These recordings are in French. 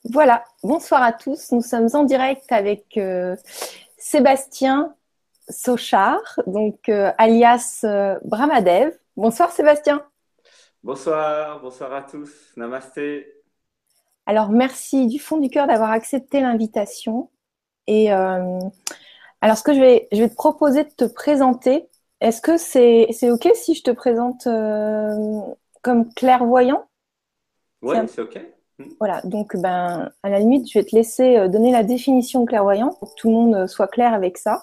Voilà, bonsoir à tous. Nous sommes en direct avec Sébastien Sochard, donc alias Brahmadev. Bonsoir Sébastien. Bonsoir, bonsoir à tous. Namasté. Alors merci du fond du cœur d'avoir accepté l'invitation. Et alors ce que je vais te proposer de te présenter. Est-ce que c'est OK si je te présente comme clairvoyant? C'est Oui, un- c'est OK. Voilà, donc ben à la limite, je vais te laisser donner la définition de clairvoyant pour que tout le monde soit clair avec ça.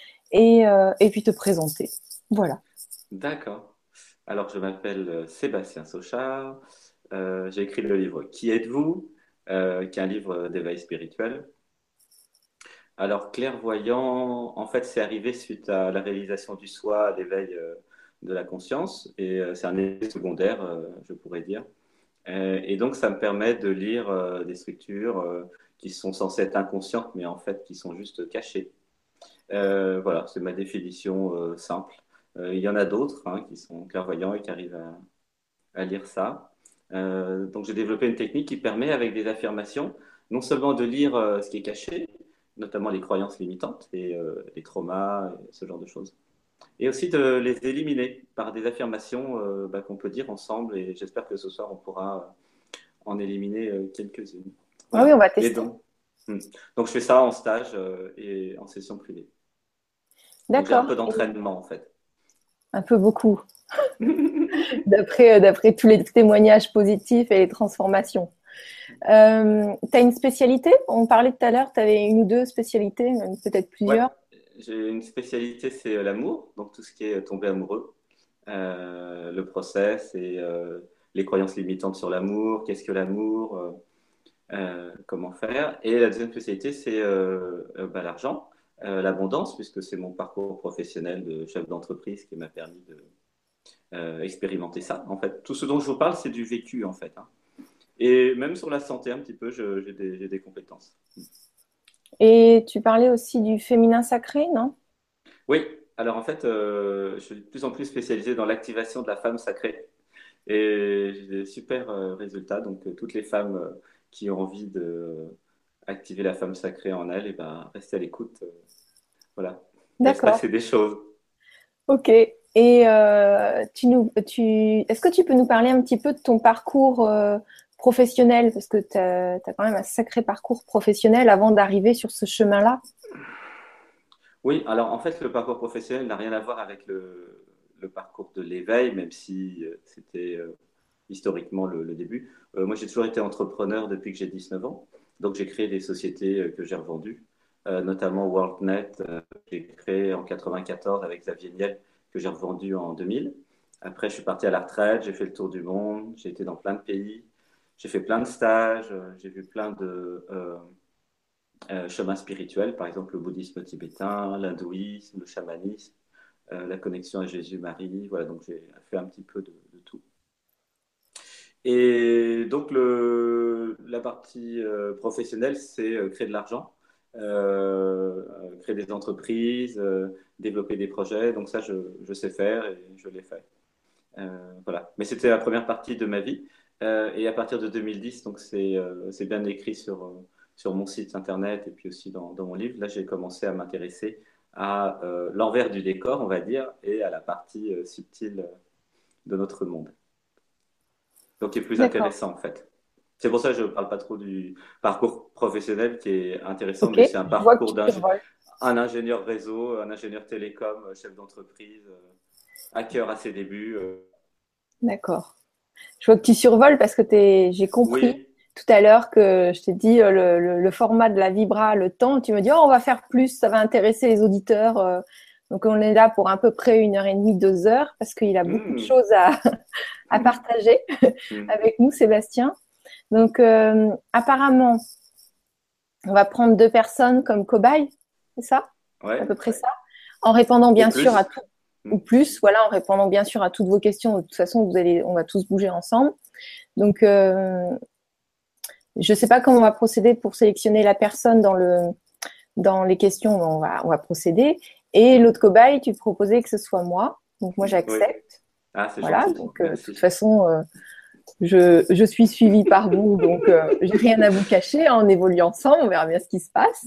Et puis te présenter. Voilà. D'accord. Alors, je m'appelle Sébastien Sochard. J'ai écrit le livre Qui êtes-vous? Qui est un livre d'éveil spirituel. Alors, clairvoyant, en fait, c'est arrivé suite à la réalisation du soi, à l'éveil de la conscience. Et c'est un effet secondaire, je pourrais dire. Et donc, ça me permet de lire des structures qui sont censées être inconscientes, mais en fait, qui sont juste cachées. Voilà, c'est ma définition simple. Il y en a d'autres hein, qui sont clairvoyants et qui arrivent à lire ça. Donc j'ai développé une technique qui permet, avec des affirmations, non seulement de lire ce qui est caché, notamment les croyances limitantes et les traumas, et ce genre de choses, et aussi de les éliminer par des affirmations qu'on peut dire ensemble. Et j'espère que ce soir on pourra en éliminer quelques-unes. Ah oui, Voilà. on va Et tester. donc, hmm. donc je fais ça en stage et en session privée. Donc j'ai un D'accord. peu Et d'entraînement en fait. un peu beaucoup, d'après tous les témoignages positifs et les transformations. Tu as une spécialité? On parlait tout à l'heure, tu avais une ou deux spécialités, même peut-être Ouais, plusieurs. j'ai une spécialité, c'est l'amour, donc tout ce qui est tomber amoureux, le process et les croyances limitantes sur l'amour, qu'est-ce que l'amour, comment faire. Et la deuxième spécialité, c'est l'argent, l'abondance, puisque c'est mon parcours professionnel de chef d'entreprise qui m'a permis de expérimenter ça. En fait, tout ce dont je vous parle, c'est du vécu, en fait, hein. Et même sur la santé, un petit peu, j'ai des compétences. Et tu parlais aussi du féminin sacré, non? Oui, alors en fait, je suis de plus en plus spécialisé dans l'activation de la femme sacrée et j'ai des super résultats. Donc, toutes les femmes qui ont envie de activer la femme sacrée en elles, et ben, restez à l'écoute. Voilà, il va se D'accord. passer des choses. Ok. Et est-ce que tu peux nous parler un petit peu de ton parcours professionnel? Parce que tu as quand même un sacré parcours professionnel avant d'arriver sur ce chemin-là. Oui, alors en fait, le parcours professionnel n'a rien à voir avec le parcours de l'éveil, même si c'était historiquement le début. Moi, j'ai toujours été entrepreneur depuis que j'ai 19 ans. Donc, j'ai créé des sociétés que j'ai revendues, notamment WorldNet, que j'ai créé en 94 avec Xavier Niel, que j'ai revendu en 2000. Après, je suis parti à la retraite, j'ai fait le tour du monde, j'ai été dans plein de pays, j'ai fait plein de stages, j'ai vu plein de chemins spirituels, par exemple le bouddhisme tibétain, l'hindouisme, le chamanisme, la connexion à Jésus-Marie. Voilà, donc j'ai fait un petit peu de tout. Et donc, la partie professionnelle, c'est créer de l'argent, créer des entreprises, développer des projets. Donc ça, je sais faire et je l'ai fait. Voilà. Mais c'était la première partie de ma vie. Et à partir de 2010, donc c'est bien écrit sur mon site internet et puis aussi dans mon livre, là, j'ai commencé à m'intéresser à l'envers du décor, on va dire, et à la partie subtile de notre monde. Donc, qui est plus D'accord. intéressant en fait. C'est pour ça que je ne parle pas trop du parcours professionnel qui est intéressant, Ok. mais c'est un Je vois que parcours tu survoles. un ingénieur réseau, un ingénieur télécom, chef d'entreprise, hacker à ses débuts. D'accord. Je vois que tu survoles parce que j'ai compris Oui. tout à l'heure que je t'ai dit le format de la vibra, le temps. Tu me dis, oh, on va faire plus, ça va intéresser les auditeurs. Donc, on est là pour à peu près 1 heure et demie, 2 heures parce qu'il a beaucoup de Mmh. choses à partager Mmh. avec nous, Sébastien. Donc, apparemment, on va prendre 2 personnes comme cobayes, c'est ça? C'est à Ouais. peu près ça. En répondant Ou bien sûr à plus. tout, Mmh. ou plus, voilà, en répondant bien sûr à toutes vos questions. De toute façon, on va tous bouger ensemble. Donc, je ne sais pas comment on va procéder pour sélectionner la personne dans les questions, mais on va procéder. Et l'autre cobaye, tu proposais que ce soit moi. Donc, moi, Oui. j'accepte. Ah, c'est Voilà. gentil. Donc, de toute Merci. façon, Je suis suivie par vous, donc j'ai rien à vous cacher. On évolue ensemble, on verra bien ce qui se passe.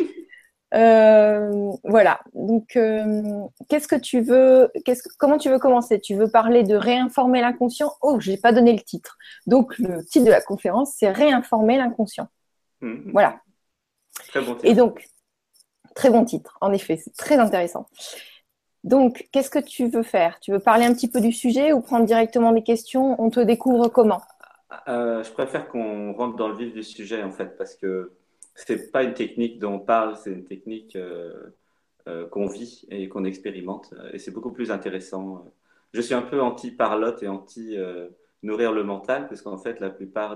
Voilà. Donc, qu'est-ce que tu veux comment tu veux commencer? Tu veux parler de réinformer l'inconscient? Oh, j'ai pas donné le titre. Donc, le titre de la conférence, c'est réinformer l'inconscient. Voilà. Très bon Et titre. donc, très bon titre, en effet, c'est très intéressant. Donc, qu'est-ce que tu veux faire? Tu veux parler un petit peu du sujet ou prendre directement des questions? On te découvre comment? Je préfère qu'on rentre dans le vif du sujet en fait, parce que c'est pas une technique dont on parle, c'est une technique qu'on vit et qu'on expérimente, et c'est beaucoup plus intéressant. Je suis un peu anti-parlotte et anti-nourrir le mental, parce qu'en fait, la plupart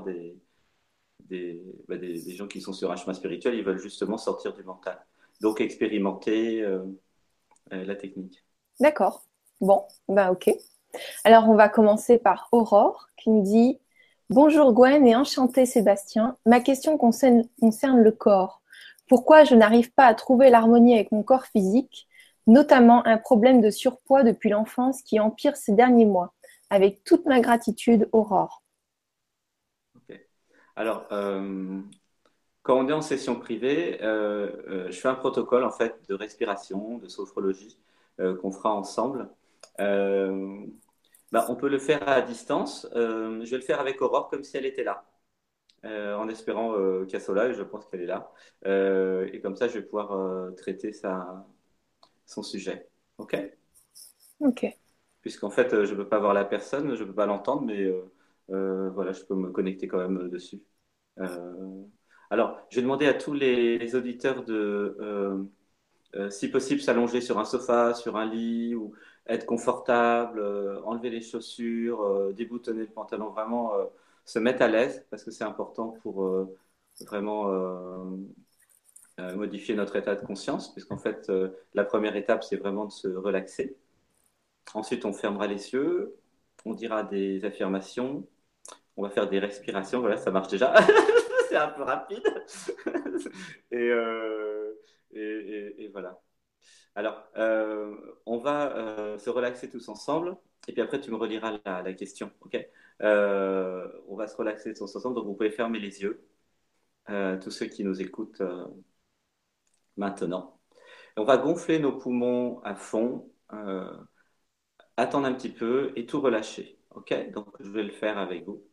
des gens qui sont sur un chemin spirituel, ils veulent justement sortir du mental. Donc, expérimenter la technique. D'accord. Bon, ben ok. Alors, on va commencer par Aurore qui me dit bonjour Gwen et enchanté Sébastien. Ma question concerne le corps. Pourquoi je n'arrive pas à trouver l'harmonie avec mon corps physique, notamment un problème de surpoids depuis l'enfance qui empire ces derniers mois. Avec toute ma gratitude, Aurore. Ok. Alors, quand on est en session privée, je fais un protocole en fait de respiration, de sophrologie qu'on fera ensemble. Euh, on peut le faire à distance. Je vais le faire avec Aurore comme si elle était là, en espérant qu'elle soit là, et je pense qu'elle est là. Et comme ça, je vais pouvoir traiter son sujet. OK? Ok. Puisqu'en fait, je ne peux pas voir la personne, je ne peux pas l'entendre, mais voilà, je peux me connecter quand même dessus. Euh, alors, je vais demander à tous les auditeurs de, si possible, s'allonger sur un sofa, sur un lit, ou être confortable, enlever les chaussures, déboutonner le pantalon, vraiment se mettre à l'aise, parce que c'est important pour vraiment modifier notre état de conscience, puisqu'en fait, la première étape, c'est vraiment de se relaxer. Ensuite, on fermera les yeux, on dira des affirmations, on va faire des respirations. Voilà, ça marche déjà. C'est un peu rapide. et, euh, et voilà. Alors, on va se relaxer tous ensemble. Et puis après, tu me reliras la question. OK? On va se relaxer tous ensemble. Donc, vous pouvez fermer les yeux, tous ceux qui nous écoutent maintenant. Et on va gonfler nos poumons à fond, attendre un petit peu et tout relâcher. OK? Donc, je vais le faire avec vous.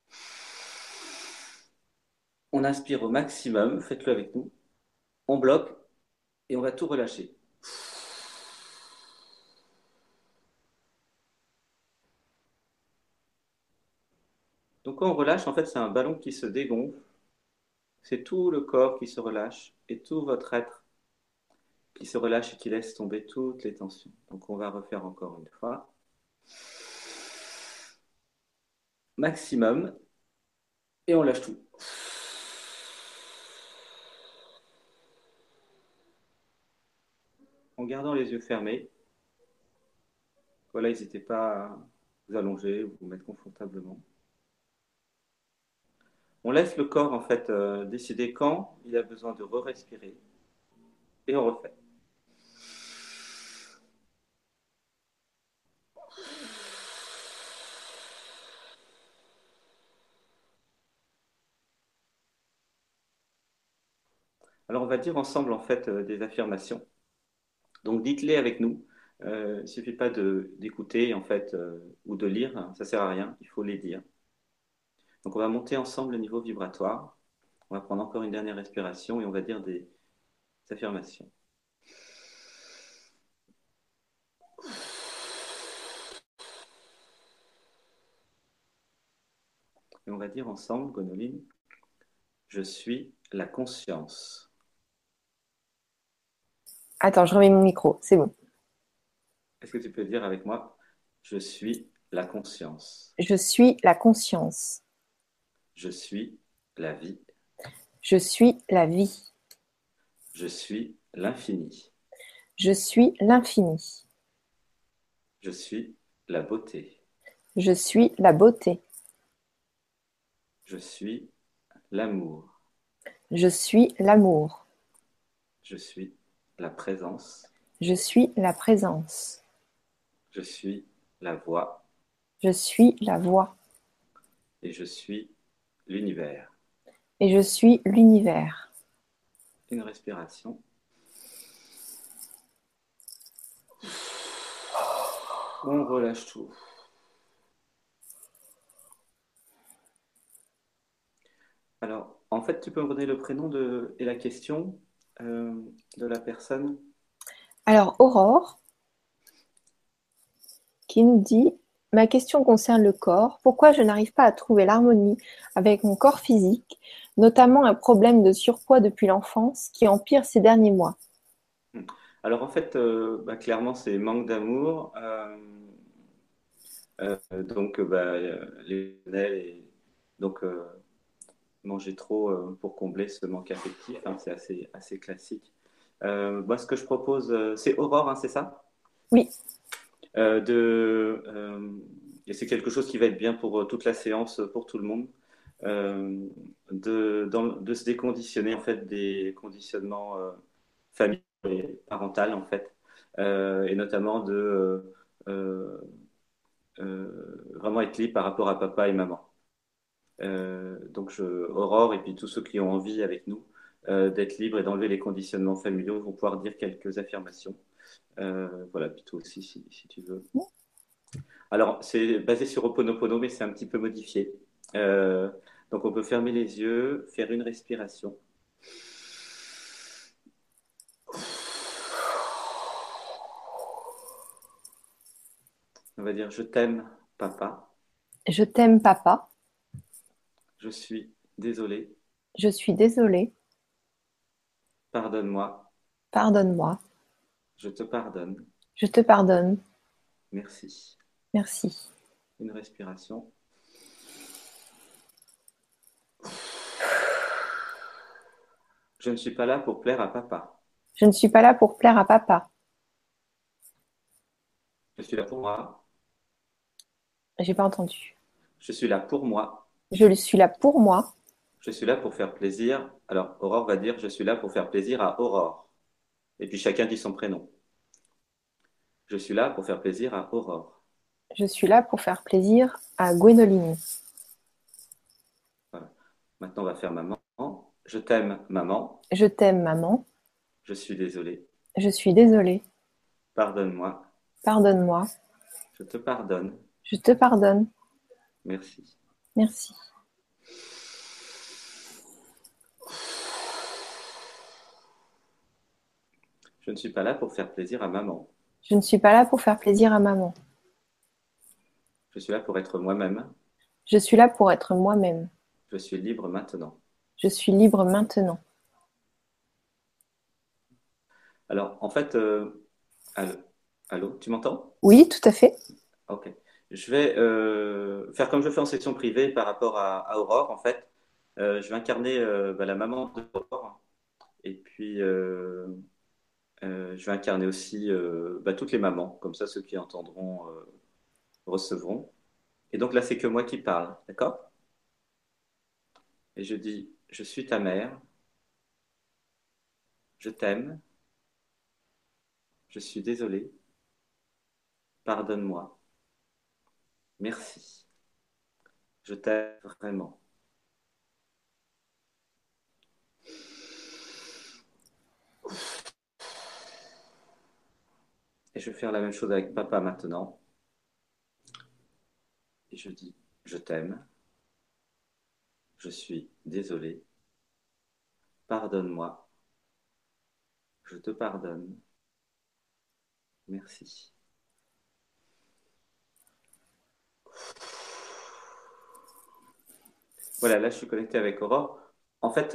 On inspire au maximum, faites-le avec nous. On bloque et on va tout relâcher. Donc quand on relâche, en fait, c'est un ballon qui se dégonfle. C'est tout le corps qui se relâche et tout votre être qui se relâche et qui laisse tomber toutes les tensions. Donc on va refaire encore une fois. Maximum. Et on lâche tout. En gardant les yeux fermés. Voilà, n'hésitez pas à vous allonger ou vous mettre confortablement. On laisse le corps, en fait, décider quand il a besoin de re-respirer. Et on refait. Alors on va dire ensemble, en fait, des affirmations. Donc dites-les avec nous. Il ne suffit pas d'écouter en fait ou de lire, hein, ça sert à rien, il faut les dire. Donc on va monter ensemble le niveau vibratoire. On va prendre encore une dernière respiration et on va dire des affirmations. Et on va dire ensemble, Gonoline, je suis la conscience. Attends, je remets mon micro, c'est bon. Est-ce que tu peux dire avec moi, je suis la conscience. Je suis la conscience. Je suis la vie. Je suis la vie. Je suis l'infini. Je suis l'infini. Je suis la beauté. Je suis la beauté. Je suis l'amour. Je suis l'amour. Je suis la présence. Je suis la présence. Je suis la voix. Je suis la voix. et je suis l'univers. et je suis l'univers. Une respiration. On relâche tout. Alors, en fait, tu peux me donner le prénom et la question euh, de la personne? Alors, Aurore qui nous dit, ma question concerne le corps. Pourquoi je n'arrive pas à trouver l'harmonie avec mon corps physique, notamment un problème de surpoids depuis l'enfance qui empire ces derniers mois? Alors, en fait, clairement, c'est manque d'amour. Les donc manger trop pour combler ce manque affectif, hein, c'est assez classique. Moi, ce que je propose, c'est Aurore, hein, c'est ça? Oui, Euh, de, euh, et c'est quelque chose qui va être bien pour toute la séance, pour tout le monde, de se déconditionner en fait des conditionnements familiaux et parentaux en fait, et notamment euh, vraiment être libre par rapport à papa et maman. Aurore et puis tous ceux qui ont envie avec nous d'être libres et d'enlever les conditionnements familiaux vont pouvoir dire quelques affirmations. Voilà, puis toi aussi si tu veux. Alors, c'est basé sur Ho'oponopono, mais c'est un petit peu modifié. Euh, donc, on peut fermer les yeux, faire une respiration. On va dire je t'aime, papa. je t'aime, papa. Je suis désolé. Je suis désolée. Pardonne-moi. Pardonne-moi. Je te pardonne. Je te pardonne. Merci. Merci. Une respiration. Je ne suis pas là pour plaire à papa. Je ne suis pas là pour plaire à papa. Je suis là pour moi. J'ai pas entendu. Je suis là pour moi. Je suis là pour moi. Je suis là pour faire plaisir. Alors, Aurore va dire je suis là pour faire plaisir à Aurore. Et puis chacun dit son prénom. Je suis là pour faire plaisir à Aurore. Je suis là pour faire plaisir à Gwénoline. Voilà. Maintenant, on va faire maman. Je t'aime, maman. Je t'aime, maman. Je suis désolé. Je suis désolée. Pardonne-moi. Pardonne-moi. Je te pardonne. Je te pardonne. Merci. Merci. Je ne suis pas là pour faire plaisir à maman. Je ne suis pas là pour faire plaisir à maman. Je suis là pour être moi-même. Je suis là pour être moi-même. Je suis libre maintenant. Je suis libre maintenant. Alors, en fait, allô, allô, tu m'entends? Oui, tout à fait. Ok. Je vais faire comme je fais en section privée par rapport à Aurore, en fait. Je vais incarner la maman d'Aurore. Et puis, je vais incarner aussi toutes les mamans. Comme ça, ceux qui entendront recevront. Et donc là, c'est que moi qui parle, d'accord? Et je dis, je suis ta mère, je t'aime, je suis désolé, pardonne-moi, merci, je t'aime vraiment. Et je vais faire la même chose avec papa maintenant. Et je dis, je t'aime, je suis désolé, pardonne-moi, je te pardonne, merci. Voilà, là, je suis connecté avec Aurore. En fait,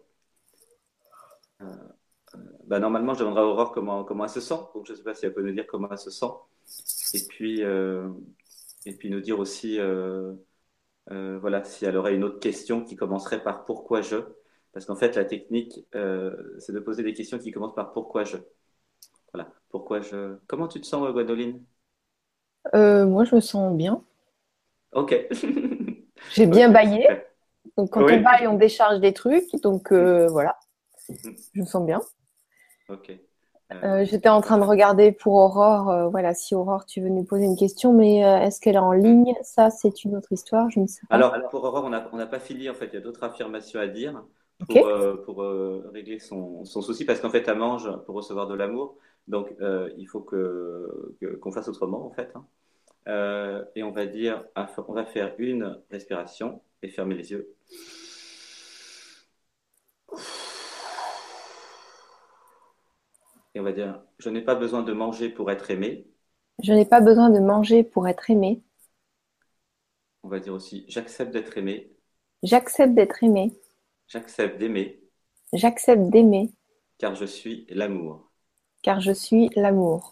normalement, je demanderai à Aurore comment elle se sent. Donc, je ne sais pas si elle peut nous dire comment elle se sent. Et puis, euh, et puis nous dire aussi, voilà, si elle aurait une autre question qui commencerait par pourquoi je. Parce qu'en fait, la technique, c'est de poser des questions qui commencent par pourquoi je. Voilà, pourquoi je. Comment tu te sens, Gwendoline? Moi, je me sens bien. Ok. J'ai bien Ok, baillé. super. Donc, quand on Oui. baille, on décharge des trucs. Donc, Mm, voilà, mm, je me sens bien. ok. J'étais en train de regarder pour Aurore, voilà, si Aurore, tu veux nous poser une question, mais est-ce qu'elle est en Hmm. ligne? Ça, c'est une autre histoire, je ne sais pas. Alors, pour Aurore, on n'a pas fini, en fait. Il y a d'autres affirmations à dire Ok, pour régler son souci, parce qu'en fait, elle mange pour recevoir de l'amour. Donc, il faut qu'on fasse autrement, en fait, hein. Et on va dire, on va faire une respiration et fermer les yeux. Et on va dire, je n'ai pas besoin de manger pour être aimé. je n'ai pas besoin de manger pour être aimée. On va dire aussi, j'accepte d'être aimé. J'accepte d'être aimée. J'accepte d'aimer, J'accepte d'aimer, car je suis l'amour. car je suis l'amour.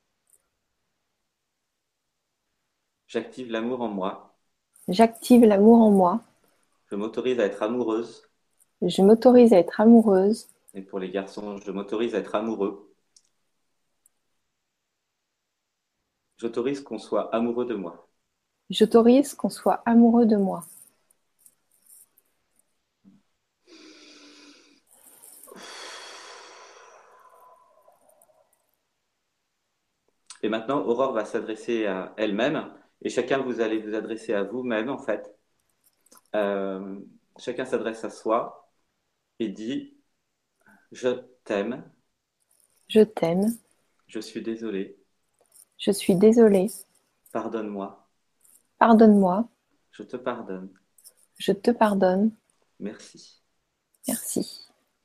J'active l'amour en moi. J'active l'amour en moi. Je m'autorise à être amoureuse. Je m'autorise à être amoureuse. Et pour les garçons, je m'autorise à être amoureux. J'autorise qu'on soit amoureux de moi. J'autorise qu'on soit amoureux de moi. Et maintenant, Aurore va s'adresser à elle-même. Et chacun, vous allez vous adresser à vous-même, en fait. Euh, Chacun s'adresse à soi et dit, je t'aime, Je t'aime. je suis désolé, Je suis désolée. pardonne-moi, Pardonne-moi. je te pardonne, Je te pardonne. merci. Merci.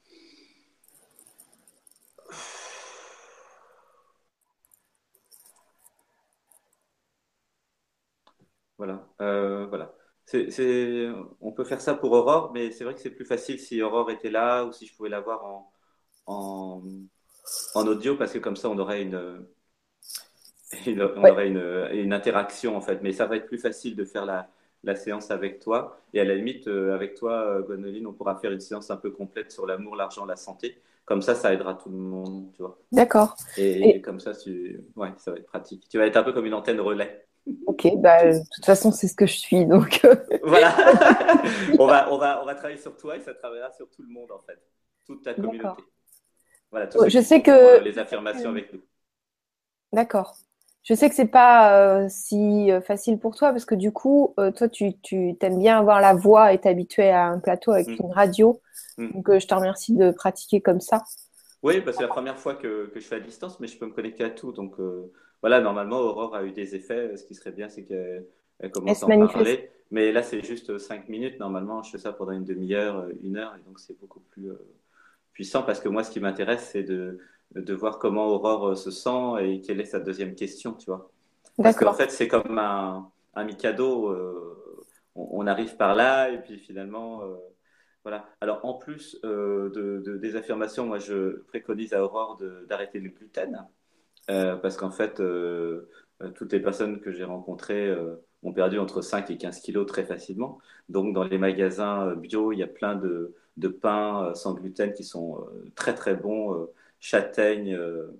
Voilà. Voilà. On peut faire ça pour Aurore, mais c'est vrai que c'est plus facile si Aurore était là ou si je pouvais la voir en, en audio, parce que comme ça, on Ouais, aurait une interaction, en fait. Mais ça va être plus facile de faire la séance avec toi. Et à la limite, avec toi, Gwenoline, on pourra faire une séance un peu complète sur l'amour, l'argent, la santé. Comme ça aidera tout le monde, tu vois. d'accord. Et Et comme ça, ouais, ça va être pratique. Tu vas être un peu comme une antenne relais. ok, bah, de toute façon, c'est ce que je suis, donc Voilà. On va travailler sur toi et ça travaillera sur tout le monde, en fait. Toute ta d'accord. communauté. Voilà, tous ceux Je qui sais feront que, les affirmations avec nous. d'accord. Je sais que c'est pas si facile pour toi parce que du coup, toi, tu t'aimes bien avoir la voix et t'habituer à un plateau avec Mm, une radio. mm. Donc, je te remercie de pratiquer comme ça. Oui, bah, c'est la première fois que je fais à distance, mais je peux me connecter à tout. Donc voilà, normalement, Aurore a eu des effets. Ce qui serait bien, c'est qu'elle Elle commence à se en manifeste. parler. Mais là, c'est juste 5 minutes. Normalement, je fais ça pendant une demi-heure, 1 heure. Et donc, c'est beaucoup plus puissant parce que moi, ce qui m'intéresse, c'est de voir comment Aurore se sent et quelle est sa deuxième question, tu vois. Parce qu'en D'accord. fait, c'est comme un Mikado. On arrive par là et puis finalement, voilà. Alors, en plus des affirmations, moi, je préconise à Aurore d'arrêter le gluten parce qu'en fait, toutes les personnes que j'ai rencontrées ont perdu entre 5 et 15 kilos très facilement. Donc, dans les magasins bio, il y a plein de pains sans gluten qui sont très, très bons. Châtaigne,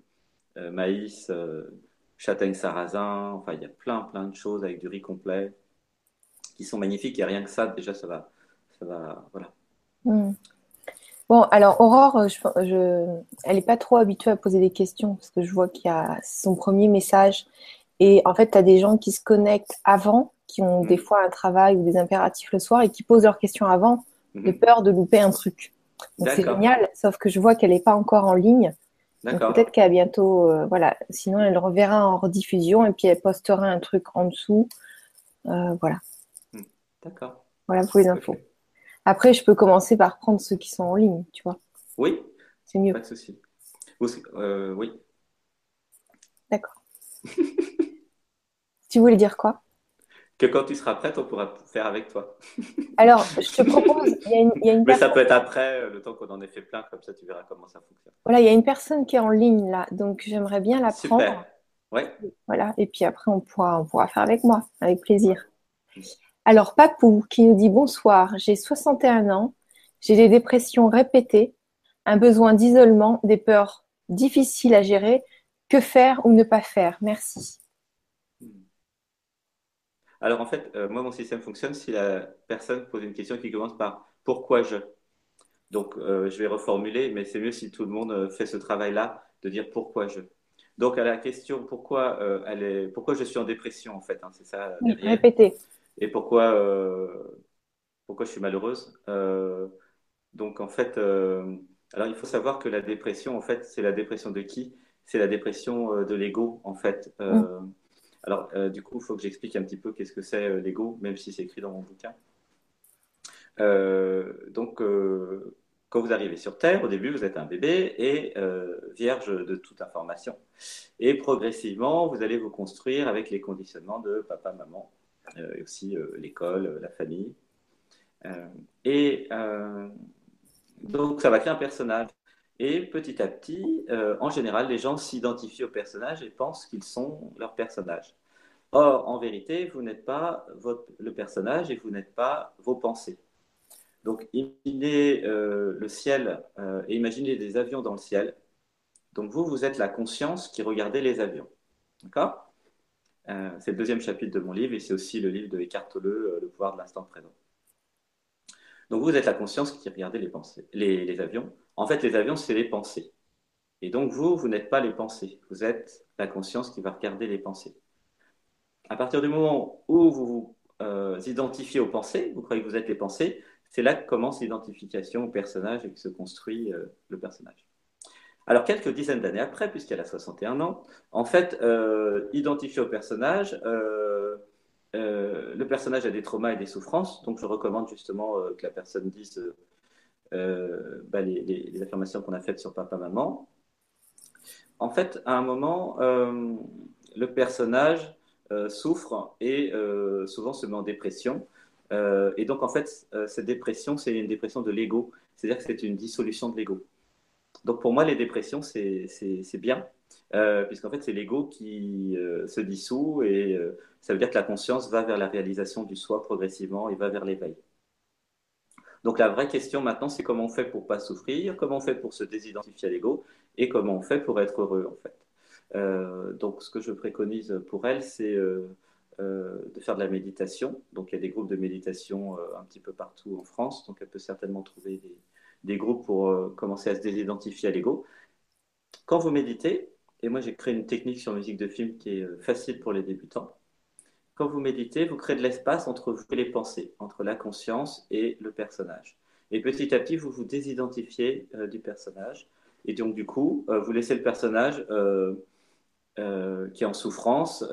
maïs, châtaigne sarrasin. Enfin, il y a plein, plein de choses avec du riz complet qui sont magnifiques. Et rien que ça, déjà, voilà. Hmm. Bon, alors Aurore, elle n'est pas trop habituée à poser des questions parce que je vois qu'il y a son premier message. Mm, Et en fait, tu as des gens qui se connectent avant, qui ont des mm. fois un travail ou des impératifs le soir et qui posent leurs questions avant de Mhm. peur de louper un truc. Donc c'est D'accord, génial, sauf que je vois qu'elle n'est pas encore en ligne. Donc d'accord. peut-être qu'à bientôt, voilà. Sinon, elle reverra en rediffusion et puis elle postera un truc en dessous. Voilà, Mm, d'accord, voilà pour les ok. infos. Après, je peux commencer par prendre ceux qui sont en ligne, tu vois. Oui, C'est mieux. pas de souci. Oui. D'accord. Tu voulais dire quoi? Que quand tu seras prête, on pourra faire avec toi. Alors, je te propose, il y a une Mais ça personne, peut être après, le temps qu'on en ait fait plein, comme ça tu verras comment ça fonctionne. voilà, il y a une personne qui est en ligne là, donc j'aimerais bien la prendre. Super. Ouais, Voilà, et puis après, on pourra faire avec moi, avec plaisir. ouais. Alors, Papou qui nous dit bonsoir, j'ai 61 ans, j'ai des dépressions répétées, un besoin d'isolement, des peurs difficiles à gérer. Que faire ou ne pas faire? Merci. Hmm. Alors en fait, moi mon système fonctionne si la personne pose une question qui commence par pourquoi je. Donc je vais reformuler, mais c'est mieux si tout le monde fait ce travail-là de dire pourquoi je. Donc, à la question pourquoi je suis en dépression, en fait, hein, c'est ça Oui, derrière, répétez. et pourquoi je suis malheureuse. Donc, en fait, alors il faut savoir que la dépression, en fait, c'est la dépression de qui? C'est la dépression de l'ego, en fait. Mm. Du coup, il faut que j'explique un petit peu qu'est-ce que c'est l'ego, même si c'est écrit dans mon bouquin. Donc, quand vous arrivez sur Terre, au début, vous êtes un bébé et vierge de toute information. Et progressivement, vous allez vous construire avec les conditionnements de papa, maman, et aussi l'école, la famille. Euh, et donc, ça va créer un personnage. Et petit à petit, en général, les gens s'identifient au personnage et pensent qu'ils sont leur personnage. Or, en vérité, vous n'êtes pas le personnage et vous n'êtes pas vos pensées. Donc, imaginez le ciel et imaginez des avions dans le ciel. Donc, vous êtes la conscience qui regardait les avions. D'accord? C'est le deuxième chapitre de mon livre et c'est aussi le livre de Eckhart Tolle, Le pouvoir de l'instant présent. Donc, vous êtes la conscience qui regardait les pensées, les avions. En fait, les avions, c'est les pensées. Et donc, vous n'êtes pas les pensées. Vous êtes la conscience qui va regarder les pensées. À partir du moment où vous vous identifiez aux pensées, vous croyez que vous êtes les pensées, c'est là que commence l'identification au personnage et que se construit le personnage. Alors, quelques dizaines d'années après, puisqu'elle a 61 ans, en fait, identifié au personnage, le personnage a des traumas et des souffrances, donc je recommande justement que la personne dise les affirmations qu'on a faites sur papa-maman. En fait, à un moment, le personnage souffre et souvent se met en dépression. Et donc, en fait, cette dépression, c'est une dépression de l'ego, c'est-à-dire que c'est une dissolution de l'ego. Donc pour moi, les dépressions, c'est bien, puisqu'en fait, c'est l'ego qui se dissout et ça veut dire que la conscience va vers la réalisation du soi progressivement et va vers l'éveil. Donc la vraie question maintenant, c'est comment on fait pour pas souffrir, comment on fait pour se désidentifier à l'ego et comment on fait pour être heureux en fait. Donc ce que je préconise pour elle, c'est de faire de la méditation. Donc il y a des groupes de méditation un petit peu partout en France, donc elle peut certainement trouver des groupes pour commencer à se désidentifier à l'ego. Quand vous méditez, et moi j'ai créé une technique sur musique de film qui est facile pour les débutants, quand vous méditez, vous créez de l'espace entre vous et les pensées, entre la conscience et le personnage. Et petit à petit, vous vous désidentifiez du personnage. Et donc du coup, vous laissez le personnage qui est en souffrance,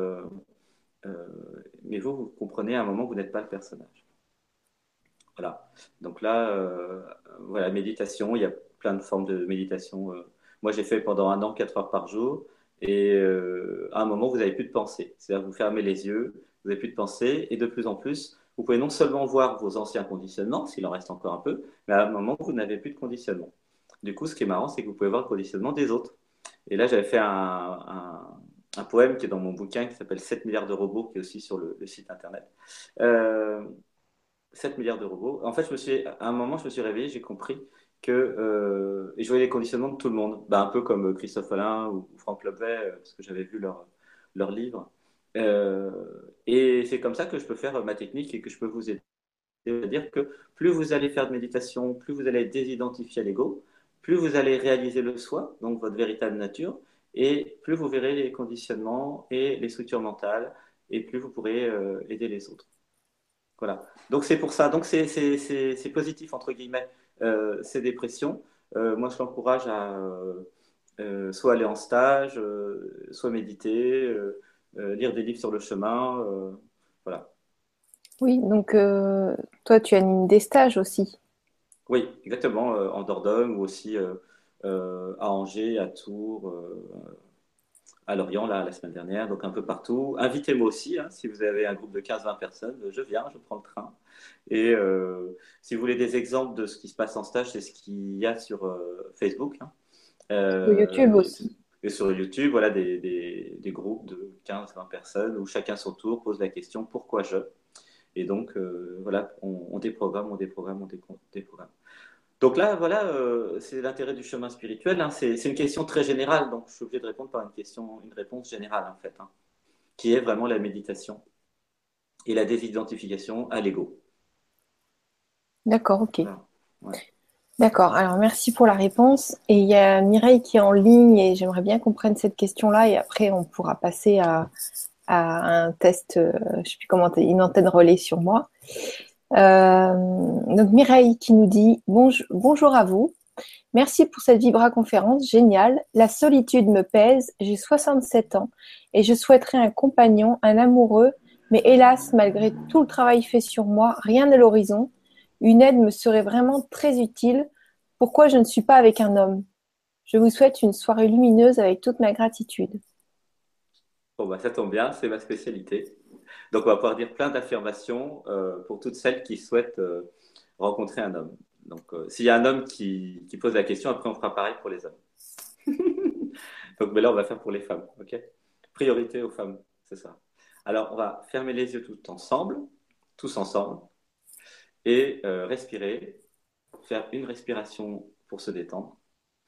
euh, mais vous comprenez à un moment que vous n'êtes pas le personnage. Voilà. Donc là, voilà, méditation, il y a plein de formes de méditation. Moi, j'ai fait pendant un an 4 heures par jour. Et à un moment, vous n'avez plus de pensée. C'est-à-dire que vous fermez les yeux, vous n'avez plus de pensée. Et de plus en plus, vous pouvez non seulement voir vos anciens conditionnements, s'il en reste encore un peu, mais à un moment, vous n'avez plus de conditionnement. Du coup, ce qui est marrant, c'est que vous pouvez voir le conditionnement des autres. Et là, j'avais fait un poème qui est dans mon bouquin qui s'appelle 7 milliards de robots, qui est aussi sur le site internet. Euh, 7 milliards de robots. En fait, à un moment, je me suis réveillé, j'ai compris que. Et je voyais les conditionnements de tout le monde. Ben, un peu comme Christophe Alain ou Franck Lobvet, parce que j'avais vu leur livre. Euh, et c'est comme ça que je peux faire ma technique et que je peux vous aider. C'est-à-dire que plus vous allez faire de méditation, plus vous allez désidentifier l'ego, plus vous allez réaliser le soi, donc votre véritable nature, et plus vous verrez les conditionnements et les structures mentales, et plus vous pourrez aider les autres. Voilà. Donc c'est pour ça. Donc c'est positif entre guillemets ces dépressions. Moi je l'encourage à soit aller en stage, soit méditer, lire des livres sur le chemin. Voilà. Oui, donc toi, tu animes des stages aussi. Oui, exactement. En Dordogne ou aussi à Angers, à Tours, à Lorient là, la semaine dernière. Donc un peu partout. Invitez-moi aussi. Hein, si vous avez un groupe de 15-20 personnes, je viens, je prends le train. Et si vous voulez des exemples de ce qui se passe en stage, c'est ce qu'il y a sur Facebook, hein. Sur YouTube Et, aussi. et sur YouTube, voilà des groupes de 15-20 personnes où chacun son tour pose la question pourquoi je? Et donc, voilà, on déprogramme, on déprogramme, on déprogramme. Donc là, voilà, c'est l'intérêt du chemin spirituel, hein. C'est une question très générale, donc je suis obligé de répondre par une réponse générale, en fait, hein, qui est vraiment la méditation et la désidentification à l'ego. D'accord, ok. Voilà. Ouais. D'accord. Alors, merci pour la réponse. Et il y a Mireille qui est en ligne et j'aimerais bien qu'on prenne cette question-là et après, on pourra passer à un test, je sais plus comment, une antenne relais sur moi. Donc, Mireille qui nous dit bonjour à vous. Merci pour cette Vibra conférence, génial. La solitude me pèse, j'ai 67 ans et je souhaiterais un compagnon, un amoureux, mais hélas, malgré tout le travail fait sur moi, rien à l'horizon. Une aide me serait vraiment très utile. Pourquoi je ne suis pas avec un homme? Je vous souhaite une soirée lumineuse avec toute ma gratitude. Bon, bah, ça tombe bien, c'est ma spécialité. Donc, on va pouvoir dire plein d'affirmations pour toutes celles qui souhaitent rencontrer un homme. Donc, s'il y a un homme qui pose la question, après, on fera pareil pour les hommes. Donc, mais là, on va faire pour les femmes, ok? Priorité aux femmes, c'est ça. Alors, on va fermer les yeux tous ensemble, et respirer, faire une respiration pour se détendre.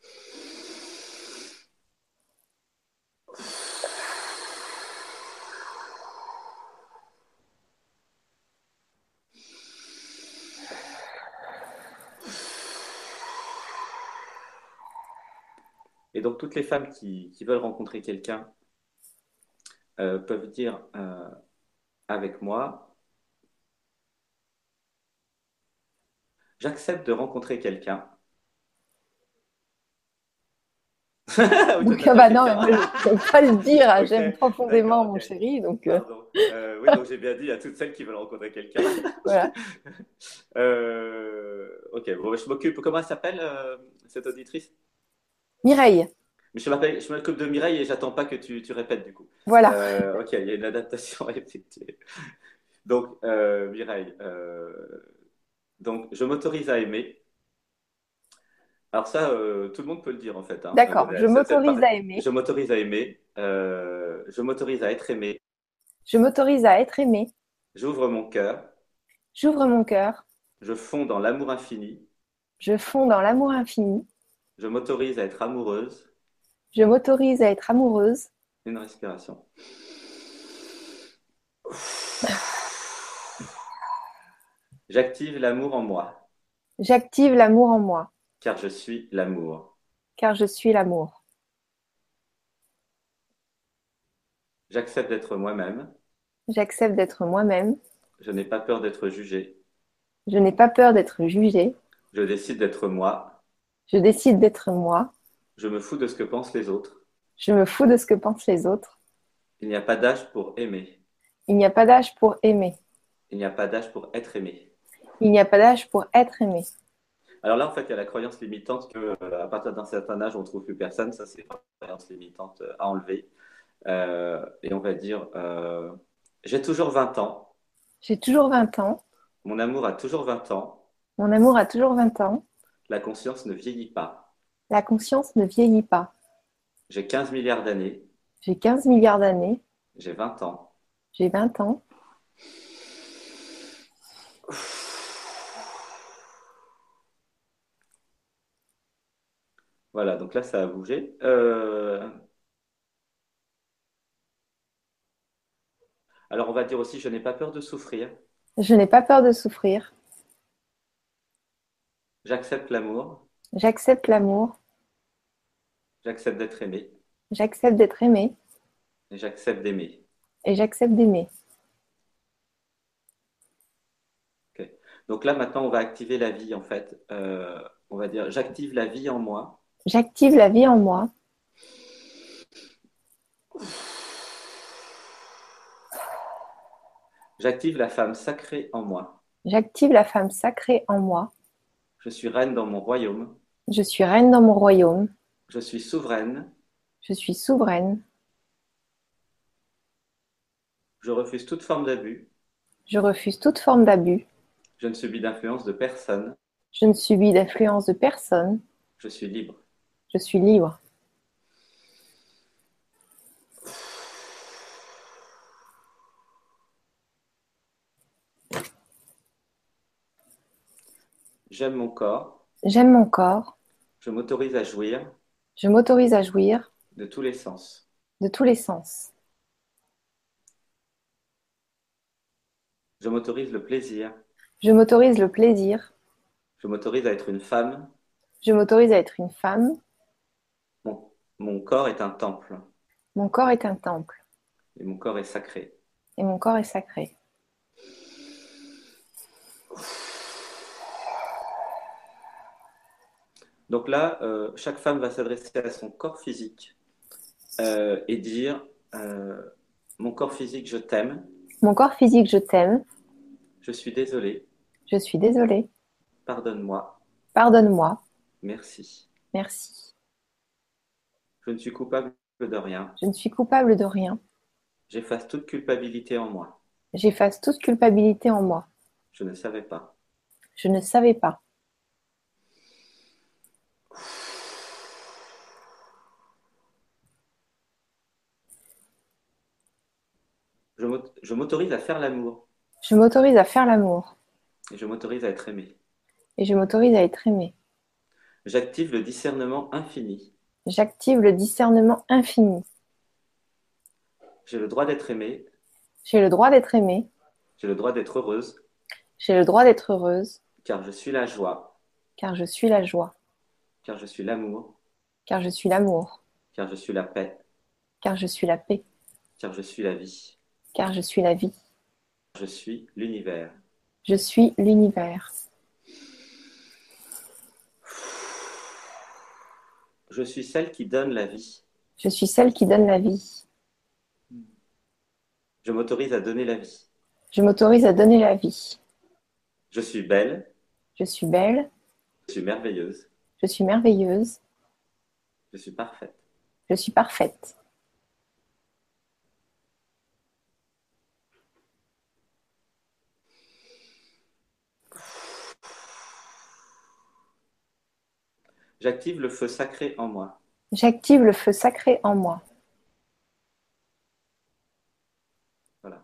Et donc, toutes les femmes qui veulent rencontrer quelqu'un peuvent dire avec moi, j'accepte de rencontrer quelqu'un. Oui, toi, Donc, t'as pas bah non, mais quelqu'un. moi, je ne peux pas le dire, hein, Ok, j'aime d'accord, profondément mon ok. chéri, donc Pardon. Oui, donc j'ai bien dit à toutes celles qui veulent rencontrer quelqu'un. voilà. Ok, bon, je m'occupe. Comment elle s'appelle, cette auditrice? Mireille, Mais je m'occupe de Mireille et j'attends pas que tu répètes du coup. voilà. Ok, il y a une adaptation à effectuer. Donc, Mireille, donc je m'autorise à aimer. Alors ça, tout le monde peut le dire en fait, hein. D'accord, je m'autorise à aimer, Je m'autorise à aimer. Je m'autorise à être aimé. je m'autorise à être aimé, J'ouvre mon cœur. j'ouvre mon cœur, Je fonds dans l'amour infini. je fonds dans l'amour infini, Je m'autorise à être amoureuse. je m'autorise à être amoureuse, Une respiration. J'active l'amour en moi, j'active l'amour en moi, car je suis l'amour. car je suis l'amour. J'accepte d'être moi-même. J'accepte d'être moi-même, Je n'ai pas peur d'être jugé. je n'ai pas peur d'être jugée, Je décide d'être moi. je décide d'être moi, Je me fous de ce que pensent les autres. je me fous de ce que pensent les autres. Il n'y a pas d'âge pour aimer. Il n'y a pas d'âge pour aimer, Il n'y a pas d'âge pour être aimé. il n'y a pas d'âge pour être aimé. Alors là, en fait, il y a la croyance limitante que à partir d'un certain âge, on ne trouve plus personne. Ça, c'est une croyance limitante à enlever. Et on va dire, j'ai toujours 20 ans. J'ai toujours 20 ans, Mon amour a toujours 20 ans. mon amour a toujours 20 ans, La conscience ne vieillit pas. la conscience ne vieillit pas. J'ai 15 milliards d'années. J'ai 15 milliards d'années, J'ai 20 ans. j'ai 20 ans, Voilà, donc là, ça a bougé. Alors, on va dire aussi, je n'ai pas peur de souffrir. je n'ai pas peur de souffrir, J'accepte l'amour. j'accepte l'amour, J'accepte d'être aimé. j'accepte d'être aimé Et j'accepte d'aimer. et j'accepte d'aimer. Ok. Donc là, maintenant, on va activer la vie, en fait. On va dire, j'active la vie en moi. J'active la vie en moi, J'active la femme sacrée en moi. j'active la femme sacrée en moi, Je suis reine dans mon royaume. je suis reine dans mon royaume, Je suis souveraine. je suis souveraine, Je refuse toute forme d'abus. je refuse toute forme d'abus, Je ne subis d'influence de personne. je ne subis d'influence de personne, Je suis libre. je suis libre. J'aime mon corps. J'aime mon corps, Je m'autorise à jouir je m'autorise à jouir de tous les sens. de tous les sens. Je m'autorise le plaisir. Je m'autorise le plaisir, Je m'autorise à être une femme Je m'autorise à être une femme. Mon corps est un temple Mon corps est un temple et mon corps est sacré. et mon corps est sacré. Donc là, chaque femme va s'adresser à son corps physique et dire euh, mon corps physique, je t'aime, Mon corps physique, je t'aime. je suis désolée, Je suis désolée. pardonne-moi, Pardonne-moi. merci. Merci. Je ne suis coupable de rien. Je ne suis coupable de rien. J'efface toute culpabilité en moi. J'efface toute culpabilité en moi. Je ne savais pas. Je ne savais pas. Je m'autorise à faire l'amour Je m'autorise à faire l'amour et je m'autorise à être aimé. et je m'autorise à être aimée. J'active le discernement infini. J'active le discernement infini. J'ai le droit d'être aimé, J'ai le droit d'être aimée. j'ai le droit d'être heureuse, J'ai le droit d'être heureuse car je suis la joie, car je suis la joie, car je suis l'amour, car je suis l'amour, car je suis la paix, car je suis la paix, car je suis la vie, car je suis la vie. je suis l'univers. Je suis l'univers. Je suis celle qui donne la vie. Je suis celle qui donne la vie. Je m'autorise à donner la vie. Je m'autorise à donner la vie. Je suis belle, Je suis belle. je suis merveilleuse, Je suis merveilleuse. je suis parfaite. Je suis parfaite. J'active le feu sacré en moi. J'active le feu sacré en moi. Voilà.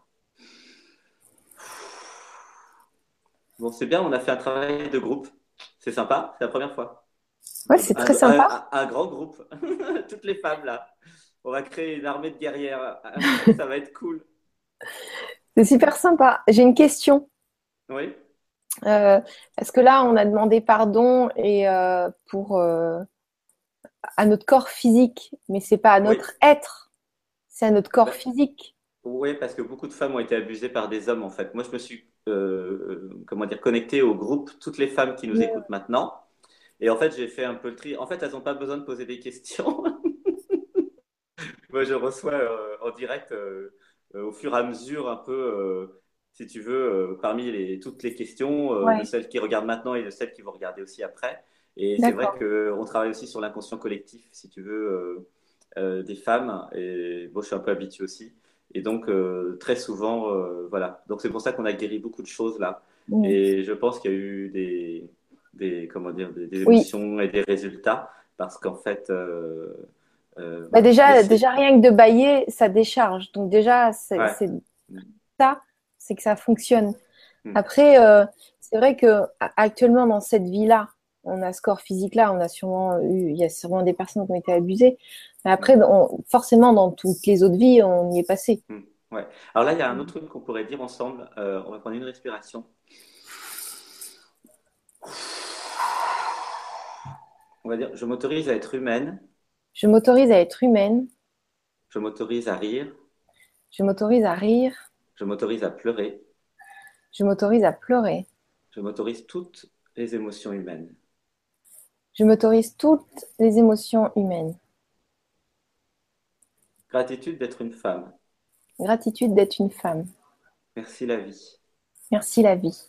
Bon, c'est bien, on a fait un travail de groupe. C'est sympa, c'est la première fois. Ouais, c'est Un, très sympa. un grand groupe. Toutes les femmes là. On va créer une armée de guerrières. Ça va être cool. C'est super sympa. J'ai une question. Oui, Euh, Parce que là, on a demandé pardon et pour à notre corps physique, mais c'est pas à oui, notre être, c'est à notre corps bah, physique. oui, parce que beaucoup de femmes ont été abusées par des hommes en fait. Moi, je me suis, comment dire, connecté au groupe, toutes les femmes qui nous écoutent maintenant. Et en fait, j'ai fait un peu le tri. En fait, elles n'ont pas besoin de poser des questions. Moi, je reçois en direct au fur et à mesure un peu, si tu veux, parmi toutes les questions de Ouais, celles qui regardent maintenant et de celles qui vont regarder aussi après. Et c'est vrai d'accord. qu'on travaille aussi sur l'inconscient collectif, si tu veux, des femmes. Et bon, je suis un peu habitué aussi. Et donc, très souvent, voilà. Donc, c'est pour ça qu'on a guéri beaucoup de choses là. Mm. Et je pense qu'il y a eu comment dire, des Oui, évolutions et des résultats parce qu'en fait, bah voilà. Mais déjà c'est, rien que de bailler, ça décharge. Donc déjà, ouais. c'est ça, c'est que ça fonctionne. Mm. Après, c'est vrai que actuellement dans cette vie-là, on a ce corps physique-là, on a sûrement eu, il y a sûrement des personnes qui ont été abusées. Mais après, forcément, dans toutes les autres vies, on y est passé. Mm. Ouais. Alors là, il y a un autre truc qu'on pourrait dire ensemble. On va prendre une respiration. On va dire, je m'autorise à être humaine, Je m'autorise à être humaine. je m'autorise à rire, Je m'autorise à rire. je m'autorise à pleurer, Je m'autorise à pleurer. je m'autorise toutes les émotions humaines. Je m'autorise toutes les émotions humaines. Gratitude d'être une femme. Gratitude d'être une femme. Merci la vie. Merci la vie.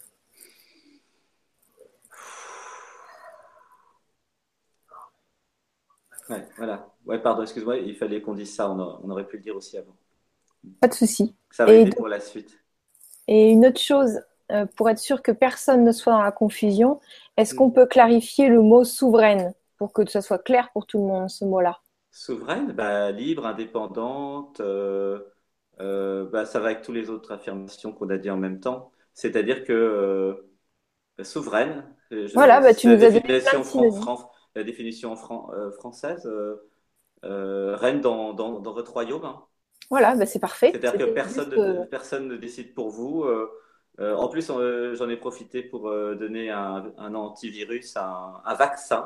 Ouais, voilà. Ouais, pardon, excuse-moi, il fallait qu'on dise ça, on aurait pu le dire aussi avant. Pas de souci. Ça va Et, aider pour la suite. et une autre chose, pour être sûr que personne ne soit dans la confusion, est-ce Mm. qu'on peut clarifier le mot souveraine pour que ça soit clair pour tout le monde, ce mot-là? Souveraine, bah, libre, indépendante, bah, ça va avec toutes les autres affirmations qu'on a dit en même temps. C'est-à-dire que souveraine, Voilà, bah, tu c'est nous as donné plein de synonymes. la définition française, reine dans votre royaume, hein. Voilà, bah, c'est parfait. C'est-à-dire que C'était juste. personne ne décide pour vous. En plus, j'en ai profité pour donner un antivirus, un vaccin.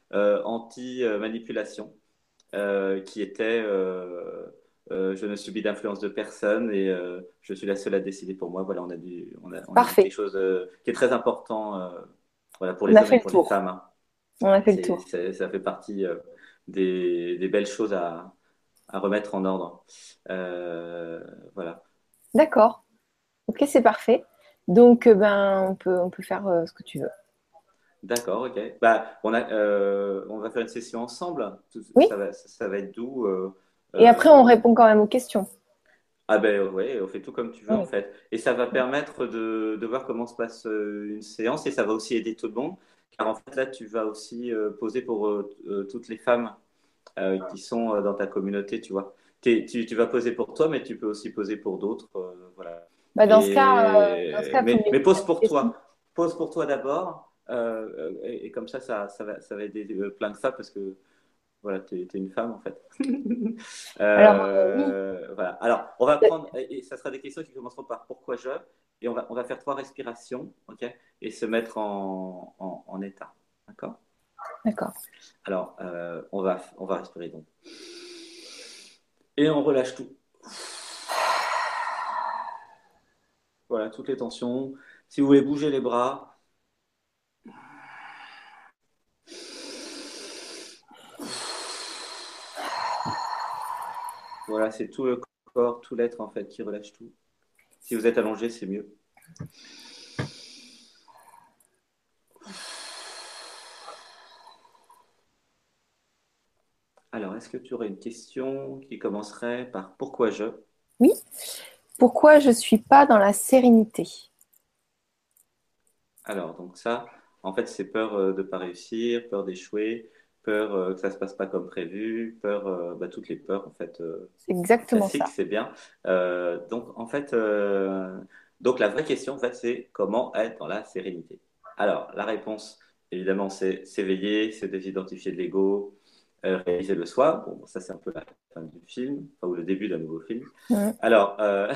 anti-manipulation, qui était je ne subis d'influence de personne et je suis la seule à décider pour moi. Voilà, on a dit quelque Parfait. chose qui est très important voilà, pour On les a hommes et fait le pour les tour. femmes, hein. On a fait le tour. Ça fait partie des belles choses à remettre en ordre. Euh, voilà. D'accord. Ok, c'est parfait. Donc, ben, on peut faire ce que tu veux. D'accord, ok. On va faire une session ensemble. Oui. Ça va être d'où Et après, on euh, répond quand même aux questions. Ah ben ouais, on fait tout comme tu veux en Oui. fait. Et ça va permettre de voir comment se passe une séance et ça va aussi aider tout le monde. Car en fait là, tu vas aussi poser pour toutes les femmes qui sont dans ta communauté, tu vois. Tu vas poser pour toi, mais tu peux aussi poser pour d'autres. Voilà. Bah, dans ce cas, faut Mais m'écrire pose des pour questions. toi. Pose pour toi d'abord. Et comme ça va aider plein de femmes parce que voilà, tu es, une femme en fait. Alors, oui. Voilà. Alors, on va prendre, et ça sera des questions qui commenceront par pourquoi je, et on va faire 3 respirations, ok, et se mettre en état. D'accord? D'accord. Alors, on va respirer donc. Et on relâche tout. Voilà, toutes les tensions. Si vous voulez bouger les bras, voilà, c'est tout le corps, tout l'être en fait qui relâche tout. Si vous êtes allongé, c'est mieux. Alors, est-ce que tu aurais une question qui commencerait par pourquoi je? Oui. Pourquoi je suis pas dans la sérénité? Alors, donc ça, en fait, c'est peur de ne pas réussir, peur d'échouer, peur que ça se passe pas comme prévu, peur, toutes les peurs, en fait, C'est exactement classiques, ça. c'est bien. Donc, en fait, donc la vraie question, en fait, c'est comment être dans la sérénité. Alors, la réponse, évidemment, c'est s'éveiller, c'est désidentifier de l'ego, réaliser le soi. Bon, ça, c'est un peu la fin du film, enfin, ou le début d'un nouveau film. Mm. Alors,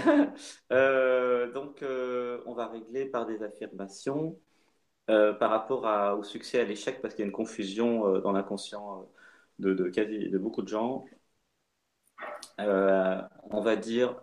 on va régler par des affirmations par rapport au succès et à l'échec, parce qu'il y a une confusion dans l'inconscient de beaucoup de gens. On va dire,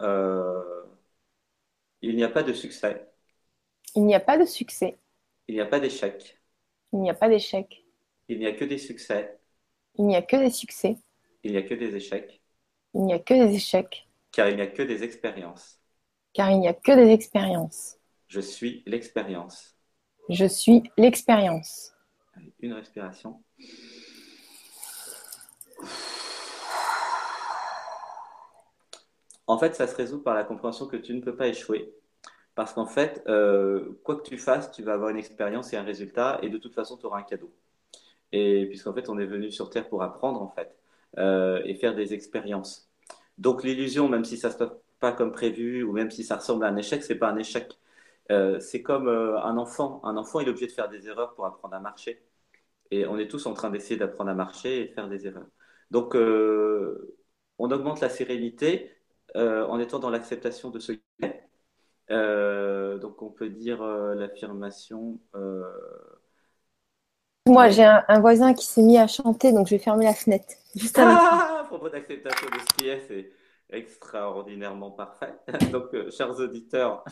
il n'y a pas de succès, Il n'y a pas de succès. il n'y a pas d'échec, Il n'y a pas d'échec. il n'y a que des succès, Il n'y a que des succès. il n'y a que des échecs, Il n'y a que des échecs. car il n'y a que des expériences. Car il n'y a que des expériences. Je suis l'expérience. Je suis l'expérience. Allez, une respiration. En fait, ça se résout par la compréhension que tu ne peux pas échouer. Parce qu'en fait, quoi que tu fasses, tu vas avoir une expérience et un résultat, et de toute façon, tu auras un cadeau. Et puisqu'en fait, on est venu sur Terre pour apprendre, en fait, et faire des expériences. Donc, l'illusion, même si ça ne se passe pas comme prévu, ou même si ça ressemble à un échec, c'est pas un échec. C'est comme un enfant. Un enfant, il est obligé de faire des erreurs pour apprendre à marcher. Et on est tous en train d'essayer d'apprendre à marcher et de faire des erreurs. Donc, on augmente la sérénité en étant dans l'acceptation de ce qui est. Donc, on peut dire l'affirmation. Moi, Ouais. j'ai un voisin qui s'est mis à chanter, donc je vais fermer la fenêtre. Juste un instant. Ah, à propos d'acceptation de ce qui est, c'est extraordinairement parfait. Donc, chers auditeurs,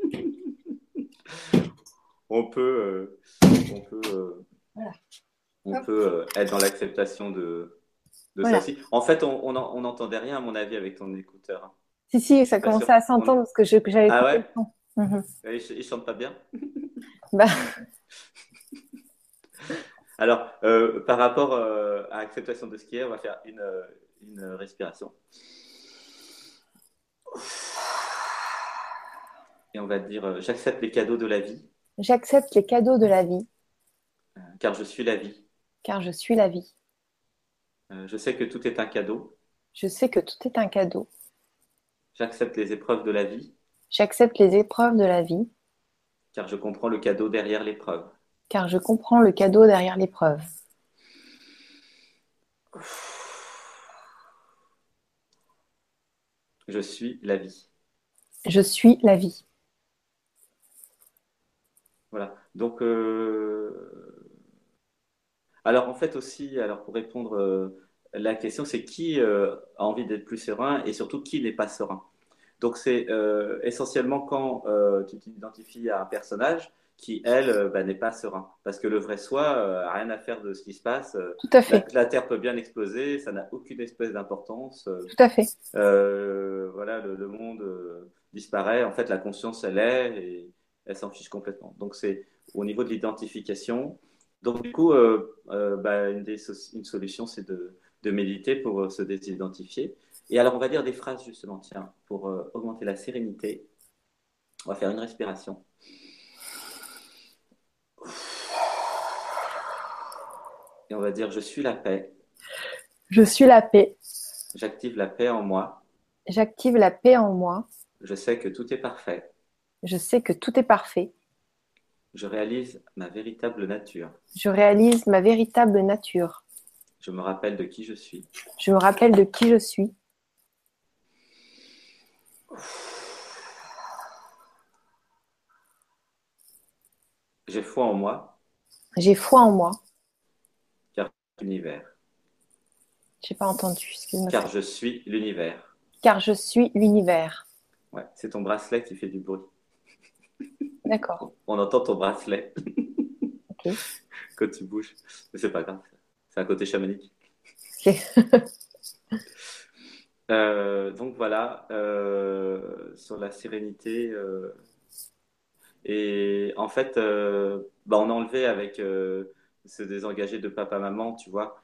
on peut, on peut, Voilà. on Hop. peut être dans l'acceptation de ça Voilà. aussi. En fait, on n'entendait rien, à mon avis, avec ton écouteur, hein. Si, si, Je suis ça pas sûr. commençait à s'entendre parce que que j'avais Ah coupé ouais? le son. Mhm. Il chante pas bien? Bah, Alors, par rapport à acceptation de ce qui est, on va faire une respiration. Et on va dire, j'accepte les cadeaux de la vie, j'accepte les cadeaux de la vie, car je suis la vie. car je suis la vie. Je sais que tout est un cadeau. Je sais que tout est un cadeau. J'accepte les épreuves de la vie, J'accepte les épreuves de la vie, car je comprends le cadeau derrière l'épreuve. car je comprends le cadeau derrière l'épreuve. Je suis la vie. Je suis la vie. Voilà. Donc, Alors, en fait aussi, alors pour répondre la question, c'est qui a envie d'être plus serein et surtout qui n'est pas serein. Donc, c'est essentiellement quand tu t'identifies à un personnage qui, elle, bah, n'est pas serein. Parce que le vrai soi a rien à faire de ce qui se passe. Tout à La, fait, la Terre peut bien exploser, ça n'a aucune espèce d'importance. tout à fait. Voilà, le monde disparaît. En fait, la conscience, elle est et elle s'en fiche complètement. Donc, c'est au niveau de l'identification. Donc, du coup, bah, une solution, c'est de méditer pour se désidentifier. Et alors, on va dire des phrases, justement, tiens, pour augmenter la sérénité. On va faire une respiration. Et on va dire, je suis la paix. Je suis la paix. J'active la paix en moi. J'active la paix en moi. Je sais que tout est parfait. Je sais que tout est parfait. Je réalise ma véritable nature. Je réalise ma véritable nature. Je me rappelle de qui je suis. Je me rappelle de qui je suis. J'ai foi en moi, J'ai foi en moi. car l'univers. J'ai pas entendu, excuse-moi. Car je suis l'univers. Car je suis l'univers. Ouais, c'est ton bracelet qui fait du bruit. D'accord. On entend ton bracelet Ok. quand tu bouges. Mais c'est pas grave. C'est un côté chamanique. Ok. Donc voilà, sur la sérénité. Et en fait, bah, on a enlevé avec ce désengagé de papa-maman, tu vois,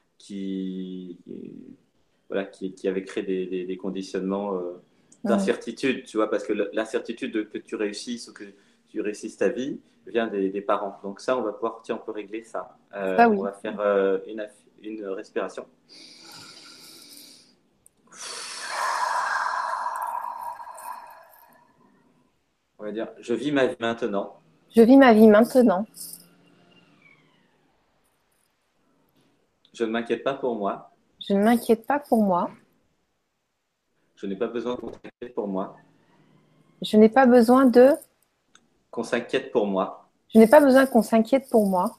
voilà, qui avait créé des conditionnements Hmm. d'incertitude, tu vois, parce que l'incertitude que tu réussisses ou que tu réussisses ta vie vient des parents. Donc ça, on va pouvoir, tiens, on peut régler ça. Bah On oui. va faire une respiration. On va dire, je vis ma vie maintenant. Je vis ma vie maintenant. Je ne m'inquiète pas pour moi. Je ne m'inquiète pas pour moi. Je n'ai pas besoin qu'on s'inquiète pour moi. Je n'ai pas besoin de... Qu'on s'inquiète pour moi. Je n'ai pas besoin qu'on s'inquiète pour moi.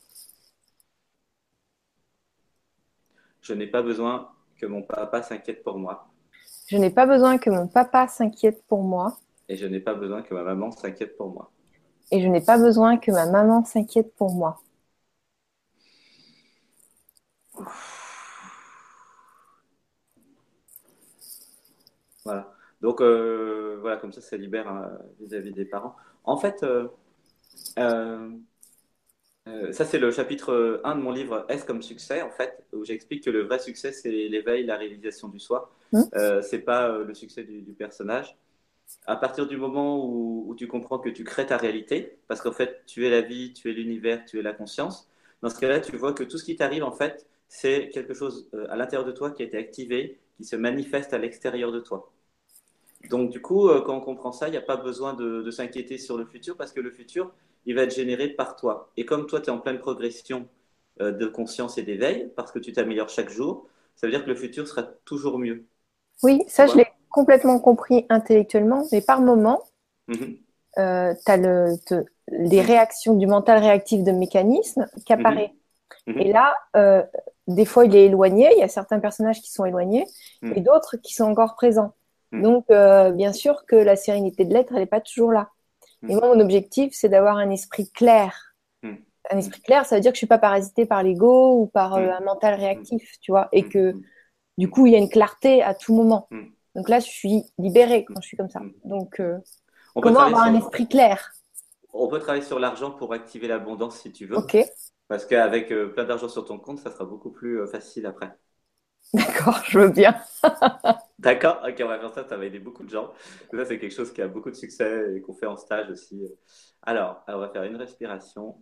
Je n'ai pas besoin que mon papa s'inquiète pour moi. Je n'ai pas besoin que mon papa s'inquiète pour moi. Et je n'ai pas besoin que ma maman s'inquiète pour moi. Et je n'ai pas besoin que ma maman s'inquiète pour moi. Voilà. Donc, voilà, comme ça libère vis-à-vis des parents. En fait, euh, ça, c'est le chapitre 1 de mon livre S comme succès, en fait, où j'explique que le vrai succès, c'est l'éveil, la réalisation du soi. Hmm. C'est pas le succès du personnage. À partir du moment où tu comprends que tu crées ta réalité, parce qu'en fait, tu es la vie, tu es l'univers, tu es la conscience, dans ce cas-là, tu vois que tout ce qui t'arrive, en fait, c'est quelque chose à l'intérieur de toi qui a été activé, qui se manifeste à l'extérieur de toi. Donc, du coup, quand on comprend ça, il n'y a pas besoin de s'inquiéter sur le futur, parce que le futur, il va être généré par toi. Et comme toi, tu es en pleine progression de conscience et d'éveil, parce que tu t'améliores chaque jour, ça veut dire que le futur sera toujours mieux. Oui, Tu ça, je l'ai vois? complètement compris intellectuellement, mais par moment, Mhm, tu as les réactions du mental réactif de mécanisme qui mhm, apparaît. Et mhm, là, des fois, il est éloigné. Il y a certains personnages qui sont éloignés et mhm, d'autres qui sont encore présents. mhm, Donc, bien sûr que la sérénité de l'être, elle n'est pas toujours là. Et mhm, moi, mon objectif, c'est d'avoir un esprit clair. mhm, Un mhm. esprit clair, ça veut dire que je suis pas parasitée par l'ego ou par un Mm, mental mm, réactif, tu vois, et mm, que mm, du mm, coup, il y a une clarté à tout moment. mm, Donc là, je suis libérée mm, quand je suis comme ça. mm. Donc, On peut comment travailler avoir un sur, esprit clair? on peut travailler sur l'argent pour activer l'abondance si tu veux, Ok, parce qu'avec plein d'argent sur ton compte, ça sera beaucoup plus facile après. d'accord, je veux bien. D'accord? Ok, on va faire ça, ça va aider beaucoup de gens. Ça, c'est quelque chose qui a beaucoup de succès et qu'on fait en stage aussi. Alors, on va faire une respiration.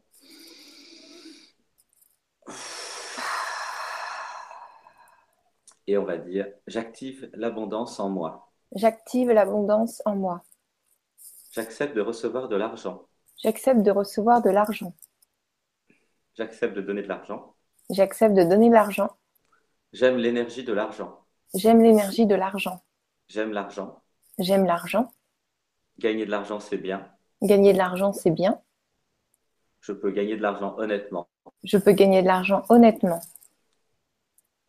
Et on va dire, j'active l'abondance en moi. J'active l'abondance en moi. J'accepte de recevoir de l'argent. J'accepte de recevoir de l'argent. J'accepte de donner de l'argent. J'accepte de donner de l'argent. J'aime l'énergie de l'argent. J'aime l'énergie de l'argent. J'aime l'argent. J'aime l'argent. Gagner de l'argent, c'est bien. Gagner de l'argent, c'est bien. Je peux gagner de l'argent honnêtement. Je peux gagner de l'argent honnêtement.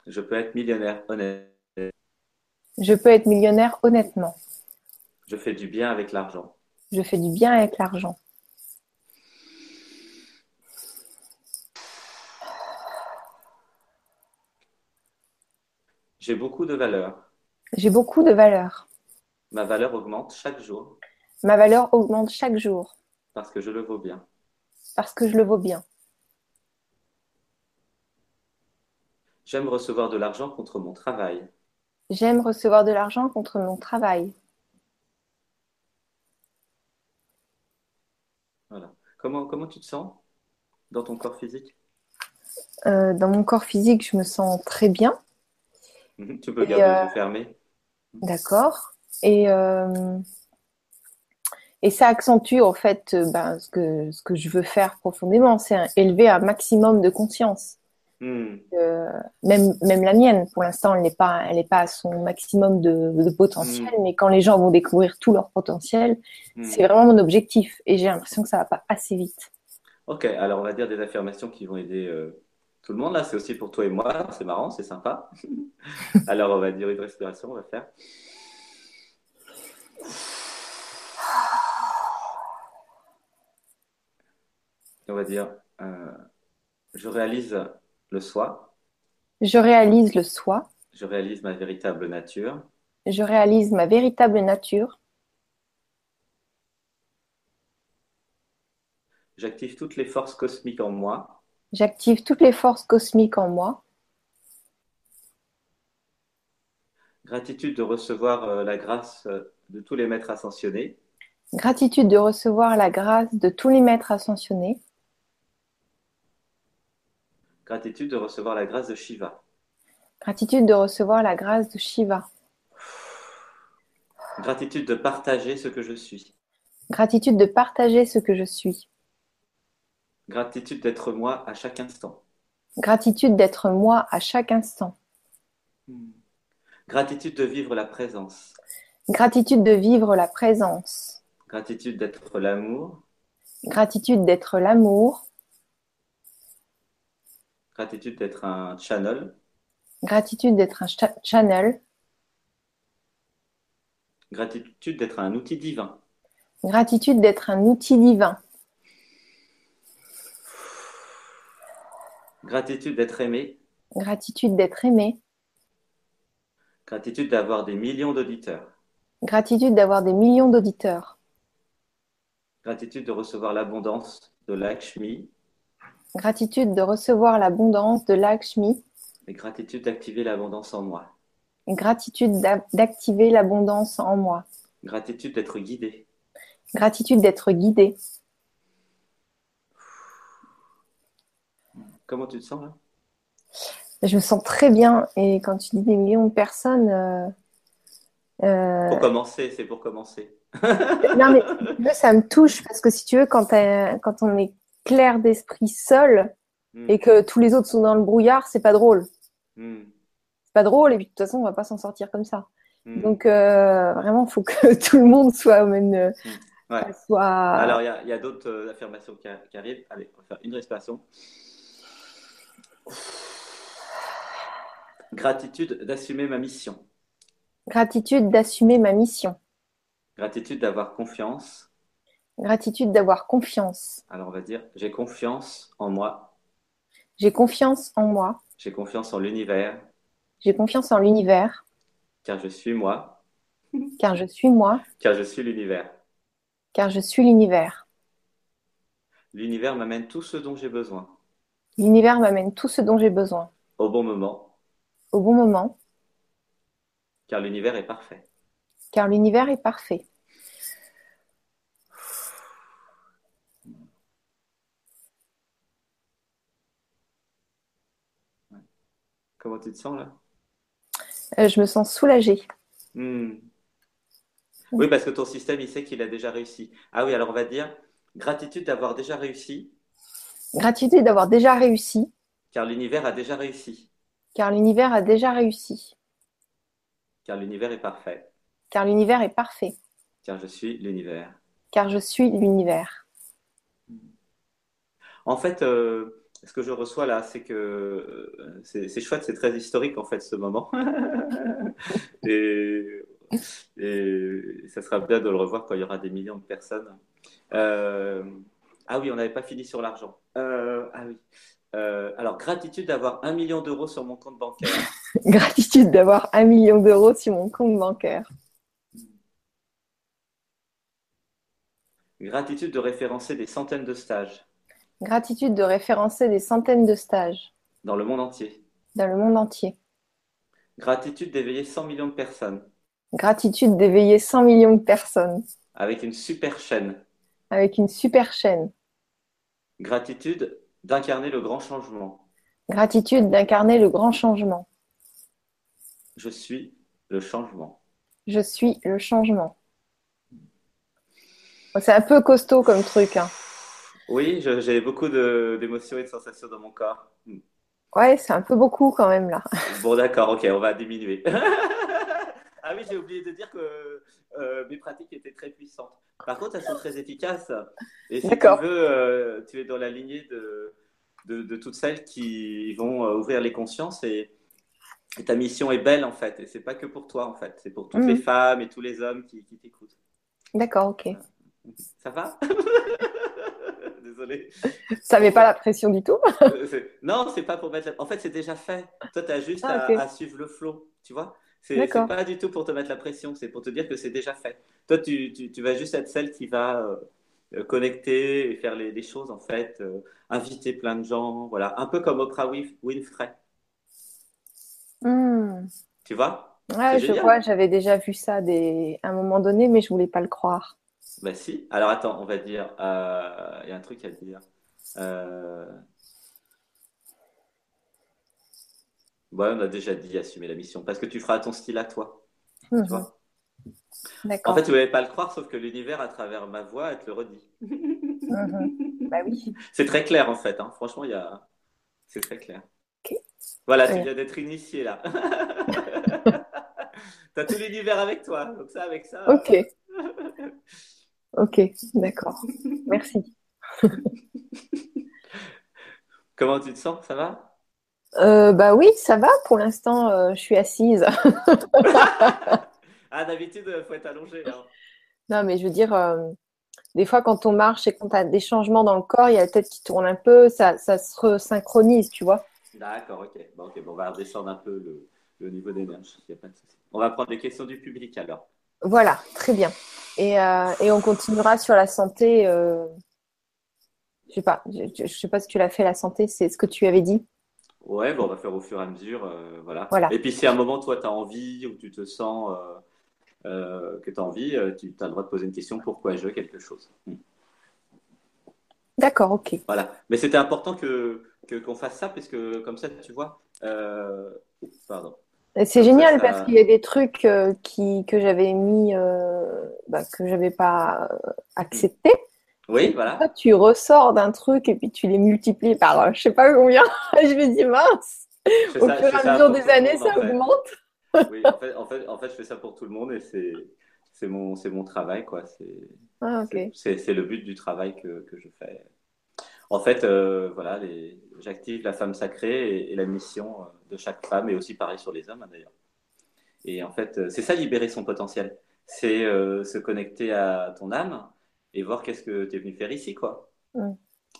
Je peux être millionnaire honnête. Je peux être millionnaire honnêtement. Je fais du bien avec l'argent. Je fais du bien avec l'argent. J'ai beaucoup de valeur. J'ai beaucoup de valeur. Ma valeur augmente chaque jour Ma valeur augmente chaque jour parce que je le vaux bien. parce que je le vaux bien. J'aime recevoir de l'argent contre mon travail. J'aime recevoir de l'argent contre mon travail. Voilà. Comment tu te sens dans ton corps physique? Dans mon corps physique, je me sens très bien. Tu peux Et garder les yeux fermés. d'accord. Et, euh, et ça accentue en fait ce que je veux faire profondément, c'est élever un maximum de conscience. Hmm, Même la mienne, pour l'instant, elle n'est pas à son maximum de potentiel, hmm, mais quand les gens vont découvrir tout leur potentiel, c'est hmm. vraiment mon objectif. Et j'ai l'impression que ça va pas assez vite. Ok, alors on va dire des affirmations qui vont aider tout le monde. Là, c'est aussi pour toi et moi. C'est marrant, c'est sympa. Alors, on va dire une respiration, on va faire. On va dire, je réalise le soi. Je réalise le soi, Je réalise ma véritable nature. je réalise ma véritable nature, J'active toutes les forces cosmiques en moi. j'active toutes les forces cosmiques en moi, Gratitude de recevoir la grâce de tous les maîtres ascensionnés. gratitude de recevoir la grâce de tous les maîtres ascensionnés, Gratitude de recevoir la grâce de Shiva. gratitude de recevoir la grâce de Shiva, Gratitude de partager ce que je suis. gratitude de partager ce que je suis, Gratitude d'être moi à chaque instant. gratitude d'être moi à chaque instant, Gratitude de vivre la présence. gratitude de vivre la présence, Gratitude d'être l'amour. gratitude d'être l'amour, Gratitude d'être un channel. gratitude d'être un channel, Gratitude d'être un outil divin. gratitude d'être un outil divin, Gratitude d'être aimé. gratitude d'être aimé, Gratitude d'avoir des millions d'auditeurs. gratitude d'avoir des millions d'auditeurs, Gratitude de recevoir l'abondance de Lakshmi. gratitude de recevoir l'abondance de Lakshmi, Et gratitude d'activer l'abondance en moi. gratitude d'activer l'abondance en moi, Gratitude d'être guidé. gratitude d'être guidé. Comment tu te sens là? Je me sens très bien et quand tu dis des millions de personnes, Pour euh, commencer, c'est pour commencer. non mais si tu veux, ça me touche parce que si tu veux, quand on est clair d'esprit seul Hmm, et que tous les autres sont dans le brouillard, c'est pas drôle. hmm, C'est pas drôle et puis de toute façon, on va pas s'en sortir comme ça. hmm, Donc vraiment, il faut que tout le monde soit au même, hmm. Ouais. soit. Alors, il y a d'autres affirmations qui arrivent. Allez, on va faire une respiration. Gratitude d'assumer ma mission. Gratitude d'assumer ma mission. Gratitude d'avoir confiance. Gratitude d'avoir confiance. Alors, on va dire, j'ai confiance en moi. J'ai confiance en moi. J'ai confiance en l'univers, J'ai confiance en l'univers, car je suis moi, car je suis moi, car je suis l'univers. car je suis l'univers. L'univers m'amène tout ce dont j'ai besoin, L'univers m'amène tout ce dont j'ai besoin, au bon moment, au bon moment, car l'univers est parfait. car l'univers est parfait. Comment tu te sens là? Je me sens soulagée. Hmm. Oui, parce que ton système, il sait qu'il a déjà réussi. Ah oui, alors on va dire gratitude d'avoir déjà réussi, Gratitude d'avoir déjà réussi, car l'univers a déjà réussi, car l'univers a déjà réussi, car l'univers est parfait, car l'univers est parfait, car je suis l'univers. car je suis l'univers. En fait, ce que je reçois là, c'est que c'est chouette, c'est très historique en fait ce moment. Et, et ça sera bien de le revoir quand il y aura des millions de personnes. Euh, ah oui, on n'avait pas fini sur l'argent. Ah oui. Alors, gratitude d'avoir 1 million d'euros sur mon compte bancaire. Gratitude d'avoir 1 million d'euros sur mon compte bancaire. Gratitude de référencer des centaines de stages Gratitude de référencer des centaines de stages dans le monde entier. dans le monde entier. Gratitude d'éveiller 100 millions de personnes Gratitude d'éveiller 100 millions de personnes avec une super chaîne. avec une super chaîne. Gratitude d'incarner le grand changement. Gratitude d'incarner le grand changement. Je suis le changement. Je suis le changement. C'est un peu costaud comme truc, hein. Oui, j'ai beaucoup d'émotions et de sensations dans mon corps. Ouais, c'est un peu beaucoup quand même là. Bon, d'accord, ok, on va diminuer. Ah oui, j'ai oublié de dire que mes pratiques étaient très puissantes. Par contre, elles sont très efficaces. Et si tu D'accord. veux, tu es dans la lignée de toutes celles qui vont ouvrir les consciences et ta mission est belle en fait. Et c'est pas que pour toi en fait, c'est pour toutes les Mhm. femmes et tous les hommes qui t'écoutent. D'accord, ok. Ça va? Désolé. Ça met pas Ok. la pression du tout. Non, c'est pas pour mettre la... En fait, c'est déjà fait. Toi, tu as juste Ah, à ok. suivre le flow, tu vois? C'est D'accord. pas du tout pour te mettre la pression, c'est pour te dire que c'est déjà fait. Toi, tu vas juste être celle qui va connecter et faire les choses, en fait, inviter plein de gens, voilà. Un peu comme Oprah Winfrey, Hmm. tu vois? C'est Ouais, je vois, génial. j'avais déjà vu ça à un moment donné, mais je voulais pas le croire. Bah si. Alors attends, on va dire, il y a un truc à dire. Euh, ouais, on a déjà dit assumer la mission, parce que tu feras ton style à toi, tu Mhm. vois? En fait, D'accord. tu ne voulais pas le croire, sauf que l'univers, à travers ma voix, elle te le redit. Mhm. Bah oui. C'est très clair, en fait. Hein. Franchement, c'est très clair. Ok. Voilà, Très tu bien. viens d'être initié, là. Tu as tout l'univers avec toi. Donc ça, avec ça... Ok. Ok. D'accord. Merci. Comment tu te sens? Ça va? Bah oui, ça va. Pour l'instant, je suis assise. Ah, d'habitude, il faut être allongé. Hein. Non, mais je veux dire, des fois, quand on marche et qu'on a des changements dans le corps, il y a la tête qui tourne un peu, ça se resynchronise, tu vois. D'accord, ok. Bon, on va redescendre un peu le niveau d'énergie. Il n'y a pas de souci. On va prendre les questions du public, alors. Voilà, très bien. Et on continuera sur la santé. Je sais pas, je sais pas si tu l'as fait la santé, c'est ce que tu avais dit. Ouais, bon, on va faire au fur et à mesure, voilà. Voilà. Et puis, si à un moment, toi, tu as envie ou tu te sens que tu as envie, tu as le droit de poser une question, pourquoi je quelque chose. D'accord, ok. Voilà. Mais c'était important qu'on fasse ça, parce que comme ça, tu vois, pardon, Et c'est comme génial parce qu'il y a ça. des trucs que j'avais mis, que j'avais pas Hmm. accepté. Oui, Et puis toi, voilà. tu ressors d'un truc et puis tu les multiplies par je sais pas combien. Et je me dis, mince, au Je fur et fais à ça mesure pour des tout le années, monde, en ça fait. augmente. Oui, en fait, je fais ça pour tout le monde et c'est mon travail, quoi. Ah, ok. C'est le but du travail que je fais. En fait, voilà, j'active la femme sacrée et la mission de chaque femme et aussi pareil sur les hommes, hein, d'ailleurs. Et en fait, c'est ça, libérer son potentiel. C'est se connecter à ton âme et voir qu'est-ce que tu es venu faire ici, quoi. Mm.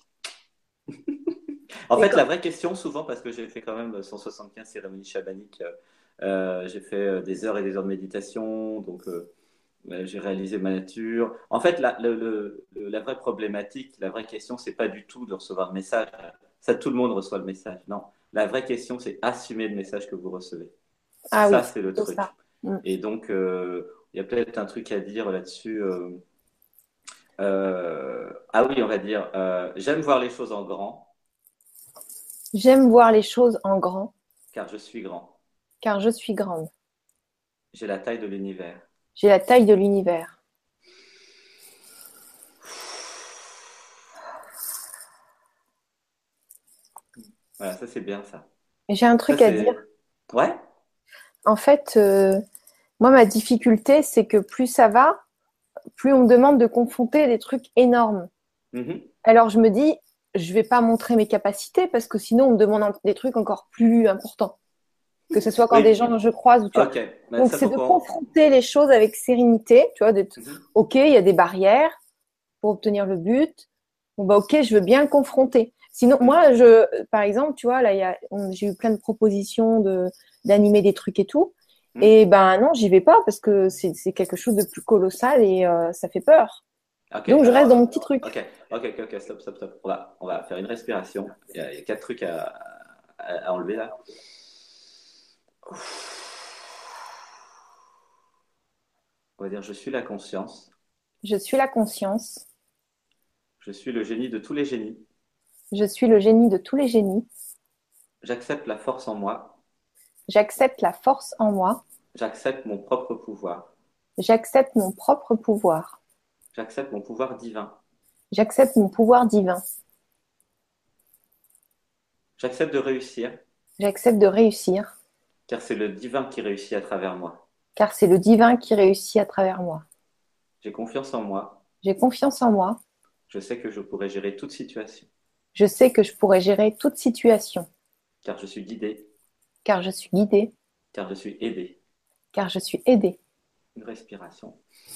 En Et fait, la quand... vraie question, souvent, parce que j'ai fait quand même 175 cérémonies chamaniques, j'ai fait des heures et des heures de méditation, donc j'ai réalisé ma nature. En fait, la vraie problématique, la vraie question, c'est pas du tout de recevoir le message. Ça, tout le monde reçoit le message. Non, la vraie question, c'est assumer le message que vous recevez. Ah Ça, oui, c'est le c'est ça. truc. Mm. Et donc, il y a peut-être un truc à dire là-dessus. Ah oui, on va dire, j'aime voir les choses en grand, J'aime voir les choses en grand, car je suis grand. car je suis grande. J'ai la taille de l'univers. J'ai la taille de l'univers. Voilà, ça c'est bien ça. Et j'ai un Ça truc à dire. c'est. Ouais? En fait, moi, ma difficulté, c'est que plus ça va, plus on me demande de confronter des trucs énormes. Mhm. Alors je me dis, je vais pas montrer mes capacités parce que sinon, on me demande des trucs encore plus importants. Que ce soit quand des Oui, gens que je croise ou tu vois. ok. Mais Donc, ça c'est pour de qu'on. confronter les choses avec sérénité, tu vois, Mhm. OK, il y a des barrières pour obtenir le but. Bon, bah, OK, je veux bien le confronter. Sinon, Mhm. moi, par exemple, tu vois, là, j'ai eu plein de propositions d'animer des trucs et tout. Mhm. Et ben non, j'y vais pas parce que c'est quelque chose de plus colossal et ça fait peur. Ok, Donc, je reste dans alors, mon petit truc. ok, stop, stop, stop. On va faire une respiration. Il y a 4 trucs à enlever là. On va dire, je suis la conscience. Je suis la conscience. Je suis le génie de tous les génies. Je suis le génie de tous les génies. J'accepte la force en moi. J'accepte la force en moi. J'accepte mon propre pouvoir. J'accepte mon propre pouvoir. J'accepte mon pouvoir divin. J'accepte mon pouvoir divin. J'accepte de réussir, J'accepte de réussir, car c'est le divin qui réussit à travers moi. car c'est le divin qui réussit à travers moi. J'ai confiance en moi. J'ai confiance en moi. Je sais que je pourrai gérer toute situation, Je sais que je pourrai gérer toute situation, car je suis guidé, car je suis guidée, car je suis aidé. car je suis aidée. Une respiration.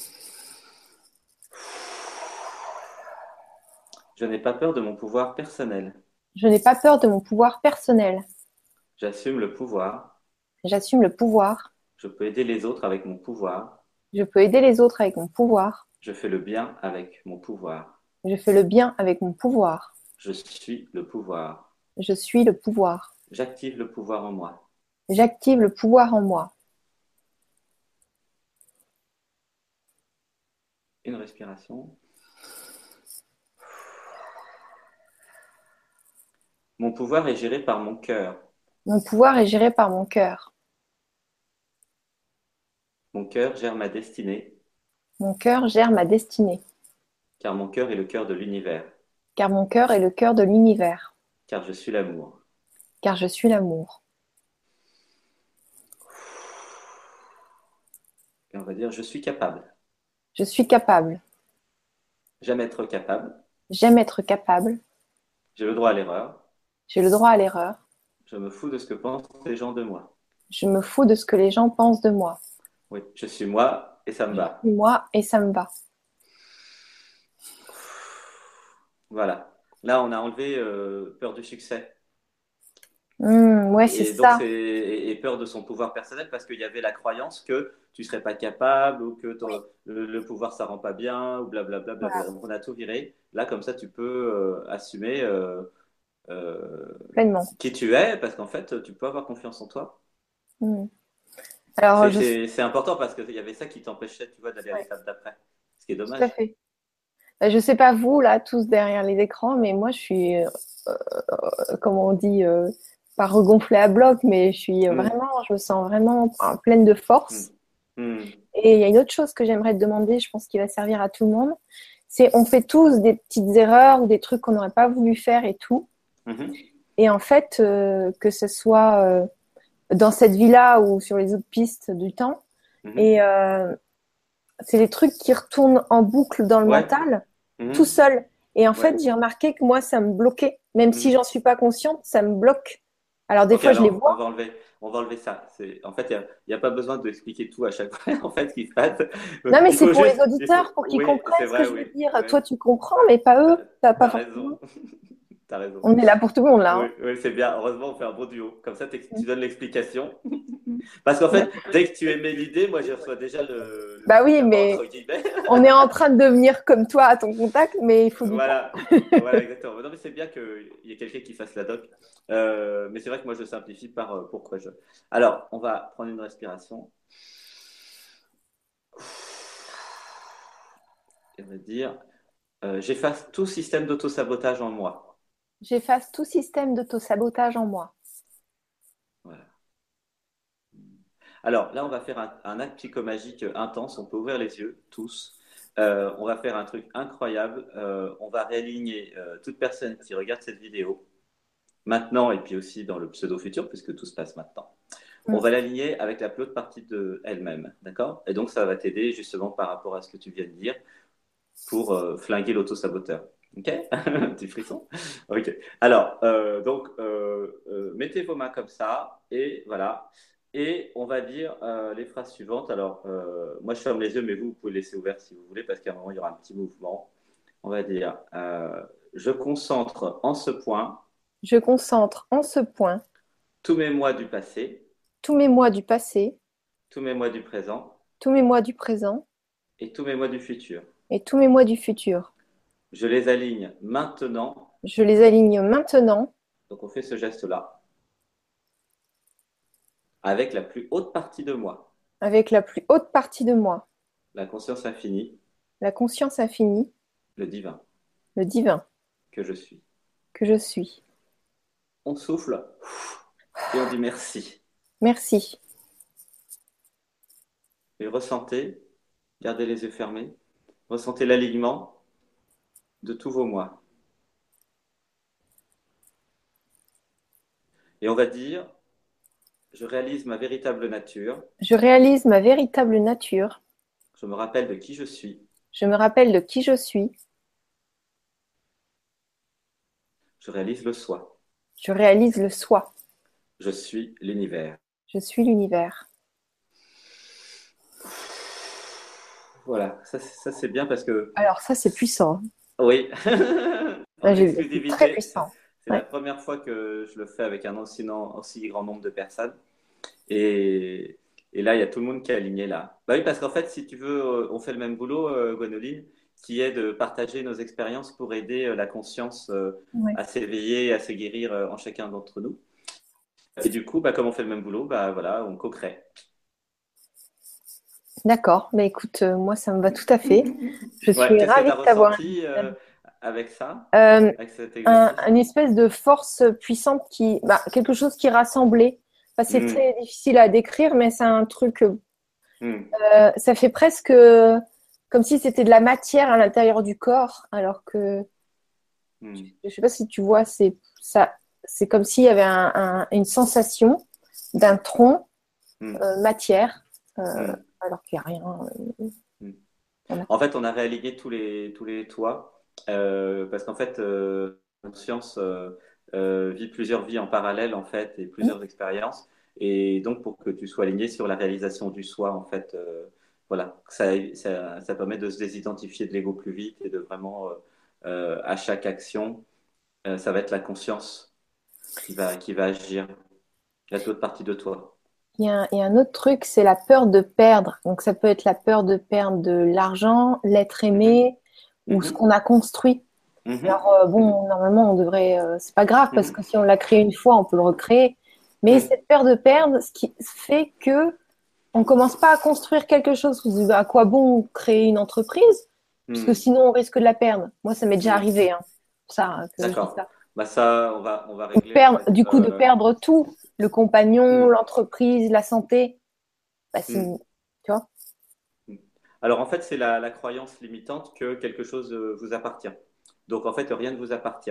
Je n'ai pas peur de mon pouvoir personnel. Je n'ai pas peur de mon pouvoir personnel. J'assume le pouvoir. J'assume le pouvoir. Je peux aider les autres avec mon pouvoir. Je peux aider les autres avec mon pouvoir. Je fais le bien avec mon pouvoir. Je fais le bien avec mon pouvoir. Je suis le pouvoir. Je suis le pouvoir. J'active le pouvoir en moi. J'active le pouvoir en moi. Une respiration. Mon pouvoir est géré par mon cœur. Mon pouvoir est géré par mon cœur. Mon cœur gère ma destinée, Mon cœur gère ma destinée, car mon cœur est le cœur de l'univers, car mon cœur est le cœur de l'univers, car je suis l'amour. car je suis l'amour. Et on va dire, je suis capable. Je suis capable. J'aime être capable. J'aime être capable. J'ai le droit à l'erreur. J'ai le droit à l'erreur. Je me fous de ce que pensent les gens de moi. Je me fous de ce que les gens pensent de moi. Oui, je suis moi et ça me Je va. suis moi et ça me va. Voilà. Là, on a enlevé peur du succès. Ouais, c'est Et donc, ça. et peur de son pouvoir personnel parce qu'il y avait la croyance que tu serais pas capable ou que le pouvoir ça rend pas bien ou blablabla. Bla, bla, bla. Voilà, Donc, on a tout viré. Là, comme ça, tu peux assumer pleinement. qui tu es parce qu'en fait, tu peux avoir confiance en toi. Mm. Alors, C'est je c'est- c'est important parce qu'il y avait ça qui t'empêchait, tu vois, d'aller à ouais, l'étape d'après. Ce qui est tout à dommage. fait. Je sais pas vous, là, tous derrière les écrans, mais moi, je suis, comment on dit, pas regonflée à bloc, mais Hmm, je me sens vraiment pleine de hmm, force. hmm, Et il y a une autre chose que j'aimerais te demander, je pense qu'il va servir à tout le monde, c'est on fait tous des petites erreurs ou des trucs qu'on n'aurait pas voulu faire et tout. mhm, Et en fait, que ce soit dans cette vie-là ou sur les autres pistes du temps, mhm. et c'est des trucs qui retournent en boucle dans le Ouais. mental, tout Mhm, seul. Et en fait, ouais. j'ai remarqué que moi, ça me bloquait. Même si Mhm. j'en suis pas consciente, ça me bloque. Alors des Ok, fois, je les alors vois. on va enlever ça. En fait, il y a pas besoin d'expliquer tout à chaque fois. En fait, ce qui se passe, Non, mais il c'est faut pour les juste, auditeurs, pour qu'ils oui, c'est comprennent ce que vrai, je veux oui, dire. oui. Toi, tu comprends, mais pas eux. T'as, Pas t'as raison, forcément. t'as raison. On est là pour tout le monde, là. Oui, Hein. oui, c'est bien. Heureusement, on fait un beau duo. Comme ça, tu donnes l'explication. Parce qu'en Ouais. fait, dès que tu émets l'idée, moi, je reçois déjà le Bah oui, médicament mais entre guillemets. on est en train de devenir comme toi à ton contact, mais il faut du temps. Voilà, voilà, exactement. Non, mais c'est bien qu'il y ait quelqu'un qui fasse la doc. Mais c'est vrai que moi, je simplifie par pourquoi je. Alors, on va prendre une respiration. Et on va dire, j'efface tout système d'autosabotage en moi. J'efface tout système d'autosabotage en moi. Voilà. Alors là, on va faire un acte psychomagique intense. On peut ouvrir les yeux, tous. On va faire un truc incroyable. On va réaligner toute personne qui regarde cette vidéo maintenant et puis aussi dans le pseudo-futur, puisque tout se passe maintenant. On Mm. va l'aligner avec la plus haute partie de elle-même, d'accord? Et donc, ça va t'aider justement par rapport à ce que tu viens de dire pour flinguer l'autosaboteur, Ok? Petit frisson. Ok. Alors, mettez vos mains comme ça et voilà. Et on va dire les phrases suivantes. Alors, moi, je ferme les yeux, mais vous pouvez laisser ouvert si vous voulez, parce qu'à un moment, il y aura un petit mouvement. On va dire je concentre en ce point Je concentre en ce point tous mes mois du passé, tous mes mois du passé, tous mes mois du présent tous mes mois du présent et tous mes mois du futur. et tous mes mois du futur. Je les aligne maintenant. Je les aligne maintenant Donc, on fait ce geste-là avec la plus haute partie de moi, avec la plus haute partie de moi, la conscience infinie, la conscience infinie, le divin le divin que je suis. que je suis. On souffle et on dit merci. Merci. Et ressentez, gardez les yeux fermés, ressentez l'alignement de tous vos mois. Et on va dire, je réalise ma véritable nature, Je réalise ma véritable nature. je me rappelle de qui je suis, Je me rappelle de qui je suis. je réalise le soi, Je réalise le soi. je suis l'univers. Je suis l'univers. Voilà, ça c'est bien parce que, Alors ça, c'est puissant. oui, Là, en c'est très exclusivité, puissant. c'est la Ouais. première fois que je le fais avec un aussi grand nombre de personnes. Et, et là, il y a tout le monde qui est aligné là. Bah oui, parce qu'en fait, si tu veux, on fait le même boulot, Gwenoline, qui est de partager nos expériences pour aider la conscience Ouais. à s'éveiller, à se guérir en chacun d'entre nous. Et du coup, bah, comme on fait le même boulot, bah, voilà, on co-crée. D'accord. Bah, écoute, moi, ça me va tout à fait. Je Ouais, suis qu'est-ce que ravie tu de as t'avoir ressenti invité. avec ça, Euh, avec cet exercice? une espèce de force puissante quelque chose qui rassemblait. Enfin, c'est Hmm, très difficile à décrire, mais c'est un truc, hmm, ça fait presque comme si c'était de la matière à l'intérieur du corps, alors que, hmm, je sais pas si tu vois, c'est comme s'il y avait une sensation d'un tronc hmm, matière, hmm, alors qu'il n'y a rien. hmm. Voilà. En fait, on a réaligné tous les toits parce qu'en fait, la conscience vit plusieurs vies en parallèle en fait et plusieurs expériences. Et donc, pour que tu sois aligné sur la réalisation du soi, en fait, voilà, ça permet de se désidentifier de l'ego plus vite et de vraiment, à chaque action, ça va être la conscience qui va agir. Il y a d'autres parties de toi. Il y a un autre truc, c'est la peur de perdre. Donc, ça peut être la peur de perdre de l'argent, l'être Mhm, aimé ou ce mhm, qu'on a construit. mhm, Alors, bon, normalement, on devrait. C'est pas grave parce que mhm, si on l'a créé une fois, on peut le recréer. Mais mhm, cette peur de perdre, ce qui fait que on commence pas à construire quelque chose. On se dit, bah, à quoi bon créer une entreprise? Puisque mhm, sinon, on risque de la perdre. Moi, ça m'est déjà mhm. arrivé, hein, ça, que je dis D'accord. ça. Bah ça, on va Ou régler en fait. du coup, de perdre tout, le compagnon, Hmm, l'entreprise, la santé. Bah, hmm, tu vois. hmm. Alors en fait, c'est la croyance limitante que quelque chose vous appartient. Donc en fait, rien ne vous appartient.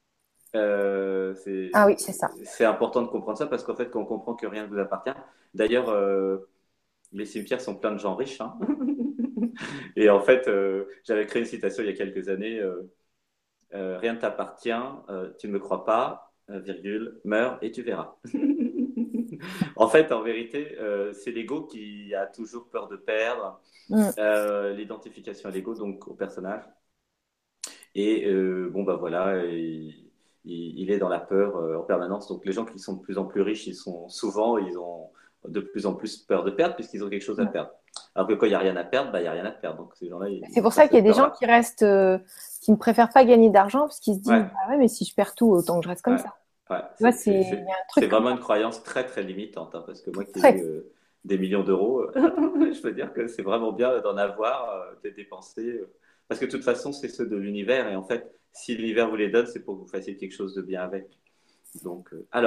C'est Ah oui, c'est ça. c'est important de comprendre ça parce qu'en fait, quand on comprend que rien ne vous appartient, d'ailleurs, les cimetières sont pleins de gens riches, hein. Et en fait, j'avais créé une citation il y a quelques années. Rien ne t'appartient, tu ne me crois pas, virgule, meurs et tu verras. En fait, en vérité, c'est l'ego qui a toujours peur de perdre, Mm. l'identification à l'ego, donc au personnage. Et bon, bah voilà, il est dans la peur en permanence. Donc les gens qui sont de plus en plus riches, ils ont de plus en plus peur de perdre puisqu'ils ont quelque chose à perdre. Alors que quand il n'y a rien à perdre, bah, il n'y a rien à perdre. Donc ces gens-là, ils C'est n'ont pour pas ça qu'il y a cette des gens peur-là. qui restent, qui ne préfèrent pas gagner d'argent parce qu'ils se disent, Ouais. bah ouais, mais si je perds tout, autant que je reste comme Ouais, ça. ouais. Tu vois, C'est il y a un c'est truc comme vraiment ça. une croyance très très limitante, hein, parce que moi qui ai eu Très. des millions d'euros, je peux dire que c'est vraiment bien d'en avoir, de les dépenser, parce que de toute façon c'est ceux de l'univers et en fait si l'univers vous les donne, c'est pour que vous fassiez quelque chose de bien avec. Donc,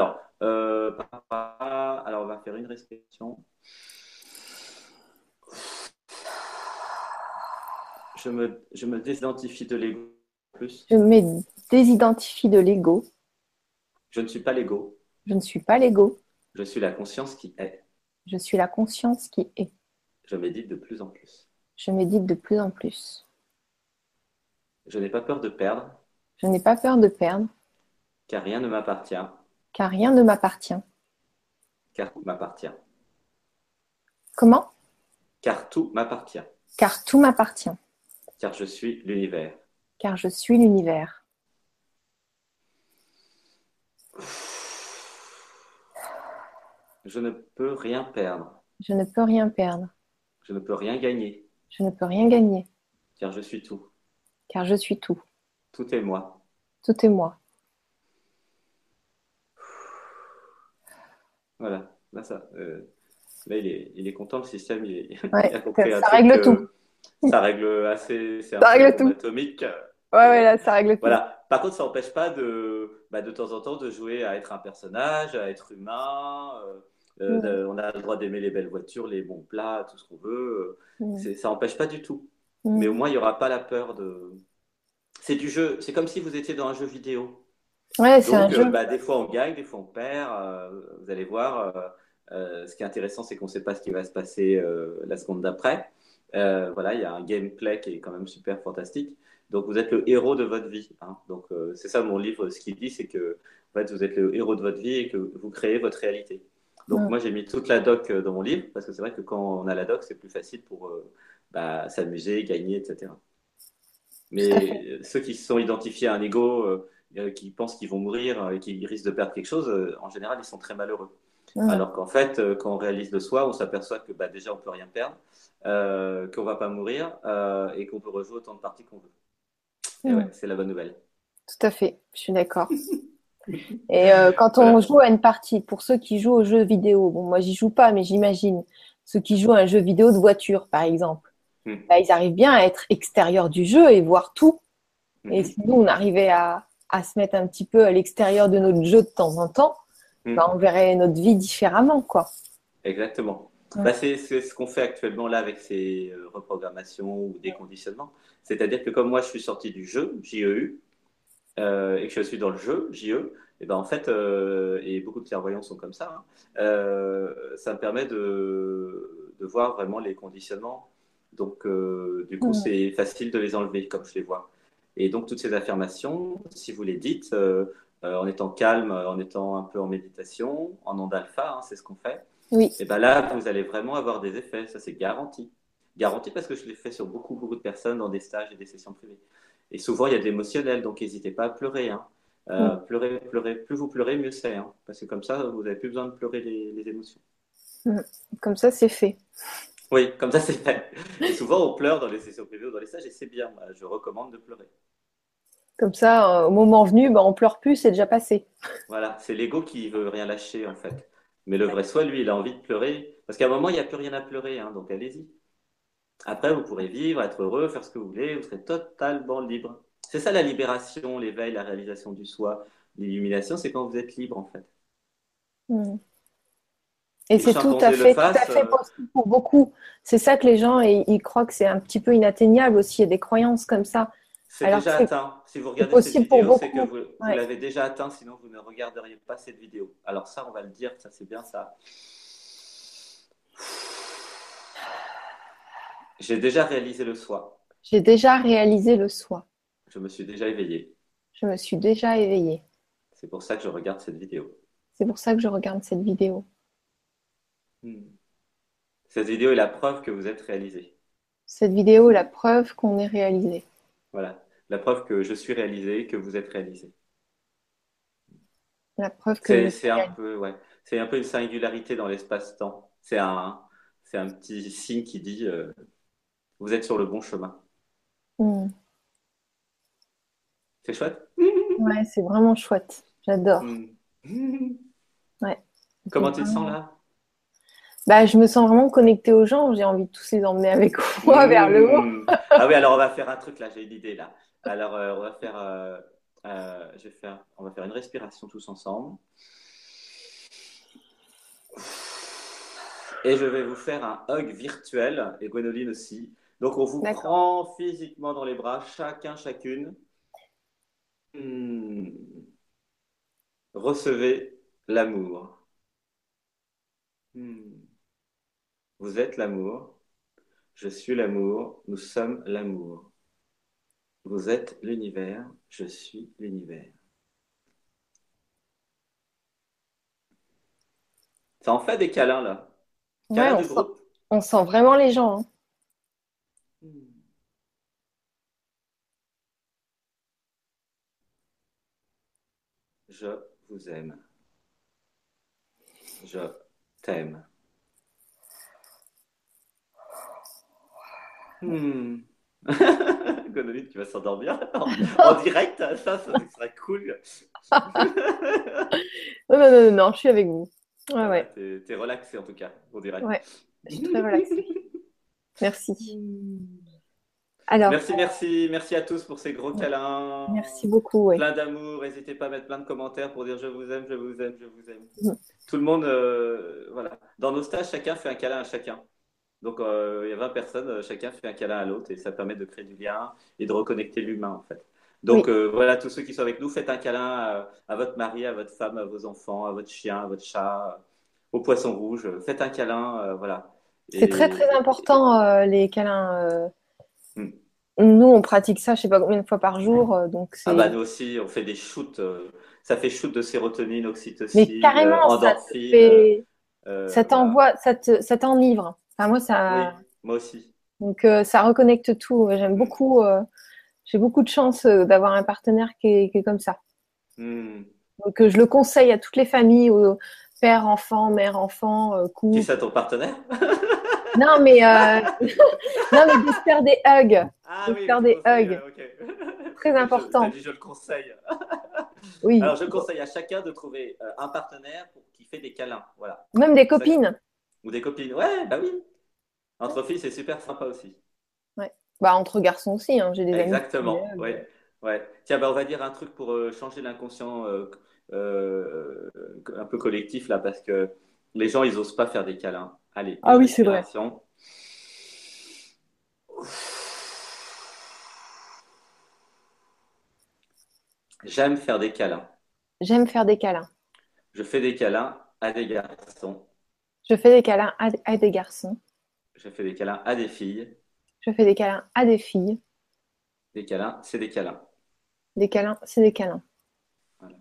alors on va faire une respiration. Je me désidentifie de l'ego plus. Je me désidentifie de l'ego. Je ne suis pas l'ego, Je ne suis pas l'ego. je suis la conscience qui est. Je suis la conscience qui est. Je médite de plus en plus. Je médite de plus en plus. Je n'ai pas peur de perdre. Je n'ai pas peur de perdre, car rien ne m'appartient, car rien ne m'appartient. car tout m'appartient, Comment? car tout m'appartient, Car tout m'appartient, car je suis l'univers. car je suis l'univers. Je ne peux rien perdre, Je ne peux rien perdre, je ne peux rien gagner, je ne peux rien gagner, car je suis tout. car je suis tout. Tout est moi. Tout est moi. Voilà. Là, il est content, le système, il Ouais, a compris un ça truc règle tout. que ça règle assez, c'est un Ça peu une règle bombe tout. atomique. Ouais, ouais, Et là, ça règle tout. voilà. Par contre, ça n'empêche pas de temps en temps de jouer à être un personnage, à être humain. Mm, On a le droit d'aimer les belles voitures, les bons plats, tout ce qu'on veut. mm, Ça n'empêche pas du tout. Mais mm. au moins, il n'y aura pas la peur de. C'est du jeu. C'est comme si vous étiez dans un jeu vidéo. Ouais, c'est un Donc, jeu. des fois on gagne, des fois on perd. Vous allez voir. Ce qui est intéressant, c'est qu'on ne sait pas ce qui va se passer la seconde d'après. Voilà, il y a un gameplay qui est quand même super fantastique. Donc, vous êtes le héros de votre vie, hein. Donc, c'est ça mon livre. Ce qu'il dit, c'est que en fait, vous êtes le héros de votre vie et que vous créez votre réalité. Donc, Mm, moi, j'ai mis toute la doc dans mon livre parce que c'est vrai que quand on a la doc, c'est plus facile pour s'amuser, gagner, etc. tout à fait. Mais ceux qui se sont identifiés à un ego, qui pensent qu'ils vont mourir et qui risquent de perdre quelque chose, en général, ils sont très malheureux. Mm, Alors qu'en fait, quand on réalise le soi, on s'aperçoit que déjà, on peut rien perdre, qu'on va pas mourir et qu'on peut rejouer autant de parties qu'on veut. Et ouais, mm. c'est la bonne nouvelle. Tout à fait. Je suis d'accord. Et quand on Voilà. joue à une partie, pour ceux qui jouent aux jeux vidéo, bon, moi, j'y joue pas, mais j'imagine ceux qui jouent à un jeu vidéo de voiture, par exemple, Mm. bah, ils arrivent bien à être extérieurs du jeu et voir tout. Et Mhm. si nous, on arrivait à se mettre un petit peu à l'extérieur de notre jeu de temps en temps, bah, Mm. on verrait notre vie différemment, quoi. Exactement. Mm. C'est ce qu'on fait actuellement là avec ces reprogrammations ou déconditionnements. C'est-à-dire que comme moi, je suis sorti du jeu, JEU, et que je suis dans le jeu, JE, et ben en fait, et beaucoup de clairvoyants sont comme ça, hein, ça me permet de voir vraiment les conditionnements. Donc, du coup, Mm. c'est facile de les enlever comme je les vois. Et donc, toutes ces affirmations, si vous les dites, en étant calme, en étant un peu en méditation, en onde alpha, hein, c'est ce qu'on fait, Oui. et ben là, vous allez vraiment avoir des effets, ça c'est garanti. Garanti parce que je l'ai fait sur beaucoup, beaucoup de personnes dans des stages et des sessions privées. Et souvent, il y a de l'émotionnel, donc n'hésitez pas à pleurer, hein. Mm. Pleurez, pleurez. Plus vous pleurez, mieux c'est, hein. Parce que comme ça, vous n'avez plus besoin de pleurer les émotions. Mm. Comme ça, c'est fait. Oui, comme ça, c'est fait. Et souvent, on pleure dans les sessions privées ou dans les stages, et c'est bien. Moi, je recommande de pleurer. Comme ça, au moment venu, bah, on pleure plus, c'est déjà passé. Voilà, c'est l'ego qui veut rien lâcher, en fait. Mais le vrai soi, lui, il a envie de pleurer. Parce qu'à un moment, il n'y a plus rien à pleurer, hein, donc allez-y. Après, vous pourrez vivre, être heureux, faire ce que vous voulez, vous serez totalement libre. C'est ça la libération, l'éveil, la réalisation du soi. L'illumination, c'est quand vous êtes libre, en fait. Mm. Et Et c'est chimpanzé le tout à fasse, fait possible pour beaucoup. C'est ça que les gens, ils croient que c'est un petit peu inatteignable aussi. Il y a des croyances comme ça. c'est Alors que déjà atteint. Si vous c'est regardez cette possible pour vidéo, c'est que beaucoup. vous Ouais. l'avez déjà atteint, sinon vous ne regarderiez pas cette vidéo. Alors ça, on va le dire, ça c'est bien ça. J'ai déjà réalisé le soi. J'ai déjà réalisé le soi. Je me suis déjà éveillé. Je me suis déjà éveillée. C'est pour ça que je regarde cette vidéo. C'est pour ça que je regarde cette vidéo. Hmm. Cette vidéo est la preuve que vous êtes réalisé. Cette vidéo est la preuve qu'on est réalisé. Voilà. La preuve que je suis réalisé, que vous êtes réalisé. La preuve que je C'est suis un réalisée. peu, ouais, c'est un peu une singularité dans l'espace-temps. C'est un petit signe qui dit vous êtes sur le bon chemin. Mm. C'est chouette. Ouais, c'est vraiment chouette. J'adore. Hmm. Ouais. C'est Comment tu te sens vraiment... là? Bah, je me sens vraiment connectée aux gens. J'ai envie de tous les emmener avec moi vers le haut. Hmm. Ah oui, alors on va faire un truc là, j'ai une idée là. Alors on va faire une respiration tous ensemble. Et je vais vous faire un hug virtuel, et Gwénoline aussi. Donc on vous D'accord. prend physiquement dans les bras, chacun, chacune. Hmm. Recevez l'amour. Hmm. Vous êtes l'amour, je suis l'amour, nous sommes l'amour. Vous êtes l'univers, je suis l'univers. Ça en fait des câlins, là. Ouais, Câlin de groupe. on sent vraiment les gens, hein. Hmm. Je vous aime. Je t'aime. Hmm. Gonomine qui va s'endormir en direct, ça serait cool. Non, non, non, non, non, je suis avec vous. Ouais, Voilà, ouais, t'es relaxé en tout cas, on dirait. ouais. Je suis très relaxée. Merci. Alors, Merci à tous pour ces gros câlins. merci beaucoup, ouais. Plein d'amour. N'hésitez pas à mettre plein de commentaires pour dire je vous aime, je vous aime, je vous aime. Mhm. Tout le monde, voilà. Dans nos stages, chacun fait un câlin à chacun. Donc, il y a 20 personnes, chacun fait un câlin à l'autre et ça permet de créer du lien et de reconnecter l'humain en fait. Donc, Oui, voilà, tous ceux qui sont avec nous, faites un câlin à votre mari, à votre femme, à vos enfants, à votre chien, à votre chat, au poisson rouge. Faites un câlin, voilà. c'est très, très important, les câlins. Hmm. Nous, on pratique ça, je sais pas combien de fois par jour, donc Ah bah c'est. nous aussi, on fait des shoots. Ça fait shoot de sérotonine, Mais oxytocine, carrément, ça te endorphine. fait, ça Voilà. t'envoie, ça t'enivre. Enfin, moi, ça, Oui, moi aussi. donc ça reconnecte tout. J'aime Hmm. beaucoup. J'ai beaucoup de chance d'avoir un partenaire qui est comme ça. Hmm. Donc, je le conseille à toutes les familles, aux père, enfant, mère, enfant, Qui couple. ça, ton partenaire? Non, mais non, mais de se faire des hugs, Ah de se oui, faire tu des conseilles, hugs, ouais, ok. très T'as important. dit je le conseille. Oui, Alors je conseille à chacun de trouver un partenaire qui fait des câlins. Voilà. même des C'est ça que- copines. Ou des copines. Ouais, bah oui. Entre filles, c'est super sympa aussi. Ouais. Bah, entre garçons aussi, hein, j'ai des amis qui font des Exactement. hugs. Ouais. Ouais. Tiens, bah, on va dire un truc pour changer l'inconscient un peu collectif là, parce que les gens, ils osent pas faire des câlins. Allez, Ah une oui, c'est vrai. respiration. J'aime faire des câlins. J'aime faire des câlins. Je fais des câlins à des garçons. Je fais des câlins à des garçons. Je fais des câlins à des filles. Je fais des câlins à des filles. Des câlins, c'est des câlins. Des câlins, c'est des câlins. Voilà.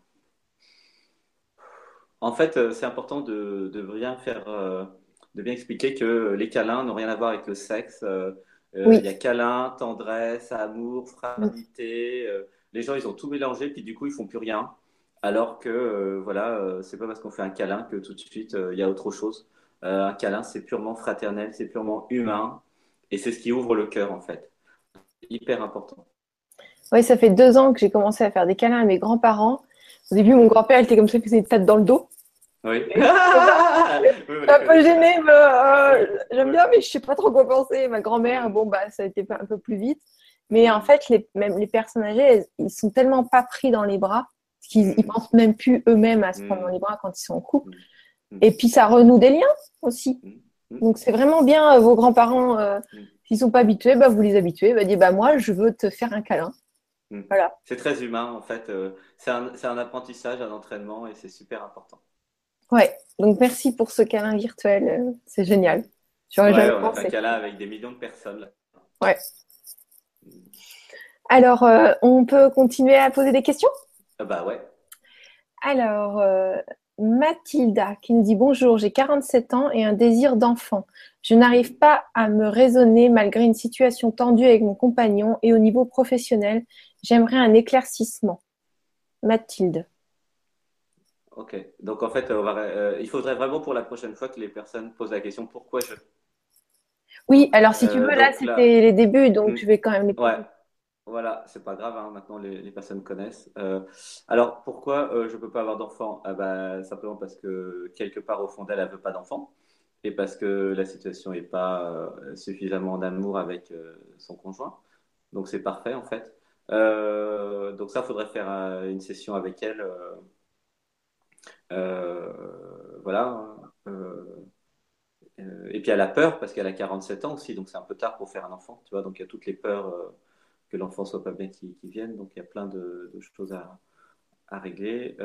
En fait, c'est important de bien faire, de bien expliquer que les câlins n'ont rien à voir avec le sexe. Oui. Il y a câlin, tendresse, amour, fraternité. Les gens, ils ont tout mélangé, puis du coup, ils font plus rien. Alors que, voilà, c'est pas parce qu'on fait un câlin que tout de suite, il y a autre chose. Un câlin, c'est purement fraternel, c'est purement humain, et c'est ce qui ouvre le cœur, en fait. Hyper important. Oui, ça fait 2 ans que j'ai commencé à faire des câlins à mes grands-parents. Au début, mon grand-père, il était comme ça, il faisait une tape dans le dos. Oui. Et j'étais comme ça, Oui, on les un peu connaît, ceux-là. gênée, mais, Oui, j'aime oui. bien, mais je sais pas trop quoi penser. Ma grand-mère, Hmm, bon, bah, ça a été un peu plus vite. Mais en hmm, fait, même les personnes âgées, ils sont tellement pas pris dans les bras, parce qu'ils ils hmm, pensent même plus eux-mêmes à se prendre dans hmm, les bras quand ils sont en couple. hmm, hmm, Et puis, ça renoue des liens aussi. hmm, hmm, Donc, c'est vraiment bien, vos grands-parents, hmm, s'ils sont pas habitués, bah, vous les habituez. Bah, dis, bah, moi, je veux te faire un câlin. hmm. Voilà. C'est très humain, en fait. C'est un apprentissage, un entraînement, et c'est super important. Ouais. Donc, merci pour ce câlin virtuel. C'est génial. J'aurais Ouais, jamais on a fait un pensé. câlin avec des millions de personnes, là. Ouais. Alors, on peut continuer à poser des questions? Ah bah ouais. Alors, Mathilda qui nous dit bonjour, j'ai 47 ans et un désir d'enfant. Je n'arrive Mhm. pas à me raisonner malgré une situation tendue avec mon compagnon et au niveau professionnel, j'aimerais un éclaircissement. Mathilde. Ok. Donc, en fait, il faudrait vraiment pour la prochaine fois que les personnes posent la question pourquoi je. Oui, alors si tu veux, là, Donc là, c'était les débuts, donc hmm, je vais quand même les ouais. poser. Voilà, c'est pas grave, hein, maintenant les personnes connaissent. Alors pourquoi je peux pas avoir d'enfant? Ah bah, simplement parce que quelque part au fond d'elle, elle veut pas d'enfant et parce que la situation est pas suffisamment en amour avec son conjoint. Donc c'est parfait en fait. Donc ça, faudrait faire une session avec elle. Voilà. Et puis elle a peur parce qu'elle a 47 ans aussi, donc c'est un peu tard pour faire un enfant, tu vois. Donc il y a toutes les peurs que l'enfant soit pas bien qui viennent. Donc il y a plein de choses à régler.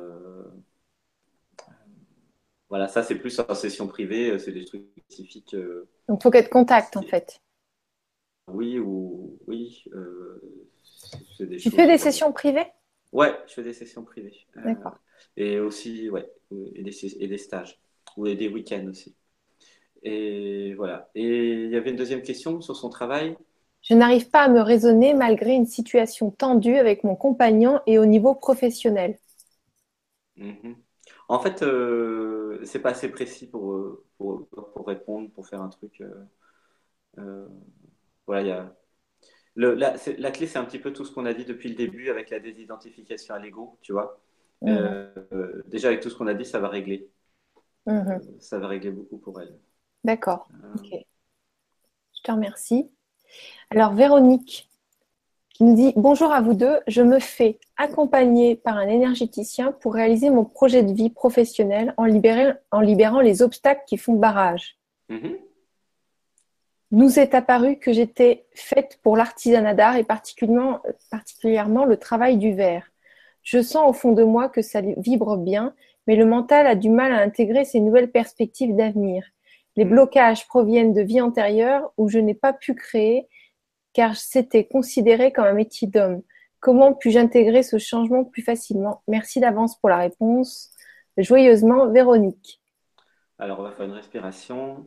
Voilà, ça c'est plus en session privée, c'est des trucs spécifiques. Donc, il faut qu'elle te contacte, en fait. Oui ou oui. C'est des Tu fais choses. des sessions privées? Ouais, je fais des sessions privées. D'accord. Et aussi, ouais, et des stages. Ou des week-ends aussi. Et voilà. Et il y avait une deuxième question sur son travail. Je n'arrive pas à me raisonner malgré une situation tendue avec mon compagnon et au niveau professionnel. Mhm. En fait, c'est pas assez précis pour répondre, pour faire un truc. Euh, voilà, il y a la clé, c'est un petit peu tout ce qu'on a dit depuis le début avec la désidentification à l'ego, tu vois. Mhm, Déjà, avec tout ce qu'on a dit, ça va régler. mhm. Ça va régler beaucoup pour elle. D'accord. Euh, Ok. Je te remercie. Alors, Véronique qui nous dit bonjour à vous deux. Je me fais accompagner par un énergéticien pour réaliser mon projet de vie professionnel en libérant les obstacles qui font barrage. mhm. Nous est apparu que j'étais faite pour l'artisanat d'art et particulièrement le travail du verre. Je sens au fond de moi que ça vibre bien, mais le mental a du mal à intégrer ces nouvelles perspectives d'avenir. Les Mhm. blocages proviennent de vies antérieures où je n'ai pas pu créer car c'était considéré comme un métier d'homme. Comment puis-je intégrer ce changement plus facilement? Merci d'avance pour la réponse. Joyeusement, Véronique. Alors, on va faire une respiration.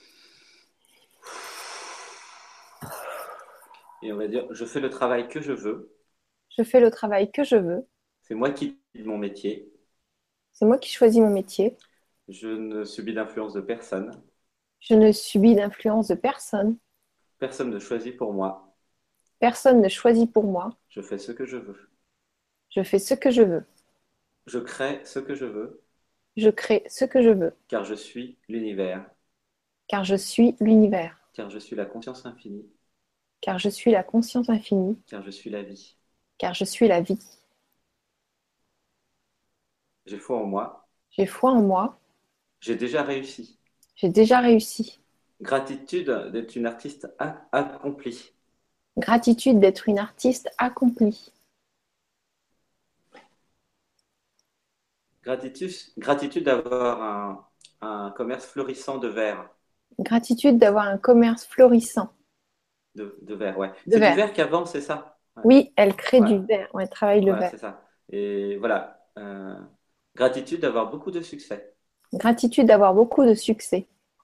Et on va dire, je fais le travail que je veux. Je fais le travail que je veux. C'est moi qui décide mon métier. C'est moi qui choisis mon métier. Je ne subis d'influence de personne. Je ne subis d'influence de personne. Personne ne choisit pour moi. Personne ne choisit pour moi. Je fais ce que je veux. Je fais ce que je veux. Je crée ce que je veux, Je crée ce que je veux, car je suis l'univers, car je suis l'univers, car je suis la conscience infinie, car je suis la conscience infinie, car je suis la vie. car je suis la vie. J'ai foi en moi. J'ai foi en moi. J'ai déjà réussi. J'ai déjà réussi. Gratitude d'être une artiste accomplie. Gratitude d'être une artiste accomplie. Gratitude d'avoir un commerce florissant de verre. Gratitude d'avoir un commerce florissant De verre, ouais. de C'est du verre. verre qu'avant, c'est ça? Ouais, Oui, elle crée ouais, du verre. Ouais, elle travaille le ouais, verre. c'est ça. Et voilà. Gratitude d'avoir beaucoup de succès. Gratitude d'avoir beaucoup de succès.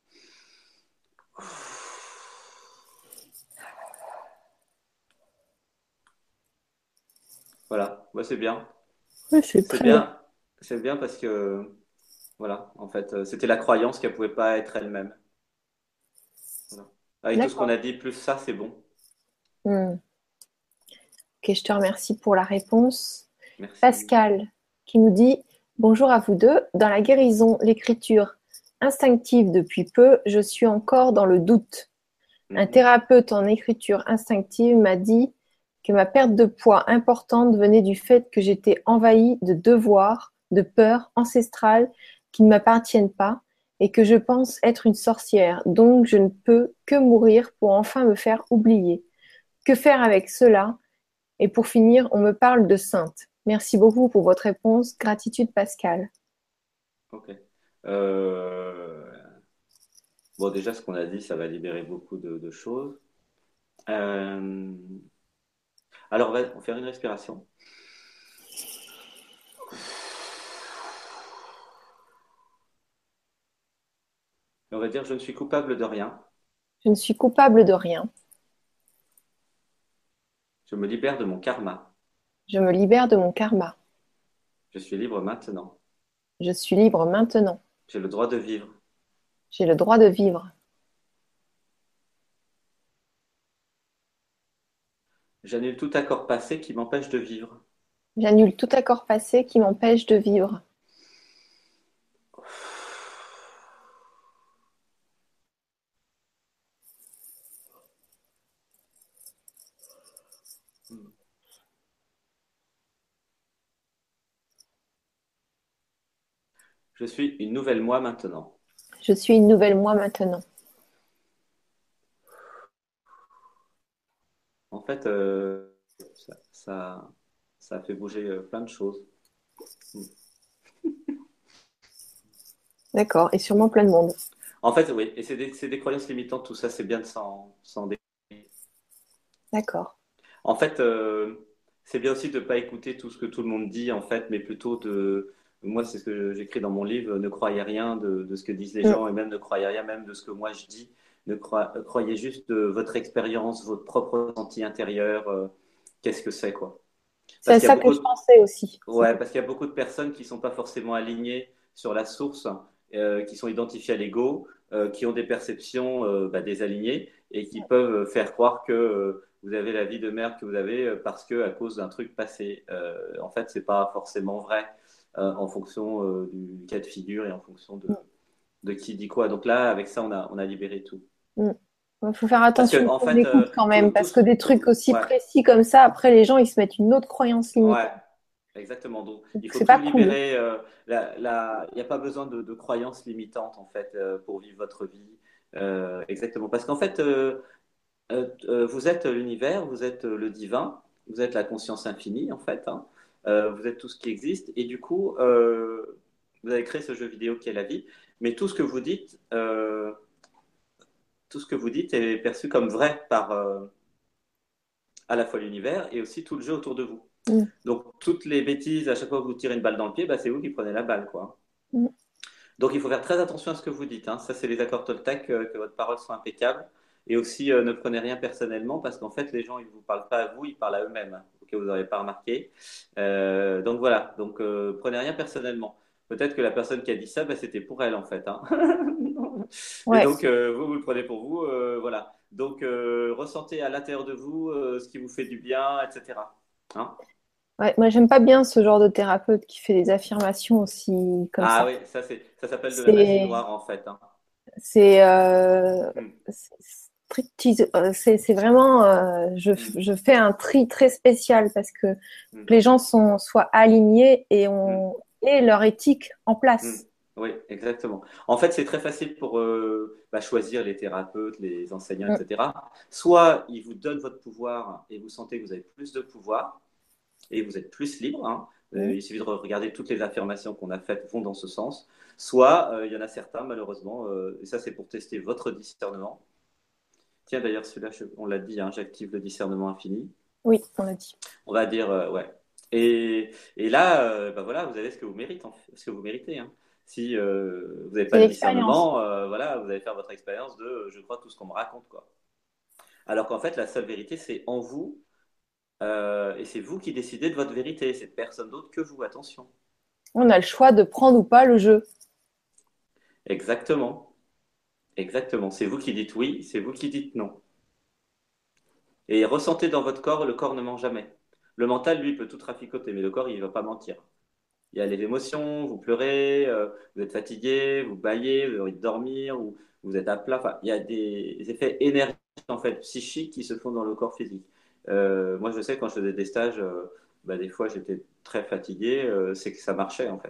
Voilà, ouais, c'est bien. Oui, c'est C'est très bien. bien. C'est bien parce que, voilà, en fait, c'était la croyance qu'elle pouvait pas être elle-même. Voilà. Avec tout ce qu'on D'accord. a dit, plus ça, c'est bon. Hmm. Ok, je te remercie pour la réponse. Merci. Pascal qui nous dit bonjour à vous deux. Dans la guérison, l'écriture instinctive depuis peu, je suis encore dans le doute. Un Mhm. thérapeute en écriture instinctive m'a dit que ma perte de poids importante venait du fait que j'étais envahie de devoirs, de peurs ancestrales qui ne m'appartiennent pas et que je pense être une sorcière, donc je ne peux que mourir pour enfin me faire oublier. Que faire avec cela? Et pour finir, on me parle de sainte. Merci beaucoup pour votre réponse. Gratitude, Pascal. Ok. Bon, déjà, ce qu'on a dit, ça va libérer beaucoup de choses. Euh, alors, on va faire une respiration. On va dire, je ne suis coupable de rien. Je ne suis coupable de rien. Je me libère de mon karma. Je me libère de mon karma. Je suis libre maintenant. Je suis libre maintenant. J'ai le droit de vivre. J'ai le droit de vivre. J'annule tout accord passé qui m'empêche de vivre. J'annule tout accord passé qui m'empêche de vivre. Je suis une nouvelle moi maintenant. Je suis une nouvelle moi maintenant. En fait, ça, ça, ça fait bouger plein de choses. D'accord. Et sûrement plein de monde. En fait, oui, et c'est des croyances limitantes, tout ça, c'est bien de s'en dégager. D'accord. En fait, c'est bien aussi de ne pas écouter tout ce que tout le monde dit, en fait, mais plutôt de. Moi, c'est ce que j'écris dans mon livre, ne croyez rien de ce que disent les Mm. gens et même ne croyez rien même de ce que moi je dis. Croyez juste votre expérience, votre propre ressenti intérieur. Qu'est-ce que c'est, quoi. Parce C'est qu'il y a ça que beaucoup je de, pensais aussi. ouais, parce qu'il y a beaucoup de personnes qui ne sont pas forcément alignées sur la source, qui sont identifiées à l'ego, qui ont des perceptions désalignées et qui peuvent faire croire que vous avez la vie de merde que vous avez parce que à cause d'un truc passé. En fait, c'est pas forcément vrai en fonction du cas de figure et en fonction de qui dit quoi. Donc là, avec ça, on a libéré tout. Mm. Il faut faire Parce attention que en qu'on fait, écoute quand même, parce que des trucs aussi ouais, précis comme ça, après les gens ils se mettent une autre croyance ouais. limitante. Exactement. Donc, Donc, il faut c'est tout pas cool. libérer. Il n'y a pas besoin de croyances limitantes, en fait, pour vivre votre vie. Exactement. Parce qu'en fait, vous êtes l'univers, vous êtes le divin, vous êtes la conscience infinie, en fait, hein. Vous êtes tout ce qui existe. Et du coup, vous avez créé ce jeu vidéo qui est la vie. Mais tout ce que vous dites est perçu comme vrai par à la fois l'univers et aussi tout le jeu autour de vous. Mm. Donc, toutes les bêtises, à chaque fois que vous tirez une balle dans le pied, bah, c'est vous qui prenez la balle, quoi. Mm. Donc, il faut faire très attention à ce que vous dites, hein. Ça, c'est les accords Toltec, que votre parole soit impeccable. Et aussi, ne prenez rien personnellement parce qu'en fait, les gens, ils ne vous parlent pas à vous, ils parlent à eux-mêmes, hein, ok, vous n'aurez pas remarqué. Donc, voilà. Donc, prenez rien personnellement. Peut-être que la personne qui a dit ça, bah, c'était pour elle, en fait, hein. Et Ouais. donc, vous le prenez pour vous. Voilà. Donc, ressentez à l'intérieur de vous ce qui vous fait du bien, etc. Hein. Ouais, moi j'aime pas bien ce genre de thérapeute qui fait des affirmations aussi comme Ah ça. oui, ça s'appelle de la magie C'est noire, en fait, hein. c'est Hmm, c'est vraiment hmm, je fais un tri très spécial parce que hmm, les gens soient alignés et hmm, ont et leur éthique en hmm. place. Oui, exactement. En fait, c'est très facile pour choisir les thérapeutes, les enseignants, Mm. etc. Soit ils vous donnent votre pouvoir et vous sentez que vous avez plus de pouvoir et vous êtes plus libre, hein. Mm. Il suffit de regarder toutes les affirmations qu'on a faites vont dans ce sens. Soit il y en a certains, malheureusement, et ça c'est pour tester votre discernement. Tiens, d'ailleurs, celui-là, on l'a dit, hein, j'active le discernement infini. Oui, on l'a dit. On va dire, ouais. Et là, bah voilà, vous avez ce que vous méritez, ce que vous méritez, hein. Si vous n'avez C'est pas de l'expérience. discernement, voilà, vous allez faire votre expérience de je crois tout ce qu'on me raconte, quoi. Alors qu'en fait, la seule vérité, c'est en vous, et c'est vous qui décidez de votre vérité, c'est personne d'autre que vous, attention. On a le choix de prendre ou pas le jeu. Exactement, exactement. C'est vous qui dites oui, c'est vous qui dites non. Et ressentez dans votre corps, le corps ne ment jamais. Le mental, lui, peut tout traficoter, mais le corps, il ne va pas mentir. Il y a les émotions, vous pleurez, vous êtes fatigué, vous bâillez, vous avez envie de dormir, ou vous êtes à plat. Enfin, il y a des effets énergétiques, en fait, psychiques qui se font dans le corps physique. Moi, je sais, quand je faisais des stages, des fois, j'étais très fatigué, c'est que ça marchait, en fait.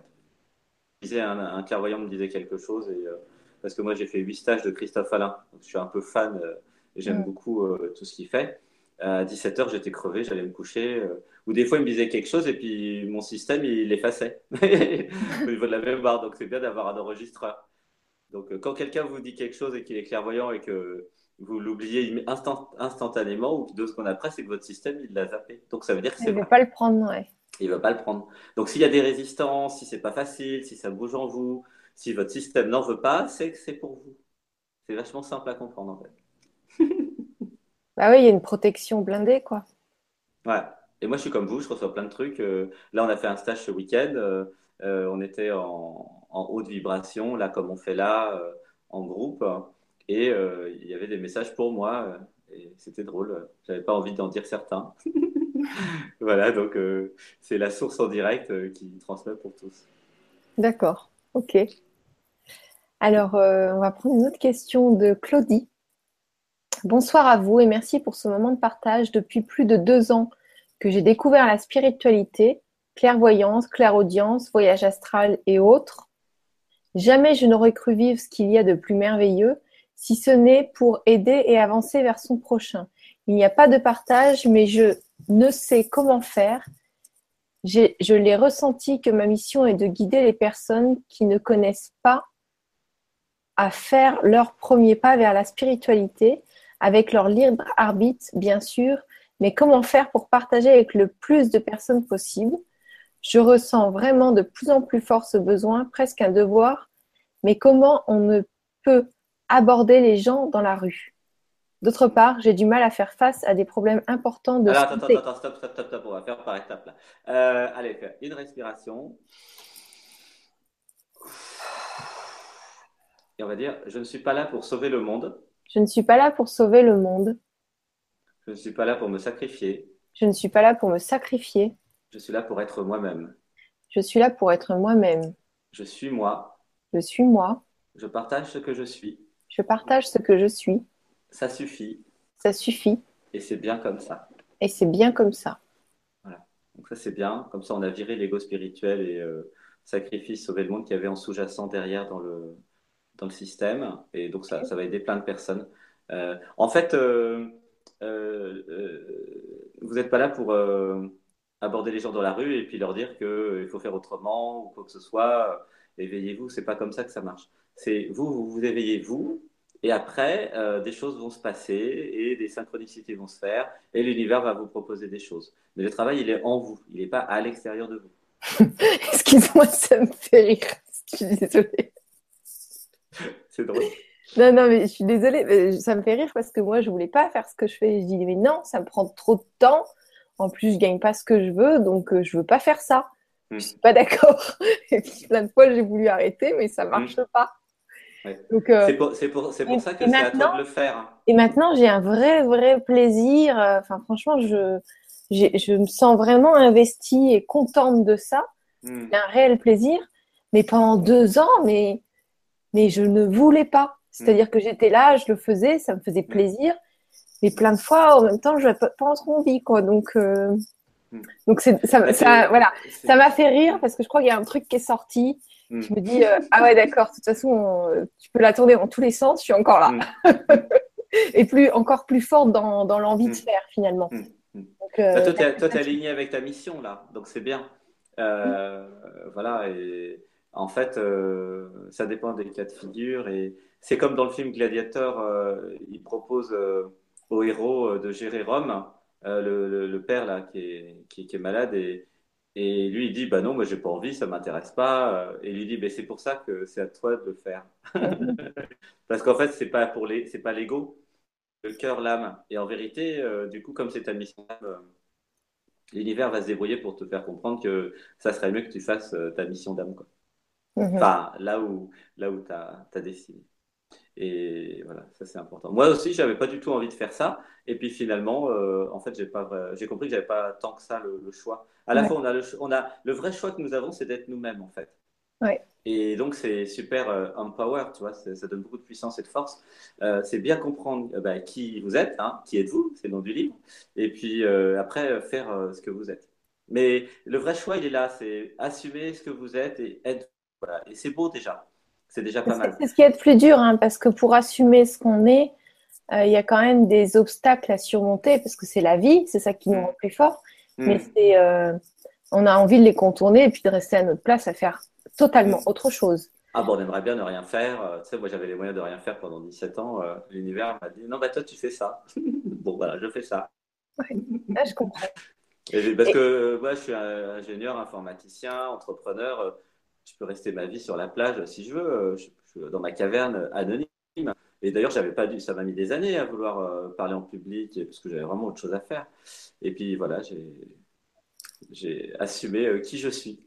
Un clairvoyant me disait quelque chose, parce que moi, j'ai fait 8 stages de Christophe Alain. Donc, je suis un peu fan, j'aime Mm. beaucoup tout ce qu'il fait. À 17 h, j'étais crevé, j'allais me coucher. Ou des fois, il me disait quelque chose et puis mon système, il l'effaçait au niveau de la mémoire. Donc, c'est bien d'avoir un enregistreur. Donc, quand quelqu'un vous dit quelque chose et qu'il est clairvoyant et que vous l'oubliez instantanément ou 2 secondes après, c'est que votre système, il l'a zappé. Donc, ça veut dire que Elle c'est ne veut vrai. pas le prendre, ouais. Il ne va pas le prendre. Donc, s'il y a des résistances, si c'est pas facile, si ça bouge en vous, si votre système n'en veut pas, c'est que c'est pour vous. C'est vachement simple à comprendre, en fait. Bah oui, il y a une protection blindée, quoi. Ouais. Et moi, je suis comme vous, je reçois plein de trucs. Là, on a fait un stage ce week-end. On était en haute vibration, là, comme on fait là, en groupe. Et il y avait des messages pour moi. Et c'était drôle. J'avais pas envie d'en dire certains. Voilà, donc c'est la source en direct qui transmet pour tous. D'accord. Ok. Alors, on va prendre une autre question de Claudie. Bonsoir à vous et merci pour ce moment de partage. Depuis plus de 2 ans que j'ai découvert la spiritualité, clairvoyance, clairaudience, voyage astral et autres, jamais je n'aurais cru vivre ce qu'il y a de plus merveilleux, si ce n'est pour aider et avancer vers son prochain. Il n'y a pas de partage, mais je ne sais comment faire. Je l'ai ressenti que ma mission est de guider les personnes qui ne connaissent pas à faire leur premier pas vers la spiritualité, avec leur libre arbitre, bien sûr, mais comment faire pour partager avec le plus de personnes possible? Je ressens vraiment de plus en plus fort ce besoin, presque un devoir, mais comment on ne peut aborder les gens dans la rue? D'autre part, j'ai du mal à faire face à des problèmes importants de Alors, attends, santé. attends, stop, stop, stop, stop, on va faire par étapes là. Allez, fais une respiration. Et on va dire, je ne suis pas là pour sauver le monde. Je ne suis pas là pour sauver le monde. Je ne suis pas là pour me sacrifier. Je ne suis pas là pour me sacrifier. Je suis là pour être moi-même. Je suis là pour être moi-même. Je suis moi. Je suis moi. Je partage ce que je suis. Je partage ce que je suis. Ça suffit. Ça suffit. Et c'est bien comme ça. Et c'est bien comme ça. Voilà. Donc ça, c'est bien. Comme ça, on a viré l'ego spirituel et sacrifice, sauver le monde qu'il y avait en sous-jacent derrière dans le système. Et donc, ça va aider plein de personnes. En fait, vous n'êtes pas là pour aborder les gens dans la rue et puis leur dire qu'il faut faire autrement ou quoi que ce soit. Éveillez-vous, c'est pas comme ça que ça marche. C'est vous vous éveillez vous, et après, des choses vont se passer et des synchronicités vont se faire et l'univers va vous proposer des choses. Mais le travail, il est en vous, il n'est pas à l'extérieur de vous. Excuse-moi, ça me fait rire. Je suis désolée. C'est drôle. Non, non, mais je suis désolée. Mais ça me fait rire parce que moi, je voulais pas faire ce que je fais. Je dis, mais non, ça me prend trop de temps. En plus, je gagne pas ce que je veux, donc je veux pas faire ça. Je Hmm. suis pas d'accord. Et puis, plein de fois, j'ai voulu arrêter, mais ça Hmm. marche pas. Ouais. Donc, C'est pour ça que et c'est à toi maintenant, de le faire. j'ai un vrai, vrai plaisir. Enfin, franchement, je me sens vraiment investie et contente de ça. Hmm. C'est un réel plaisir. Mais pendant 2 ans, mais je ne voulais pas. Hmm. C'est-à-dire que j'étais là, je le faisais, ça me faisait Hmm. plaisir. Mais plein de fois, en même temps, je n'avais pas trop envie, quoi. Hmm. Donc Bah, voilà, ça m'a fait rire hmm. parce que je crois qu'il y a un truc qui est sorti. Hmm. Je me dis, ah ouais, d'accord, de toute façon, tu peux la tourner dans tous les sens, je suis encore là. Hmm. Et encore plus forte dans l'envie de Hmm. faire, finalement. Hmm. Hmm. Donc, Bah, toi, t'es aligné avec ta mission là, donc c'est bien. Mmh. Voilà, et en fait, ça dépend des cas de figure. Et c'est comme dans le film Gladiator, il propose au héros de gérer Rome, le père là qui est malade, et lui il dit bah non, moi j'ai pas envie, ça m'intéresse pas. Et il lui dit bah, c'est pour ça que c'est à toi de le faire, parce qu'en fait c'est pas l'ego, le cœur, l'âme. Et en vérité, du coup, comme c'est ta mission, l'univers va se débrouiller pour te faire comprendre que ça serait mieux que tu fasses ta mission d'âme, quoi. Mmh. Enfin, là où tu as décidé. Et voilà, ça c'est important. Moi aussi, j'avais pas du tout envie de faire ça. Et puis finalement, en fait, j'ai compris que j'avais pas tant que ça le choix. À la Ouais, fois, on a le vrai choix que nous avons, c'est d'être nous-mêmes, en fait. ouais. Et donc, c'est super empower, tu vois, ça donne beaucoup de puissance et de force. C'est bien comprendre bah, qui vous êtes, hein, qui êtes-vous, c'est le nom du livre, et puis après, faire ce que vous êtes. Mais le vrai choix, il est là, c'est assumer ce que vous êtes et être. Voilà. Et c'est beau déjà, c'est déjà pas mal. C'est ce qui est le plus dur, hein, parce que pour assumer ce qu'on est, il y a quand même des obstacles à surmonter, parce que c'est la vie, c'est ça qui nous Hmm. rend plus forts. Mais Hmm. on a envie de les contourner et puis de rester à notre place à faire totalement Hmm. autre chose. Ah bon, on aimerait bien ne rien faire. Tu sais, moi j'avais les moyens de rien faire pendant 17 ans. L'univers m'a dit, non, bah toi tu fais ça. Bon, voilà, je fais ça. Ouais, là, je comprends. Parce que Et, moi, je suis un ingénieur, informaticien, entrepreneur. Je peux rester ma vie sur la plage si je veux, dans ma caverne anonyme. Et d'ailleurs, j'avais pas dû, ça m'a mis des années à vouloir parler en public parce que j'avais vraiment autre chose à faire. Et puis voilà, j'ai assumé qui je suis.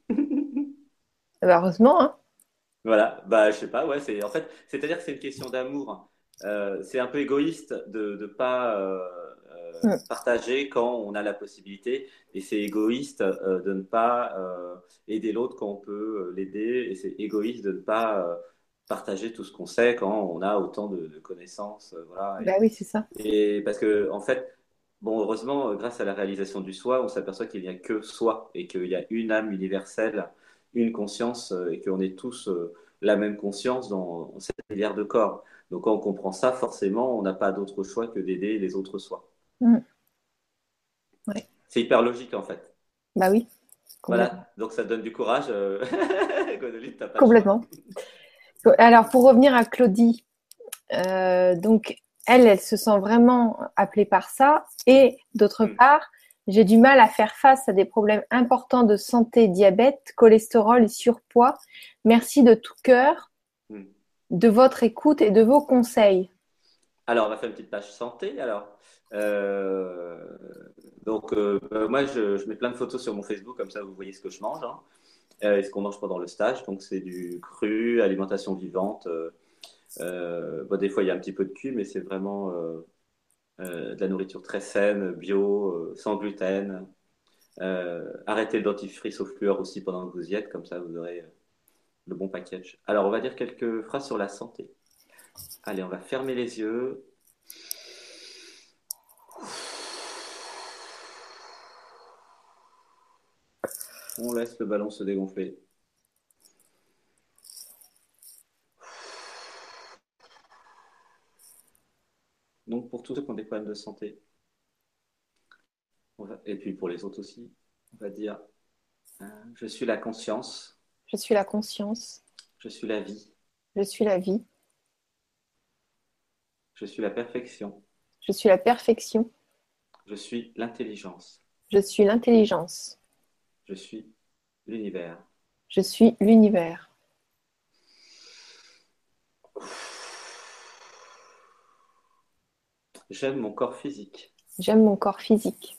bah, heureusement, hein. Voilà, bah je sais pas, ouais, c'est-à-dire que c'est une question d'amour. C'est un peu égoïste de ne pas Mm. partager quand on a la possibilité, et c'est égoïste de ne pas aider l'autre quand on peut l'aider, et c'est égoïste de ne pas partager tout ce qu'on sait quand on a autant de connaissances, voilà. Bah oui, c'est ça. Et parce que en fait, bon, heureusement, grâce à la réalisation du soi, on s'aperçoit qu'il n'y a que soi et qu'il y a une âme universelle, une conscience, et qu'on est tous la même conscience dans 7 milliards de corps. Donc quand on comprend ça, forcément, on n'a pas d'autre choix que d'aider les autres soi. Mm. Ouais. C'est hyper logique en fait. Bah oui, complètement. Voilà, donc ça donne du courage. Gwendoline, t'as pas le choix. Complètement. Alors, pour revenir à Claudie, donc, elle se sent vraiment appelée par ça. Et d'autre Hmm, part, j'ai du mal à faire face à des problèmes importants de santé, diabète, cholestérol et surpoids. Merci de tout cœur hmm. de votre écoute et de vos conseils. Alors, on va faire une petite page santé. Alors, euh, moi, je mets plein de photos sur mon Facebook, comme ça, vous voyez ce que je mange, hein, et ce qu'on mange pendant le stage. Donc, c'est du cru, alimentation vivante. Bon, des fois, il y a un petit peu de cuit, mais c'est vraiment de la nourriture très saine, bio, sans gluten. Arrêtez le dentifrice au fluor aussi pendant que vous y êtes, comme ça, vous aurez le bon package. Alors, on va dire quelques phrases sur la santé. Allez, on va fermer les yeux. On laisse le ballon se dégonfler. Donc, pour tous ceux qui ont des problèmes de santé, et puis pour les autres aussi, on va dire je suis la conscience, Je suis la conscience, je suis la vie, je suis la vie, je suis la perfection, je suis la perfection, je suis l'intelligence, je suis l'intelligence, je suis l'univers. je suis l'univers. J'aime mon corps physique. J'aime mon corps physique.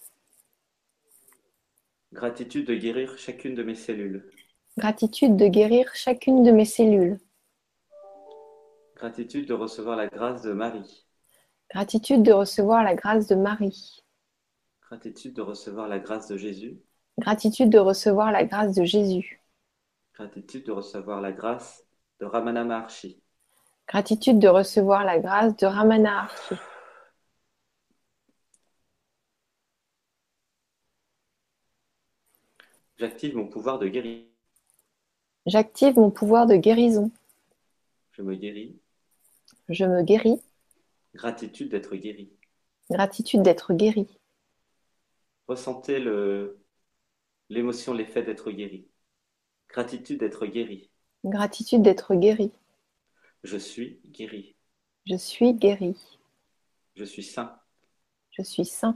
Gratitude de guérir chacune de mes cellules. Gratitude de guérir chacune de mes cellules. Gratitude de recevoir la grâce de Marie. Gratitude de recevoir la grâce de Marie. Gratitude de recevoir la grâce de Jésus. Gratitude de recevoir la grâce de Jésus. Gratitude de recevoir la grâce de Ramana Maharshi. Gratitude de recevoir la grâce de Ramana Archi. J'active mon pouvoir de guérison. J'active mon pouvoir de guérison. Je me guéris. Je me guéris. Gratitude d'être guéri. Gratitude d'être guéri. Ressentez l'émotion, l'effet d'être guéri. Gratitude d'être guéri. Gratitude d'être guéri. Je suis guéri. Je suis guéri. Je suis sain. Je suis sain.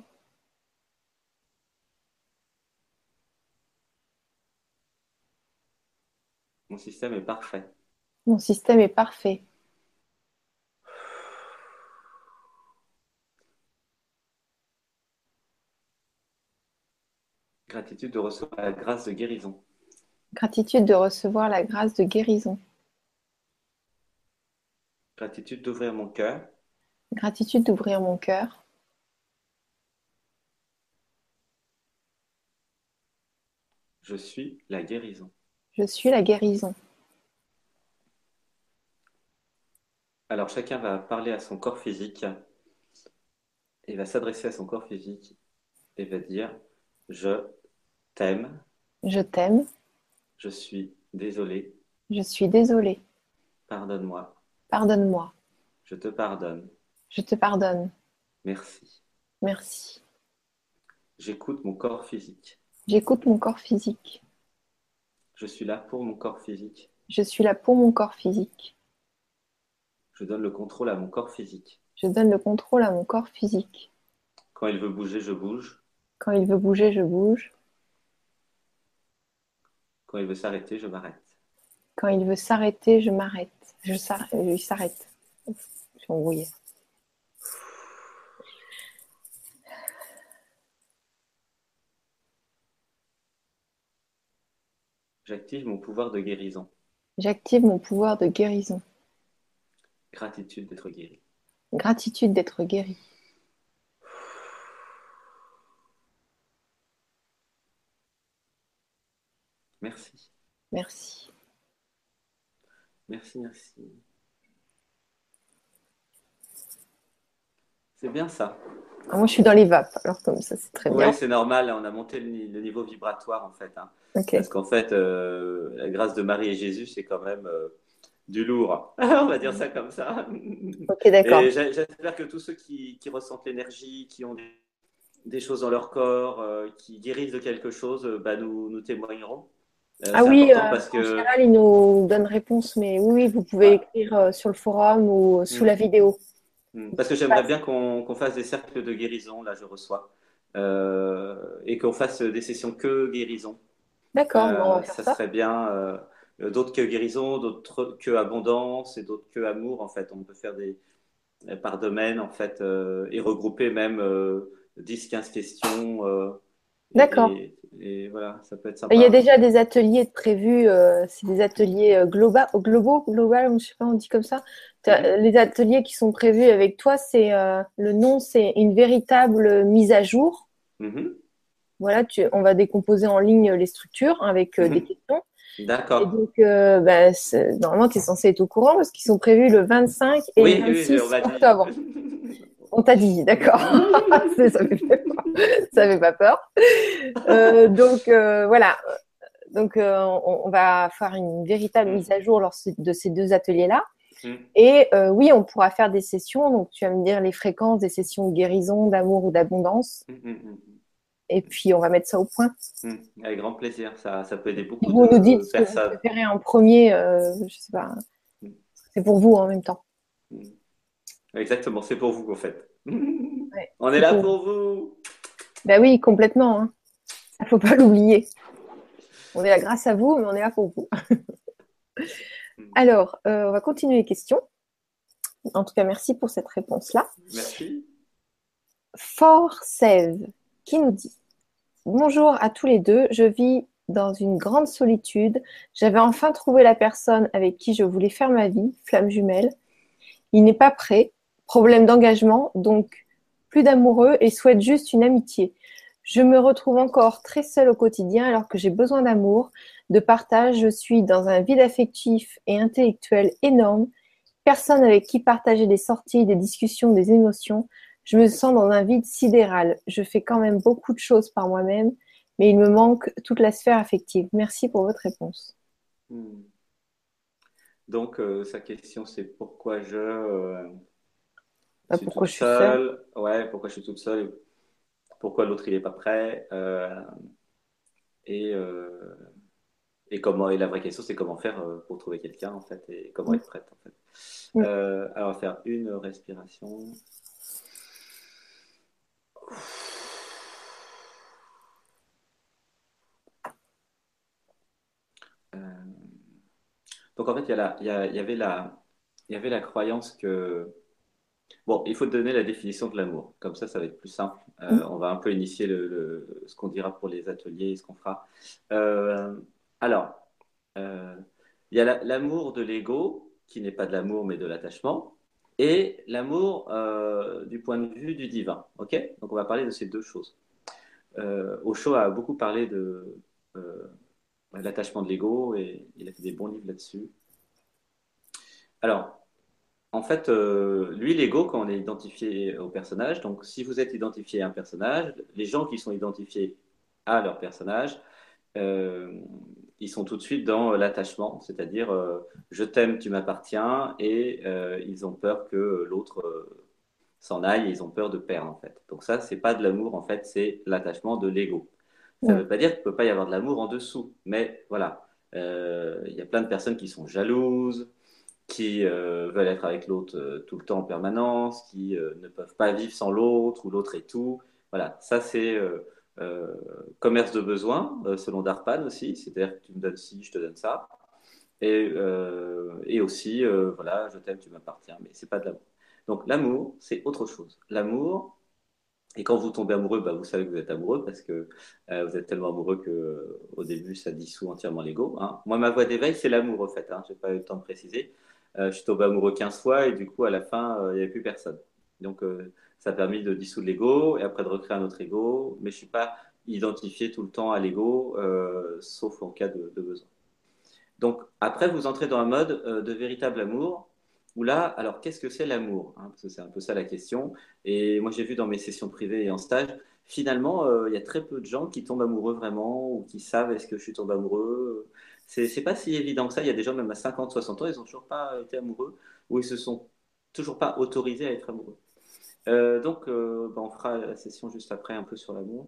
Mon système est parfait. Mon système est parfait. Gratitude de recevoir la grâce de guérison. Gratitude de recevoir la grâce de guérison. Gratitude d'ouvrir mon cœur. Gratitude d'ouvrir mon cœur. Je suis la guérison. Je suis la guérison. Alors chacun va parler à son corps physique et va s'adresser à son corps physique et va dire je t'aime, Je t'aime. je suis désolé, Je suis désolée. pardonne-moi, Pardonne-moi. je te pardonne, Je te pardonne. merci. Merci. J'écoute mon corps physique. J'écoute mon corps physique. Je suis là pour mon corps physique. Je suis là pour mon corps physique. Je donne le contrôle à mon corps physique. Je donne le contrôle à mon corps physique. Quand il veut bouger, je bouge. Quand il veut bouger, je bouge. Quand il veut s'arrêter, je m'arrête. Quand il veut s'arrêter, je m'arrête. Il s'arrête. Je suis embrouillée. J'active mon pouvoir de guérison. J'active mon pouvoir de guérison. Gratitude d'être guéri. Gratitude d'être guéri. Merci. Merci. Merci, merci. C'est bien ça. Ah, moi, je suis dans les vapes, alors comme ça, c'est très bien. Oui, c'est normal. On a monté le niveau vibratoire, en fait, hein. Ok. Parce qu'en fait, la grâce de Marie et Jésus, c'est quand même du lourd. On va dire ça comme ça. Ok, d'accord. Et j'espère que tous ceux qui ressentent l'énergie, qui ont des choses dans leur corps, qui guérissent de quelque chose, bah, nous témoignerons. Ah C'est oui, important parce en que général, il nous donne réponse, mais oui, oui, vous pouvez ouais, écrire sur le forum ou sous mm, la vidéo. Parce que j'aimerais bien qu'on fasse des cercles de guérison, là je reçois, et qu'on fasse des sessions que guérison. D'accord, bon, on va faire Ça ça. serait bien, d'autres que guérison, d'autres que abondance et d'autres que amour en fait. On peut faire des par domaine en fait et regrouper même 10-15 questions D'accord. et voilà, ça peut être Il y a sympa. déjà des ateliers de prévus, c'est des ateliers global, je sais pas, on dit comme ça. Mhm, Les ateliers qui sont prévus avec toi, c'est le nom, c'est une véritable mise à jour. mhm, Voilà, on va décomposer en ligne les structures avec des mhm. questions. Et D'accord. donc, bah, normalement, tu es censé être au courant parce qu'ils sont prévus le 25 et le Oui, oui, on 26 m'a dit. octobre. On t'a dit, d'accord. Ça fait pas peur. Voilà. Donc, on va faire une véritable mise Mhm, à jour lors de ces deux ateliers-là. mhm, Et oui, on pourra faire des sessions. Donc, tu vas me dire les fréquences des sessions de guérison, d'amour ou d'abondance. mhm, mhm, Et puis, on va mettre ça au point. Avec grand plaisir. Ça peut aider Si beaucoup vous nous dites de ce que vous personnes. préférez en premier, je sais pas, Mhm, c'est pour vous en même temps. mhm. Exactement, c'est pour vous en fait. Ouais, On est c'est là pour vous. pour vous. Ben oui, complètement, hein. Ça, faut pas l'oublier. On est là grâce à vous, mais on est là pour vous. Mhm. Alors, on va continuer les questions. En tout cas, merci pour cette réponse-là. Merci. For Sève, qui nous dit: Bonjour à tous les deux, je vis dans une grande solitude. J'avais enfin trouvé la personne avec qui je voulais faire ma vie, flamme jumelle. Il n'est pas prêt, problème d'engagement, donc plus d'amoureux et souhaite juste une amitié. Je me retrouve encore très seule au quotidien alors que j'ai besoin d'amour, de partage. Je suis dans un vide affectif et intellectuel énorme. Personne avec qui partager des sorties, des discussions, des émotions. Je me sens dans un vide sidéral. Je fais quand même beaucoup de choses par moi-même, mais il me manque toute la sphère affective. Merci pour votre réponse. Mhm. Donc, sa question, c'est pourquoi je Bah, suis pourquoi toute je suis seule? seule. Ouais, pourquoi je suis toute seule et pourquoi l'autre, il n'est pas prêt. Et, euh, et comment, et la vraie question, c'est comment faire pour trouver quelqu'un, en fait, et comment Mm, être prête, en fait. mm. Alors, on va faire une respiration. Euh, donc, en fait, il y avait la croyance que bon, il faut donner la définition de l'amour. Comme ça va être plus simple. On va un peu initier ce qu'on dira pour les ateliers et ce qu'on fera. Euh, alors, euh, il y a l'amour de l'ego, qui n'est pas de l'amour mais de l'attachement, et l'amour du point de vue du divin. Ok? Donc, on va parler de ces deux choses. Osho a beaucoup parlé de l'attachement de l'ego et il a fait des bons livres là-dessus. Alors, en fait, lui, l'ego, quand on est identifié au personnage, donc si vous êtes identifié à un personnage, les gens qui sont identifiés à leur personnage, euh, ils sont tout de suite dans l'attachement, c'est-à-dire je t'aime, tu m'appartiens, et ils ont peur que l'autre s'en aille et ils ont peur de perdre en fait. Donc ça, c'est pas de l'amour en fait, c'est l'attachement de l'ego. Ça ne Mm. veut pas dire qu'il ne peut pas y avoir de l'amour en dessous, mais voilà, il y a plein de personnes qui sont jalouses, qui veulent être avec l'autre tout le temps en permanence, qui ne peuvent pas vivre sans l'autre, ou l'autre est tout. Voilà, ça c'est euh, commerce de besoins, selon Darpan aussi, c'est-à-dire que tu me donnes ci, je te donne ça. Et aussi, voilà, je t'aime, tu m'appartiens, mais c'est pas de l'amour. Donc l'amour, c'est autre chose. L'amour, et quand vous tombez amoureux, bah, vous savez que vous êtes amoureux parce que vous êtes tellement amoureux que au début, ça dissout entièrement l'ego. Hein. Moi, ma voie d'éveil, c'est l'amour, en fait. Hein. Je n'ai pas eu le temps de préciser. Je suis tombé amoureux 15 fois et du coup, à la fin, il n'y avait plus personne. Donc, ça a permis de dissoudre l'ego et après de recréer un autre ego. Mais je ne suis pas identifié tout le temps à l'ego, sauf en cas de besoin. Donc, après, vous entrez dans un mode de véritable amour, où là, alors, qu'est-ce que c'est l'amour hein? Parce que c'est un peu ça la question. Et moi, j'ai vu dans mes sessions privées et en stage, finalement, il y a très peu de gens qui tombent amoureux vraiment, ou qui savent est-ce que je suis tombé amoureux. C'est pas si évident que ça. Il y a des gens, même à 50, 60 ans, ils n'ont toujours pas été amoureux, ou ils se sont toujours pas autorisés à être amoureux. Donc, on fera la session juste après un peu sur l'amour.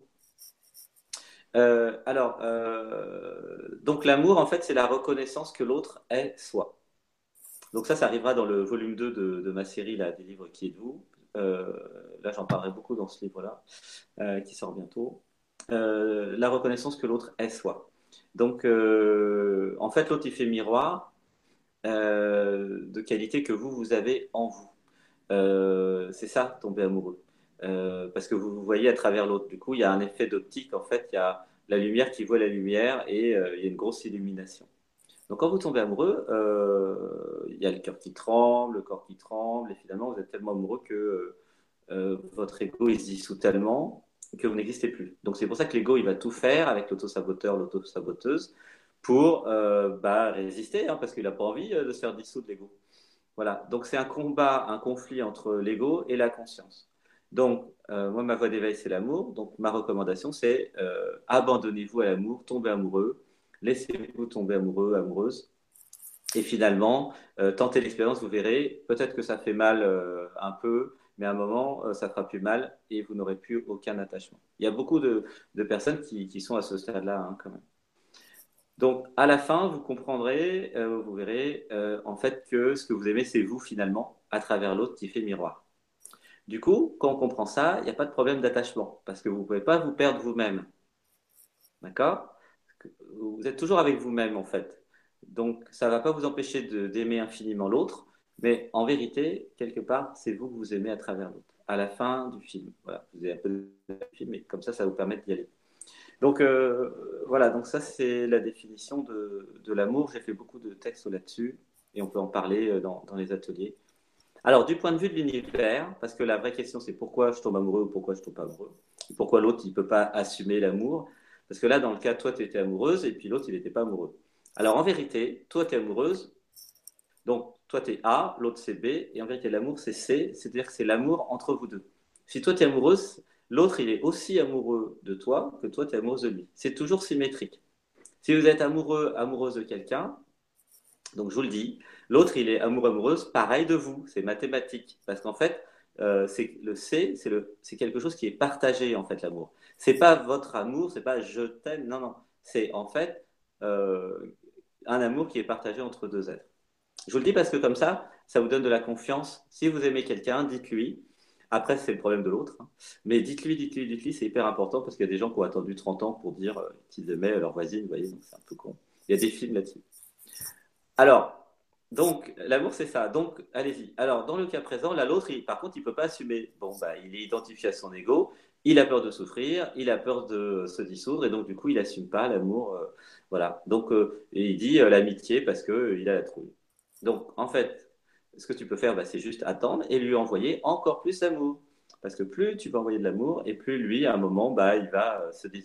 Donc l'amour, en fait, c'est la reconnaissance que l'autre est soi. Donc ça arrivera dans le volume 2 de ma série là, des livres Qui êtes-vous? Euh, Là, j'en parlerai beaucoup dans ce livre-là, qui sort bientôt. La reconnaissance que l'autre est soi. Donc, en fait, l'autre, il fait miroir de qualité que vous avez en vous. C'est ça, tomber amoureux. Parce que vous vous voyez à travers l'autre. Du coup, il y a un effet d'optique. En fait, il y a la lumière qui voit la lumière et il y a une grosse illumination. Donc, quand vous tombez amoureux, il y a le cœur qui tremble, le corps qui tremble, et finalement, vous êtes tellement amoureux que votre ego il se dissout tellement que vous n'existez plus. Donc, c'est pour ça que l'ego, il va tout faire avec l'autosaboteur, l'autosaboteuse, pour résister, hein, parce qu'il n'a pas envie de se faire dissoudre l'ego. Voilà, donc c'est un combat, un conflit entre l'ego et la conscience. Donc, moi, ma voie d'éveil, c'est l'amour. Donc, ma recommandation, c'est abandonnez-vous à l'amour, tombez amoureux, laissez-vous tomber amoureux, amoureuse. Et finalement, tentez l'expérience, vous verrez, peut-être que ça fait mal un peu, mais à un moment, ça fera plus mal et vous n'aurez plus aucun attachement. Il y a beaucoup de personnes qui sont à ce stade-là, hein, quand même. Donc, à la fin, vous comprendrez, vous verrez, en fait, que ce que vous aimez, c'est vous, finalement, à travers l'autre qui fait miroir. Du coup, quand on comprend ça, il n'y a pas de problème d'attachement, parce que vous ne pouvez pas vous perdre vous-même. D'accord? Vous êtes toujours avec vous-même, en fait. Donc, ça ne va pas vous empêcher d'aimer infiniment l'autre, mais en vérité, quelque part, c'est vous que vous aimez à travers l'autre. À la fin du film. Voilà, vous avez un peu de film, mais comme ça vous permet d'y aller. Donc voilà, donc ça c'est la définition de l'amour. J'ai fait beaucoup de textes là-dessus et on peut en parler dans les ateliers. Alors du point de vue de l'univers, parce que la vraie question c'est pourquoi je tombe amoureux ou pourquoi je tombe pas amoureux, et pourquoi l'autre il peut pas assumer l'amour, parce que là dans le cas toi tu étais amoureuse et puis l'autre il n'était pas amoureux. Alors en vérité, toi tu es amoureuse, donc toi tu es A, l'autre c'est B, et en vérité l'amour c'est C, c'est-à-dire que c'est l'amour entre vous deux. Si toi tu es amoureuse, l'autre il est aussi amoureux de toi que toi tu es amoureuse de lui. C'est toujours symétrique. Si vous êtes amoureux, amoureuse de quelqu'un, donc je vous le dis, l'autre il est amoureux, amoureuse, pareil de vous, c'est mathématique. Parce qu'en fait, c'est le C, c'est quelque chose qui est partagé en fait l'amour. C'est pas votre amour, c'est pas je t'aime, non, non. C'est en fait euh, un amour qui est partagé entre deux êtres. Je vous le dis parce que comme ça vous donne de la confiance. Si vous aimez quelqu'un, dites-lui. Après, c'est le problème de l'autre, hein. Mais dites-lui, dites-lui, dites-lui, c'est hyper important parce qu'il y a des gens qui ont attendu 30 ans pour dire qu'ils aimaient leur voisine, vous voyez, donc c'est un peu con. Il y a des films là-dessus. Alors, donc, l'amour, c'est ça. Donc, allez-y. Alors, dans le cas présent, là, l'autre, par contre, il ne peut pas assumer. Bon, bah, il est identifié à son ego, il a peur de souffrir, il a peur de se dissoudre, et donc, du coup, il n'assume pas l'amour. Voilà. Donc, et il dit l'amitié parce qu'il a la trouille. Donc, en fait, ce que tu peux faire, bah, c'est juste attendre et lui envoyer encore plus d'amour. Parce que plus tu vas envoyer de l'amour, et plus lui, à un moment, bah, il va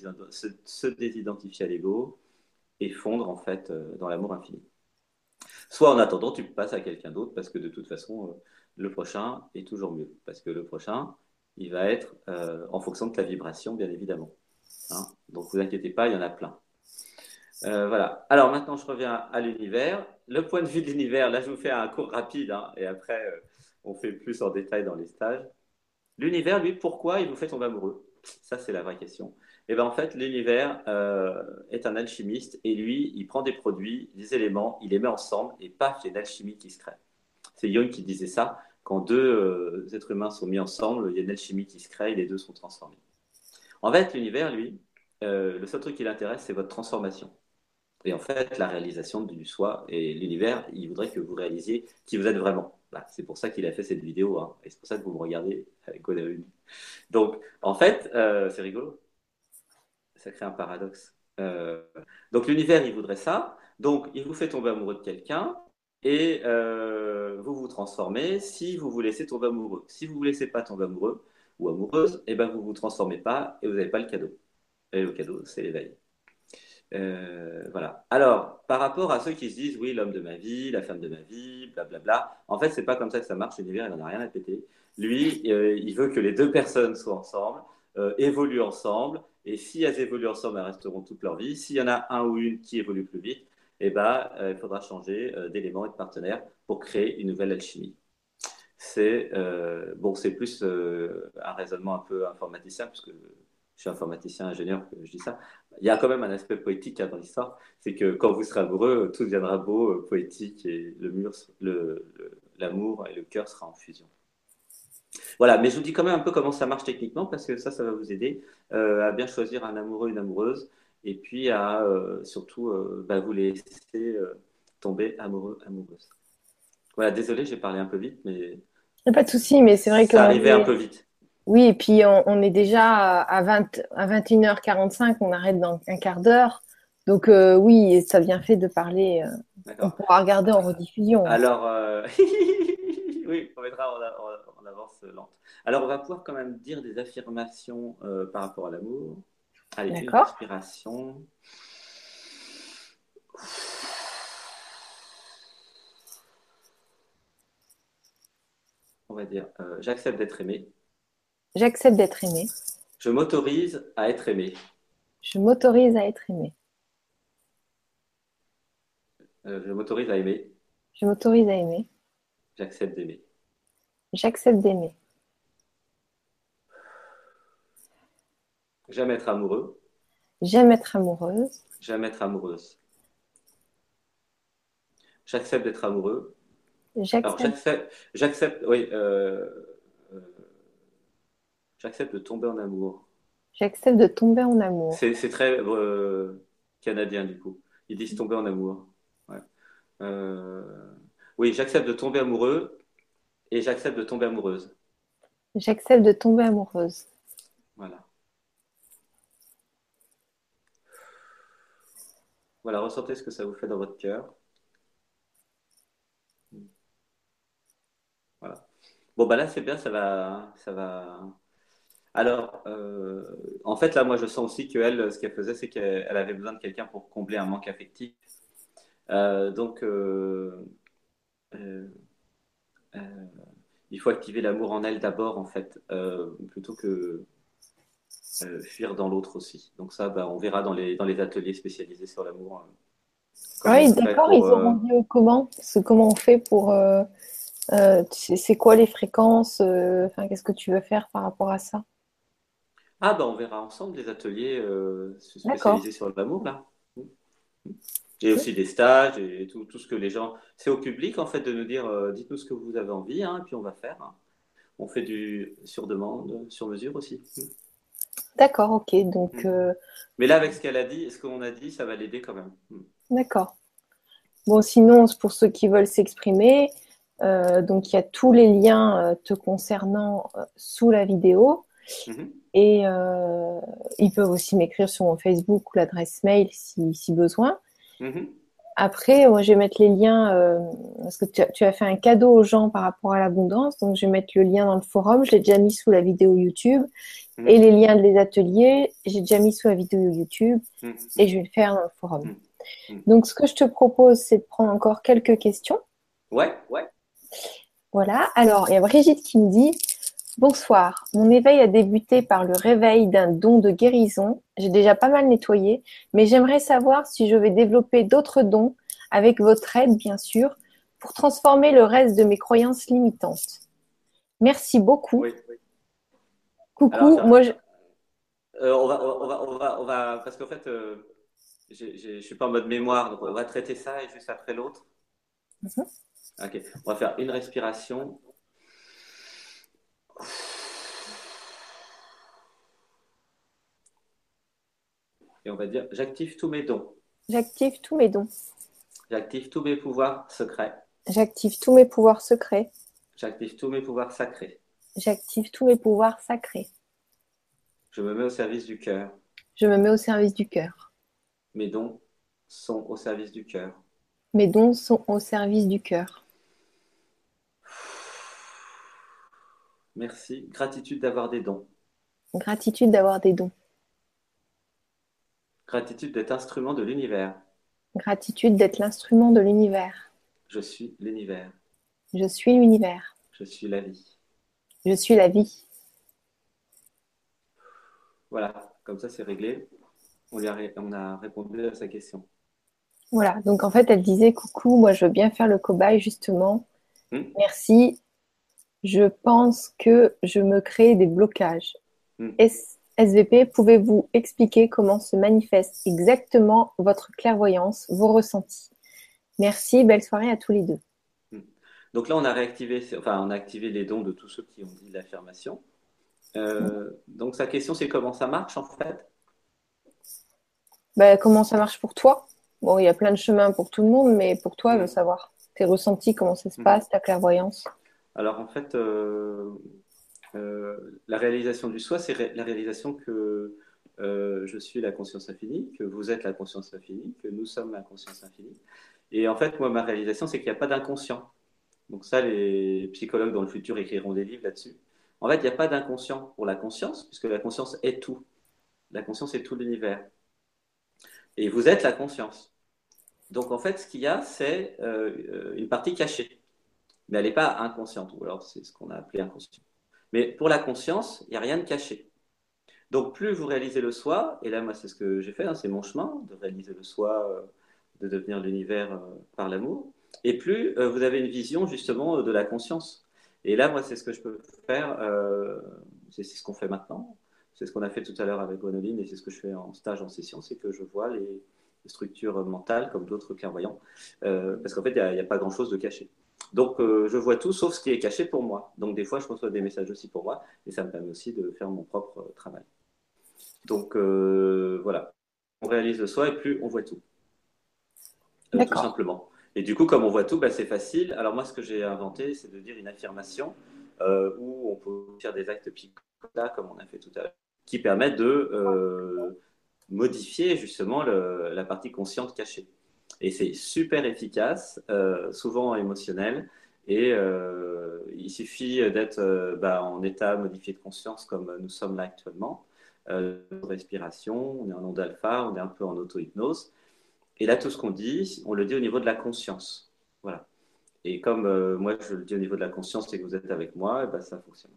se désidentifier à l'ego et fondre, en fait, dans l'amour infini. Soit en attendant, tu passes à quelqu'un d'autre parce que de toute façon, le prochain est toujours mieux. Parce que le prochain, il va être en fonction de ta vibration, bien évidemment. Hein. Donc, vous inquiétez pas, il y en a plein. Voilà. Alors maintenant, je reviens à l'univers. Le point de vue de l'univers, là, je vous fais un cours rapide, hein, et après, on fait plus en détail dans les stages. L'univers, lui, pourquoi il vous fait tomber amoureux? Ça, c'est la vraie question. Et bien, en fait, l'univers est un alchimiste et lui, il prend des produits, des éléments, il les met ensemble et paf, il y a une alchimie qui se crée. C'est Jung qui disait ça. Quand deux êtres humains sont mis ensemble, il y a une alchimie qui se crée et les deux sont transformés. En fait, l'univers, lui, le seul truc qui l'intéresse, c'est votre transformation. Et en fait, la réalisation du soi et l'univers, il voudrait que vous réalisiez qui vous êtes vraiment. Voilà, c'est pour ça qu'il a fait cette vidéo, hein, et c'est pour ça que vous me regardez avec Godawin. Donc, en fait, c'est rigolo. Ça crée un paradoxe. Donc, l'univers, il voudrait ça. Donc, il vous fait tomber amoureux de quelqu'un et vous vous transformez si vous vous laissez tomber amoureux. Si vous ne vous laissez pas tomber amoureux ou amoureuse, eh ben, vous ne vous transformez pas et vous n'avez pas le cadeau. Et le cadeau, c'est l'éveil. Voilà. Alors, par rapport à ceux qui se disent, oui, l'homme de ma vie, la femme de ma vie, blablabla, en fait, c'est pas comme ça que ça marche. L'univers, il n'en a rien à péter. Lui, il veut que les deux personnes soient ensemble, évoluent ensemble, et si elles évoluent ensemble, elles resteront toute leur vie. S'il y en a un ou une qui évolue plus vite, eh ben, il faudra changer d'élément et de partenaire pour créer une nouvelle alchimie. C'est bon, c'est plus un raisonnement un peu informaticien, puisque suis informaticien, ingénieur, que je dis ça. Il y a quand même un aspect poétique dans l'histoire. C'est que quand vous serez amoureux, tout deviendra beau, poétique, et l'amour et le cœur sera en fusion. Voilà, mais je vous dis quand même un peu comment ça marche techniquement, parce que ça va vous aider à bien choisir un amoureux, une amoureuse, et puis à surtout vous laisser tomber amoureux, amoureuse. Voilà, désolé, j'ai parlé un peu vite, mais Y a pas de souci, mais c'est vrai ça qu'on arrivait un est. peu vite. Oui, et puis on est déjà à 21h45, on arrête dans un quart d'heure. Donc oui, ça vient fait de parler. On D'accord. pourra regarder en rediffusion. Alors, oui, on mettra en avance lente. Alors, on va pouvoir quand même dire des affirmations par rapport à l'amour. Allez, une D'accord? respiration. On va dire, j'accepte d'être aimé. J'accepte d'être aimée. Je m'autorise à être aimé. Je m'autorise à être aimée. Je m'autorise à aimer. Je m'autorise à aimer. J'accepte d'aimer. J'accepte d'aimer. J'aime être amoureux. J'aime être amoureuse. J'aime être amoureuse. J'accepte d'être amoureux. Alors, J'accepte. j'accepte, oui, euh, j'accepte de tomber en amour. J'accepte de tomber en amour. C'est très canadien, du coup. Ils disent tomber en amour. Ouais. Euh, oui, j'accepte de tomber amoureux et j'accepte de tomber amoureuse. J'accepte de tomber amoureuse. Voilà. Voilà, ressentez ce que ça vous fait dans votre cœur. Voilà. Bon, bah là, c'est bien, ça va. Alors, en fait, là, moi, je sens aussi qu'elle, ce qu'elle faisait, c'est qu'elle avait besoin de quelqu'un pour combler un manque affectif. Donc, euh, euh, il faut activer l'amour en elle d'abord, en fait, plutôt que fuir dans l'autre aussi. Donc ça, on verra dans les ateliers spécialisés sur l'amour comment Oui, on fait d'accord, pour... ils auront dit comment? Comment on fait pour. C'est quoi les fréquences? Enfin, qu'est-ce que tu veux faire par rapport à ça? Ah, on verra ensemble des ateliers D'accord. spécialisés sur l'amour, là. Et aussi des stages et tout ce que les gens... C'est au public, en fait, de nous dire, dites-nous ce que vous avez envie, hein, et puis on va faire. On fait du sur demande, sur mesure aussi. D'accord, ok. Donc, Mm. Mais là, avec ce qu'elle a dit, ce qu'on a dit, ça va l'aider quand même. Mm. d'accord. Bon, sinon, pour ceux qui veulent s'exprimer, donc il y a tous les liens te concernant sous la vidéo. Mhm. Et ils peuvent aussi m'écrire sur mon Facebook ou l'adresse mail si besoin. Mhm. Après, moi, je vais mettre les liens parce que tu as fait un cadeau aux gens par rapport à l'abondance. Donc, je vais mettre le lien dans le forum. Je l'ai déjà mis sous la vidéo YouTube. Et Mhm. les liens des ateliers, j'ai déjà mis sous la vidéo YouTube. Et Mhm. je vais le faire dans le forum. Mhm. Mhm. Donc, ce que je te propose, c'est de prendre encore quelques questions. Ouais, ouais. Voilà. Alors, il y a Brigitte qui me dit: bonsoir, mon éveil a débuté par le réveil d'un don de guérison. J'ai déjà pas mal nettoyé, mais j'aimerais savoir si je vais développer d'autres dons, avec votre aide bien sûr, pour transformer le reste de mes croyances limitantes. Merci beaucoup. Oui. Alors, Coucou, attends, moi je... parce qu'en fait, je suis pas en mode mémoire, donc on va traiter ça et juste après l'autre. Ok, on va faire une respiration et on va dire j'active tous mes dons, J'active tous mes dons. j'active tous mes pouvoirs secrets, J'active tous mes pouvoirs secrets. j'active tous mes pouvoirs sacrés. J'active tous mes pouvoirs sacrés. Je me mets au service du cœur. Je me mets au service du cœur. Mes dons sont au service du cœur. Mes dons sont au service du cœur. Merci, gratitude d'avoir des dons, Gratitude d'avoir des dons. gratitude d'être instrument de l'univers. Gratitude d'être l'instrument de l'univers. Je suis l'univers, Je suis l'univers. je suis la vie. Je suis la vie. Voilà, comme ça c'est réglé. On a répondu à sa question. Voilà, donc en fait, elle disait: coucou, moi je veux bien faire le cobaye justement. Hmm. Merci. Je pense que je me crée des blocages. Hmm. SVP, pouvez-vous expliquer comment se manifeste exactement votre clairvoyance, vos ressentis? Merci, belle soirée à tous les deux. Donc là, on a réactivé, enfin, on a activé les dons de tous ceux qui ont dit l'affirmation. Donc sa question, c'est comment ça marche en fait? Bah, comment ça marche pour toi? Bon, il y a plein de chemins pour tout le monde, mais pour toi, je veux Hmm. savoir tes ressentis, comment ça se Mhm. passe, ta clairvoyance. Alors en fait, la réalisation du soi, c'est la réalisation que je suis la conscience infinie, que vous êtes la conscience infinie, que nous sommes la conscience infinie. Et en fait, moi, ma réalisation, c'est qu'il n'y a pas d'inconscient. Donc ça, les psychologues dans le futur écriront des livres là-dessus. En fait, il n'y a pas d'inconscient pour la conscience, puisque la conscience est tout. La conscience est tout l'univers. Et vous êtes la conscience. Donc en fait, ce qu'il y a, c'est une partie cachée. Mais elle n'est pas inconsciente, ou alors c'est ce qu'on a appelé inconscient. Mais pour la conscience, il n'y a rien de caché. Donc plus vous réalisez le soi, et là moi c'est ce que j'ai fait, hein, c'est mon chemin de réaliser le soi, de devenir l'univers par l'amour, et plus vous avez une vision justement de la conscience. Et là moi c'est ce que je peux faire, c'est ce qu'on fait maintenant, c'est ce qu'on a fait tout à l'heure avec Gwenoline, et c'est ce que je fais en stage en session, c'est que je vois les structures mentales comme d'autres clairvoyants, parce qu'en fait il n'y a pas grand-chose de caché. Donc je vois tout sauf ce qui est caché pour moi. Donc des fois je reçois des messages aussi pour moi, et ça me permet aussi de faire mon propre travail. Donc voilà, on réalise le soi et plus on voit tout, tout D'accord. simplement. Et du coup, comme on voit tout, bah, c'est facile. Alors moi, ce que j'ai inventé, c'est de dire une affirmation où on peut faire des actes picotas, comme on a fait tout à l'heure, qui permettent de modifier justement la partie consciente cachée. Et c'est super efficace, souvent émotionnel. Et il suffit d'être en état modifié de conscience comme nous sommes là actuellement. Respiration, on est en onde alpha, on est un peu en auto-hypnose. Et là, tout ce qu'on dit, on le dit au niveau de la conscience. Voilà. Et comme moi, je le dis au niveau de la conscience et que vous êtes avec moi, et ben, ça fonctionne.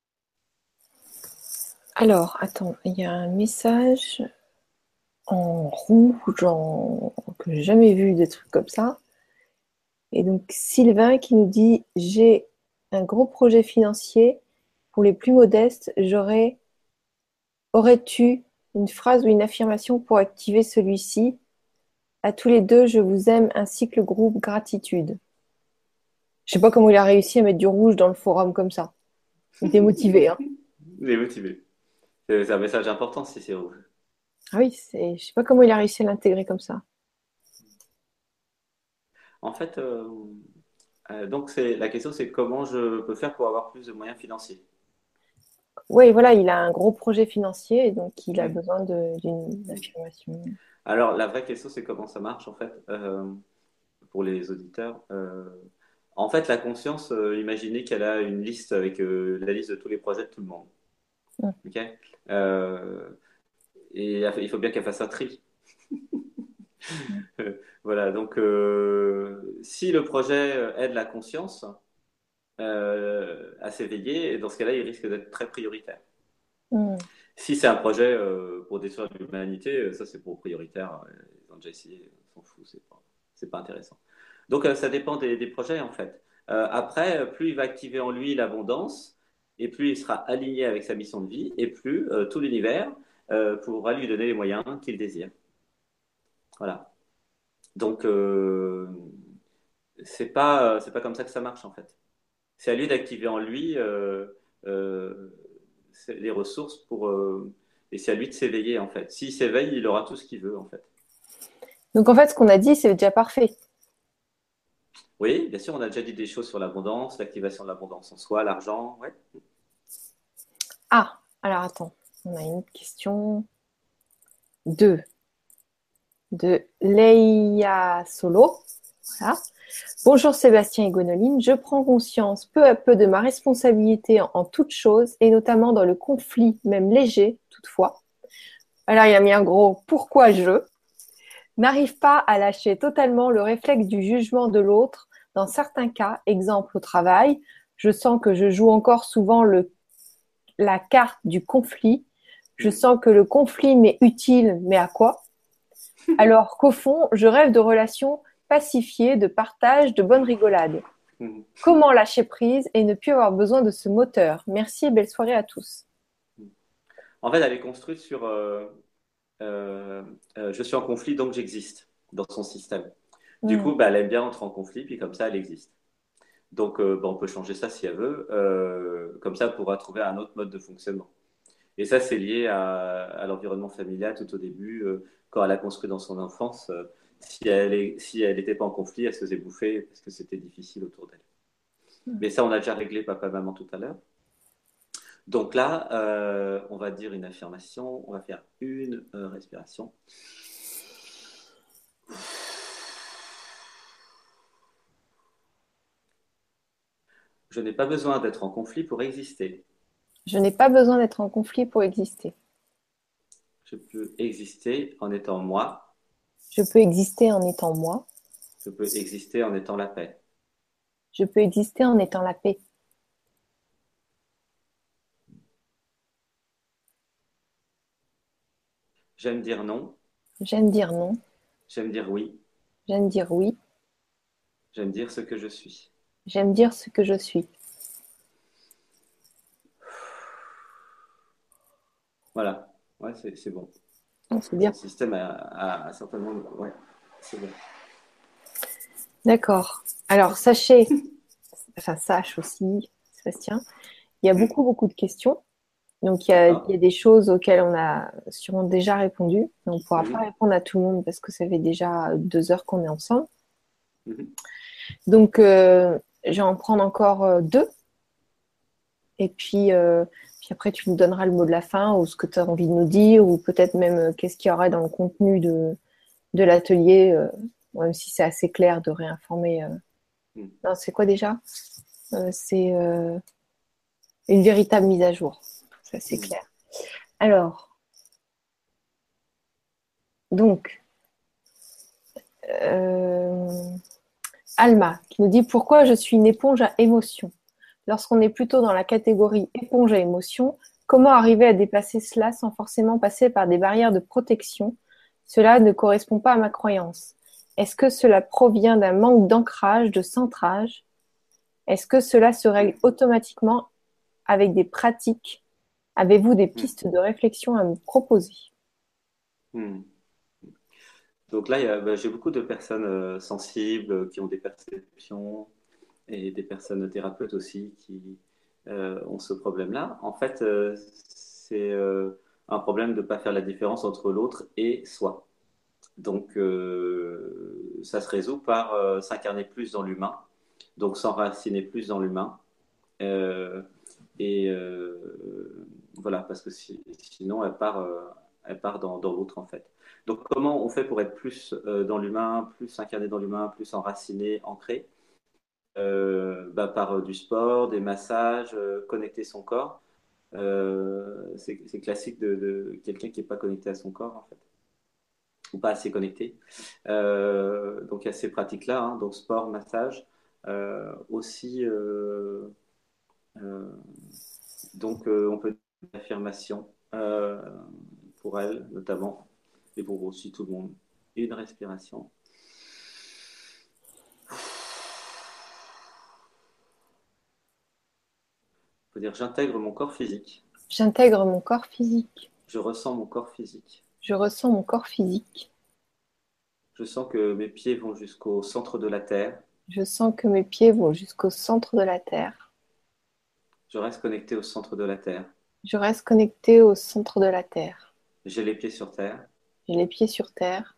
Alors, attends, il y a un message en rouge que j'ai jamais vu des trucs comme ça. Et donc Sylvain qui nous dit j'ai un gros projet financier pour les plus modestes, aurais-tu une phrase ou une affirmation pour activer celui-ci? À tous les deux, je vous aime ainsi que le groupe gratitude. Je sais pas comment il a réussi à mettre du rouge dans le forum comme ça. Il était motivé, hein. Vous êtes motivé. C'est un message important si c'est rouge. Ah oui, je sais pas comment il a réussi à l'intégrer comme ça. En fait, donc la question, c'est comment je peux faire pour avoir plus de moyens financiers. Oui, voilà, il a un gros projet financier et donc il a Hmm. besoin d'une affirmation. Alors, la vraie question, c'est comment ça marche, en fait, pour les auditeurs. En fait, la conscience, imaginez qu'elle a une liste avec la liste de tous les projets de tout le monde. Mm. OK. Euh, et il faut bien qu'elle fasse un tri. Voilà, donc si le projet aide la conscience à s'éveiller, et dans ce cas-là, il risque d'être très prioritaire. Mm. Si c'est un projet pour détruire l'humanité, ça c'est pour prioritaire. Ils ont déjà essayé, ils s'en foutent, c'est pas intéressant. Donc ça dépend des projets en fait. Après, plus il va activer en lui l'abondance, et plus il sera aligné avec sa mission de vie, et plus tout l'univers pourra lui donner les moyens qu'il désire. Voilà. Donc c'est pas comme ça que ça marche en fait. C'est à lui d'activer en lui euh, les ressources et c'est à lui de s'éveiller en fait. S'il s'éveille, il aura tout ce qu'il veut en fait. Donc en fait, ce qu'on a dit, c'est déjà parfait. Oui, bien sûr, on a déjà dit des choses sur l'abondance, l'activation de l'abondance en soi, l'argent. Ouais. Ah, alors attends, on a une autre question. Deux. De Leia Solo. Voilà. Bonjour Sébastien et Gwénoline, je prends conscience peu à peu de ma responsabilité en toute chose et notamment dans le conflit, même léger toutefois. Alors il a mis un gros pourquoi je n'arrive pas à lâcher totalement le réflexe du jugement de l'autre. Dans certains cas, exemple au travail, je sens que je joue encore souvent la carte du conflit. Je Mm. sens que le conflit m'est utile, mais à quoi? Alors qu'au fond, je rêve de relations pacifiées, de partage, de bonnes rigolades. Mm. Comment lâcher prise et ne plus avoir besoin de ce moteur? Merci et belle soirée à tous. En fait, elle est construite sur je suis en conflit, donc j'existe dans son système. Du Hmm. coup, bah, elle aime bien entrer en conflit, puis comme ça, elle existe. Donc, bah, on peut changer ça si elle veut. Comme ça, elle pourra trouver un autre mode de fonctionnement. Et ça, c'est lié à l'environnement familial tout au début, quand elle a construit dans son enfance. Si elle n'était pas en conflit, elle se faisait bouffer parce que c'était difficile autour d'elle. Mais ça, on a déjà réglé papa-maman tout à l'heure. Donc là, on va dire une affirmation. On va faire une respiration. Je n'ai pas besoin d'être en conflit pour exister. Je n'ai pas besoin d'être en conflit pour exister. Je peux exister en étant moi. Je peux exister en étant moi. Je peux exister en étant la paix. Je peux exister en étant la paix. J'aime dire non. J'aime dire non. J'aime dire oui. J'aime dire oui. J'aime dire ce que je suis. J'aime dire ce que je suis. Voilà. Ouais, c'est bon. Oh, c'est Ton bien. système a certainement. Ouais, c'est bon. D'accord. Alors, sachez, enfin, sache aussi, Sébastien, il y a Hmm. beaucoup de questions. Donc, il y D'accord. a des choses auxquelles on a sûrement déjà répondu, mais on ne pourra pas Mhm. répondre à tout le monde parce que ça fait déjà 2 heures qu'on est ensemble. Mhm. Donc, je vais en prendre encore deux. Et puis après, tu nous donneras le mot de la fin ou ce que tu as envie de nous dire, ou peut-être même qu'est-ce qu'il y aurait dans le contenu de l'atelier, même si c'est assez clair de réinformer. Mhm. Non, c'est quoi déjà? C'est une véritable mise à jour. Ça, c'est Mhm. clair. Alors, donc, euh, Alma qui nous dit pourquoi je suis une éponge à émotions. Lorsqu'on est plutôt dans la catégorie éponge à émotions, comment arriver à dépasser cela sans forcément passer par des barrières de protection? Cela ne correspond pas à ma croyance. Est-ce que cela provient d'un manque d'ancrage, de centrage? Est-ce que cela se règle automatiquement avec des pratiques? Avez-vous des Mhm. pistes de réflexion à me proposer? Mhm. Donc là, bah, j'ai beaucoup de personnes sensibles qui ont des perceptions et des personnes thérapeutes aussi qui ont ce problème-là. En fait, c'est un problème de ne pas faire la différence entre l'autre et soi. Donc, ça se résout par s'incarner plus dans l'humain, donc s'enraciner plus dans l'humain. Euh, et voilà, parce que sinon, elle part dans l'autre, en fait. Donc, comment on fait pour être plus dans l'humain, plus incarné dans l'humain, plus enraciné, ancré? Bah, par du sport, des massages, connecter son corps. C'est classique de quelqu'un qui n'est pas connecté à son corps, en fait, ou pas assez connecté. Donc, il y a ces pratiques-là, hein, donc sport, massage. Aussi, euh, donc, on peut dire l'affirmation pour elle, notamment, et pour aussi tout le monde. Une respiration. On peut dire j'intègre mon corps physique. J'intègre mon corps physique. Je ressens mon corps physique. Je ressens mon corps physique. Je sens que mes pieds vont jusqu'au centre de la terre. Je sens que mes pieds vont jusqu'au centre de la terre. Je reste connecté au centre de la terre. Je reste connecté au centre de la terre. J'ai les pieds sur terre. J'ai les pieds sur terre.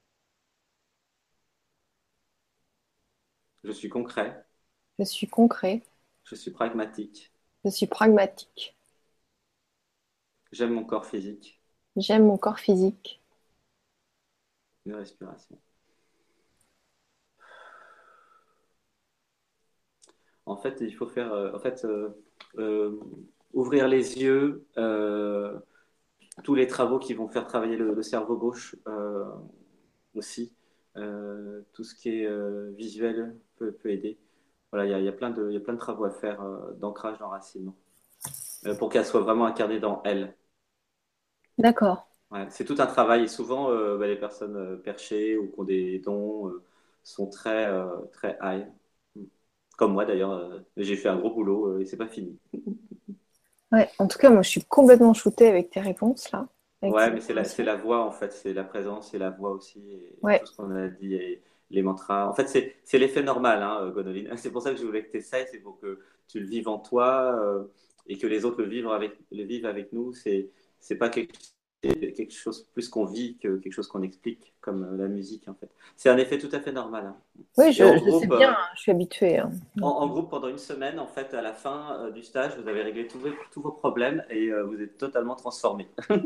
Je suis concret. Je suis concret. Je suis pragmatique. Je suis pragmatique. J'aime mon corps physique. J'aime mon corps physique. Une respiration. En fait, il faut faire, euh, ouvrir les yeux. Tous les travaux qui vont faire travailler le cerveau gauche aussi. Tout ce qui est visuel peut aider. Voilà, il y a il y a plein de travaux à faire d'ancrage, d'enracinement, pour qu'elle soit vraiment incarnée dans elle. D'accord. Ouais, c'est tout un travail et souvent bah, les personnes perchées ou qui ont des dons sont très high. Comme moi d'ailleurs, j'ai fait un gros boulot et c'est pas fini. Ouais, en tout cas, moi, je suis complètement shootée avec tes réponses là, avec Ouais, ces mais c'est informations. la voix en fait, c'est la présence, c'est la voix aussi, et tout Ouais, ce qu'on a dit, et les mantras. En fait, c'est l'effet normal, hein, Gonoline. C'est pour ça que je voulais que tu essayes, c'est pour que tu le vives en toi et que les autres le vivent avec nous. C'est pas quelque chose plus qu'on vit que quelque chose qu'on explique, comme la musique en fait. C'est un effet tout à fait normal, hein. oui, Et en je sais groupe, bien, hein, je suis habituée, hein. Donc, en groupe, pendant une semaine, en fait, à la fin du stage, vous avez réglé tous vos problèmes et vous êtes totalement transformé.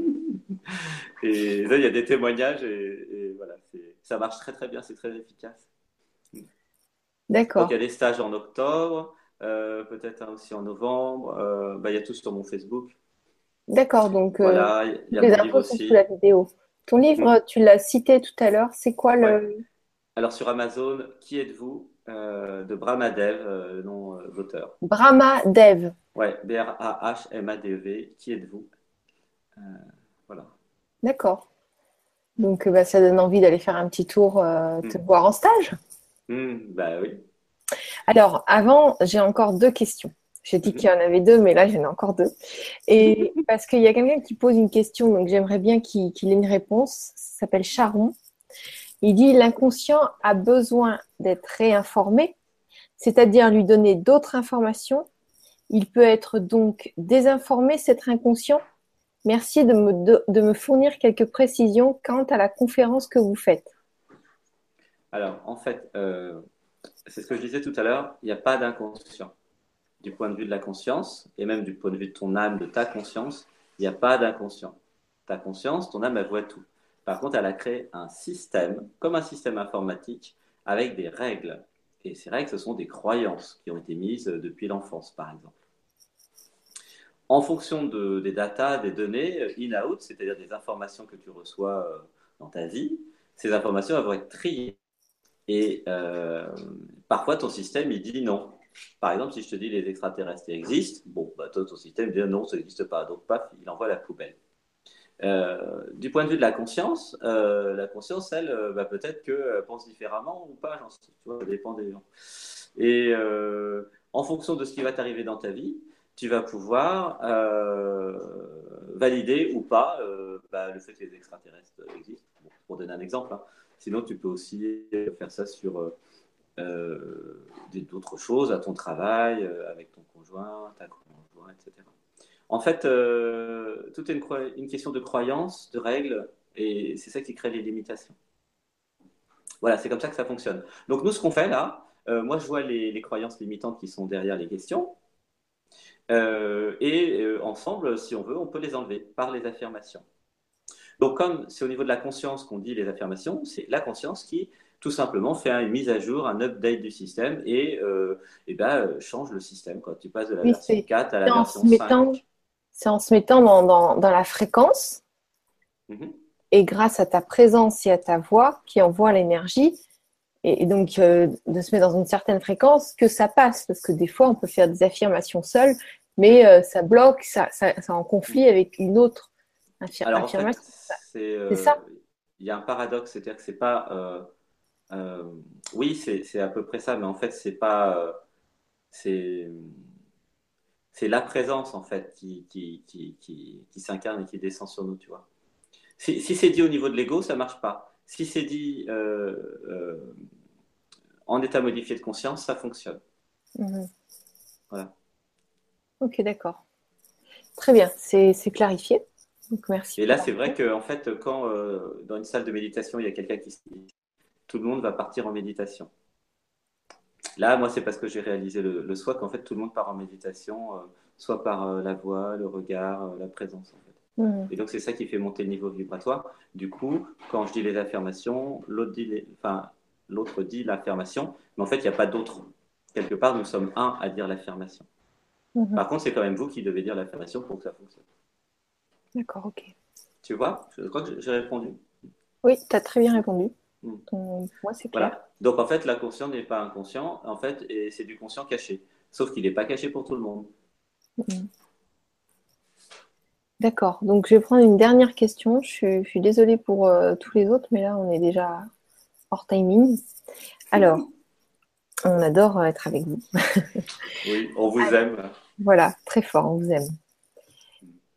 Et là, il y a des témoignages et voilà, ça marche très très bien, c'est très efficace. Donc il y d'accord, a des stages en octobre, peut-être un aussi en novembre. Bah, il y a tout sur mon Facebook. d'accord. Donc, Voilà, il y toutes a les mon livre infos sont sous la aussi. vidéo. Ton Hmm. livre, tu l'as cité tout à l'heure. C'est quoi Ouais. le Alors sur Amazon, Qui êtes-vous de Brahmadev, le nom d'auteur. Brahma Dev? Ouais, Brahmadev, Qui êtes-vous? Euh, voilà. D'accord. Donc, bah, ça donne envie d'aller faire un petit tour, te Hmm. voir en stage. Bah oui. Alors, avant, j'ai encore deux questions. J'ai dit qu'il y Mhm. en avait deux, mais là, j'en ai encore deux. Et parce qu'il y a quelqu'un qui pose une question, donc j'aimerais bien qu'il ait une réponse. Ça s'appelle Charon. Il dit, l'inconscient a besoin d'être réinformé, c'est-à-dire lui donner d'autres informations. Il peut être donc désinformé, cet inconscient. Merci de me fournir quelques précisions quant à la conférence que vous faites. Alors, en fait, c'est ce que je disais tout à l'heure, il n'y a pas d'inconscient. Du point de vue de la conscience, et même du point de vue de ton âme, de ta conscience, il n'y a pas d'inconscient. Ta conscience, ton âme, elle voit tout. Par contre, elle a créé un système, comme un système informatique, avec des règles. Et ces règles, ce sont des croyances qui ont été mises depuis l'enfance, par exemple. En fonction des datas, des données, in-out, c'est-à-dire des informations que tu reçois dans ta vie, ces informations elles vont être triées. Et parfois, ton système, il dit non. Par exemple, si je te dis les extraterrestres existent, bon, bah, toi, ton système dit non, ça n'existe pas. Donc, paf, il envoie la poubelle. Du point de vue de la conscience, elle, bah, peut-être qu'elle pense différemment ou pas, j'en sais, tu vois, ça dépend des gens. Et en fonction de ce qui va t'arriver dans ta vie, tu vas pouvoir valider ou pas bah, le fait que les extraterrestres existent. Bon, pour donner un exemple, hein. Sinon, tu peux aussi faire ça sur d'autres choses, à ton travail, avec ton conjoint, ta conjointe, etc. En fait, tout est une question de croyance, de règles, et c'est ça qui crée les limitations. Voilà, c'est comme ça que ça fonctionne. Donc nous, ce qu'on fait là, moi je vois les croyances limitantes qui sont derrière les questions, et ensemble, si on veut, on peut les enlever par les affirmations. Donc comme c'est au niveau de la conscience qu'on dit les affirmations, c'est la conscience qui tout simplement fait une mise à jour, un update du système et ben, change le système. Quand tu passes de la Oui, version 4 à la c'est en version se 5. mettant, c'est en se mettant dans la fréquence Mhm. et grâce à ta présence et à ta voix qui envoie l'énergie. Et donc, de se mettre dans une certaine fréquence, que ça passe. Parce que des fois, on peut faire des affirmations seules, mais ça bloque, ça en conflit avec une autre Alors en fait, affirmation. C'est ça? il y a un paradoxe, c'est-à-dire que c'est pas, oui, c'est à peu près ça, mais en fait, c'est pas, c'est, c'est la présence en fait qui s'incarne et qui descend sur nous, tu vois. Si c'est dit au niveau de l'ego, ça marche pas. Si c'est dit en état modifié de conscience, ça fonctionne. Mhm. Voilà. Ok, d'accord. Très bien, c'est clarifié. Donc, merci Et pour là, c'est vrai l'info. que en fait, quand dans une salle de méditation, il y a quelqu'un qui se dit, tout le monde va partir en méditation. Là, moi, c'est parce que j'ai réalisé le soi qu'en fait, tout le monde part en méditation, soit par la voix, le regard, la présence, en fait. Mhm. Et donc, c'est ça qui fait monter le niveau vibratoire. Du coup, quand je dis les affirmations, l'autre dit l'affirmation, mais en fait, il n'y a pas d'autre. Quelque part, nous sommes un à dire l'affirmation. Mhm. Par contre, c'est quand même vous qui devez dire l'affirmation pour que ça fonctionne. D'accord, ok. Tu vois? Je crois que j'ai répondu. Oui, tu as très bien répondu. Hmm. Pour moi, c'est clair. Voilà. Donc, en fait, l'inconscient n'est pas inconscient, en fait, et c'est du conscient caché. Sauf qu'il n'est pas caché pour tout le monde. Mhm. D'accord. Donc, je vais prendre une dernière question. Je suis désolée pour tous les autres, mais là, on est déjà hors timing. Alors, on adore être avec vous. Oui, on vous aime. Voilà, très fort, on vous aime.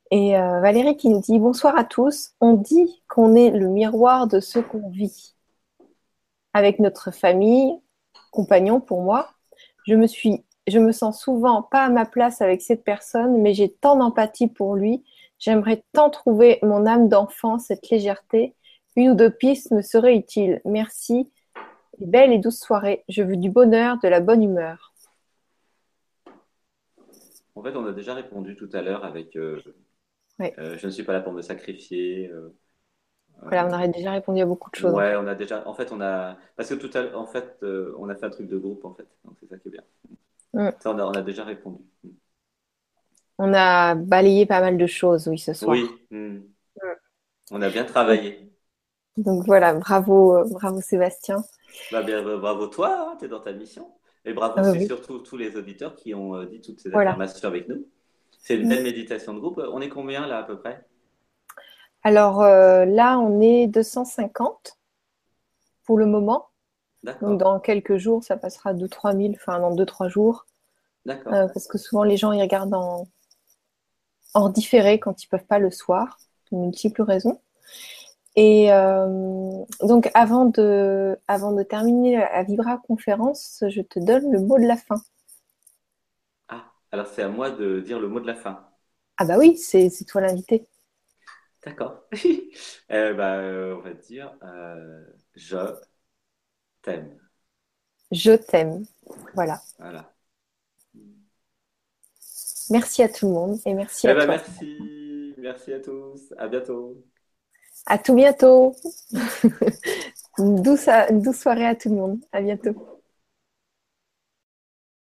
Et Valérie qui nous dit bonsoir à tous. On dit qu'on est le miroir de ce qu'on vit. Avec notre famille, compagnon pour moi, je me sens souvent pas à ma place avec cette personne, mais j'ai tant d'empathie pour lui. J'aimerais tant trouver mon âme d'enfant, cette légèreté. Une ou deux pistes me seraient utiles. Merci. Et belle et douce soirée. Je veux du bonheur, de la bonne humeur. En fait, on a déjà répondu tout à l'heure avec Ouais. je ne suis pas là pour me sacrifier. Voilà, on aurait déjà répondu à beaucoup de choses en Ouais, fait. on a déjà. En fait, on a. Parce que tout à l'heure, en fait, on a fait un truc de groupe, en fait. Donc, c'est ça qui est bien. Mm. Ça, on a déjà répondu. On a balayé pas mal de choses, oui, ce soir. Oui, on a bien travaillé. Donc voilà, bravo, bravo Sébastien. Bah, bien, bah, bravo toi, tu es dans ta mission. Et bravo Ah aussi oui, surtout tous les auditeurs qui ont dit toutes ces voilà. affirmations avec nous. C'est une Mm. belle méditation de groupe. On est combien là à peu près? Alors là, on est 250 pour le moment. Donc D'accord, dans quelques jours, ça passera 2-3 000, enfin dans 2-3 jours. d'accord. Parce que souvent les gens ils regardent en différé quand ils peuvent pas le soir, pour multiples raisons. Et donc avant de terminer la Vibra conférence, je te donne le mot de la fin. Ah, alors c'est à moi de dire le mot de la fin. Ah bah oui, c'est toi l'invité. D'accord. On va dire je t'aime. Je t'aime. Voilà. Voilà. Merci à tout le monde et merci Eh à ben toi. merci, merci à tous. À bientôt. À tout bientôt. Une douce soirée à tout le monde. À bientôt.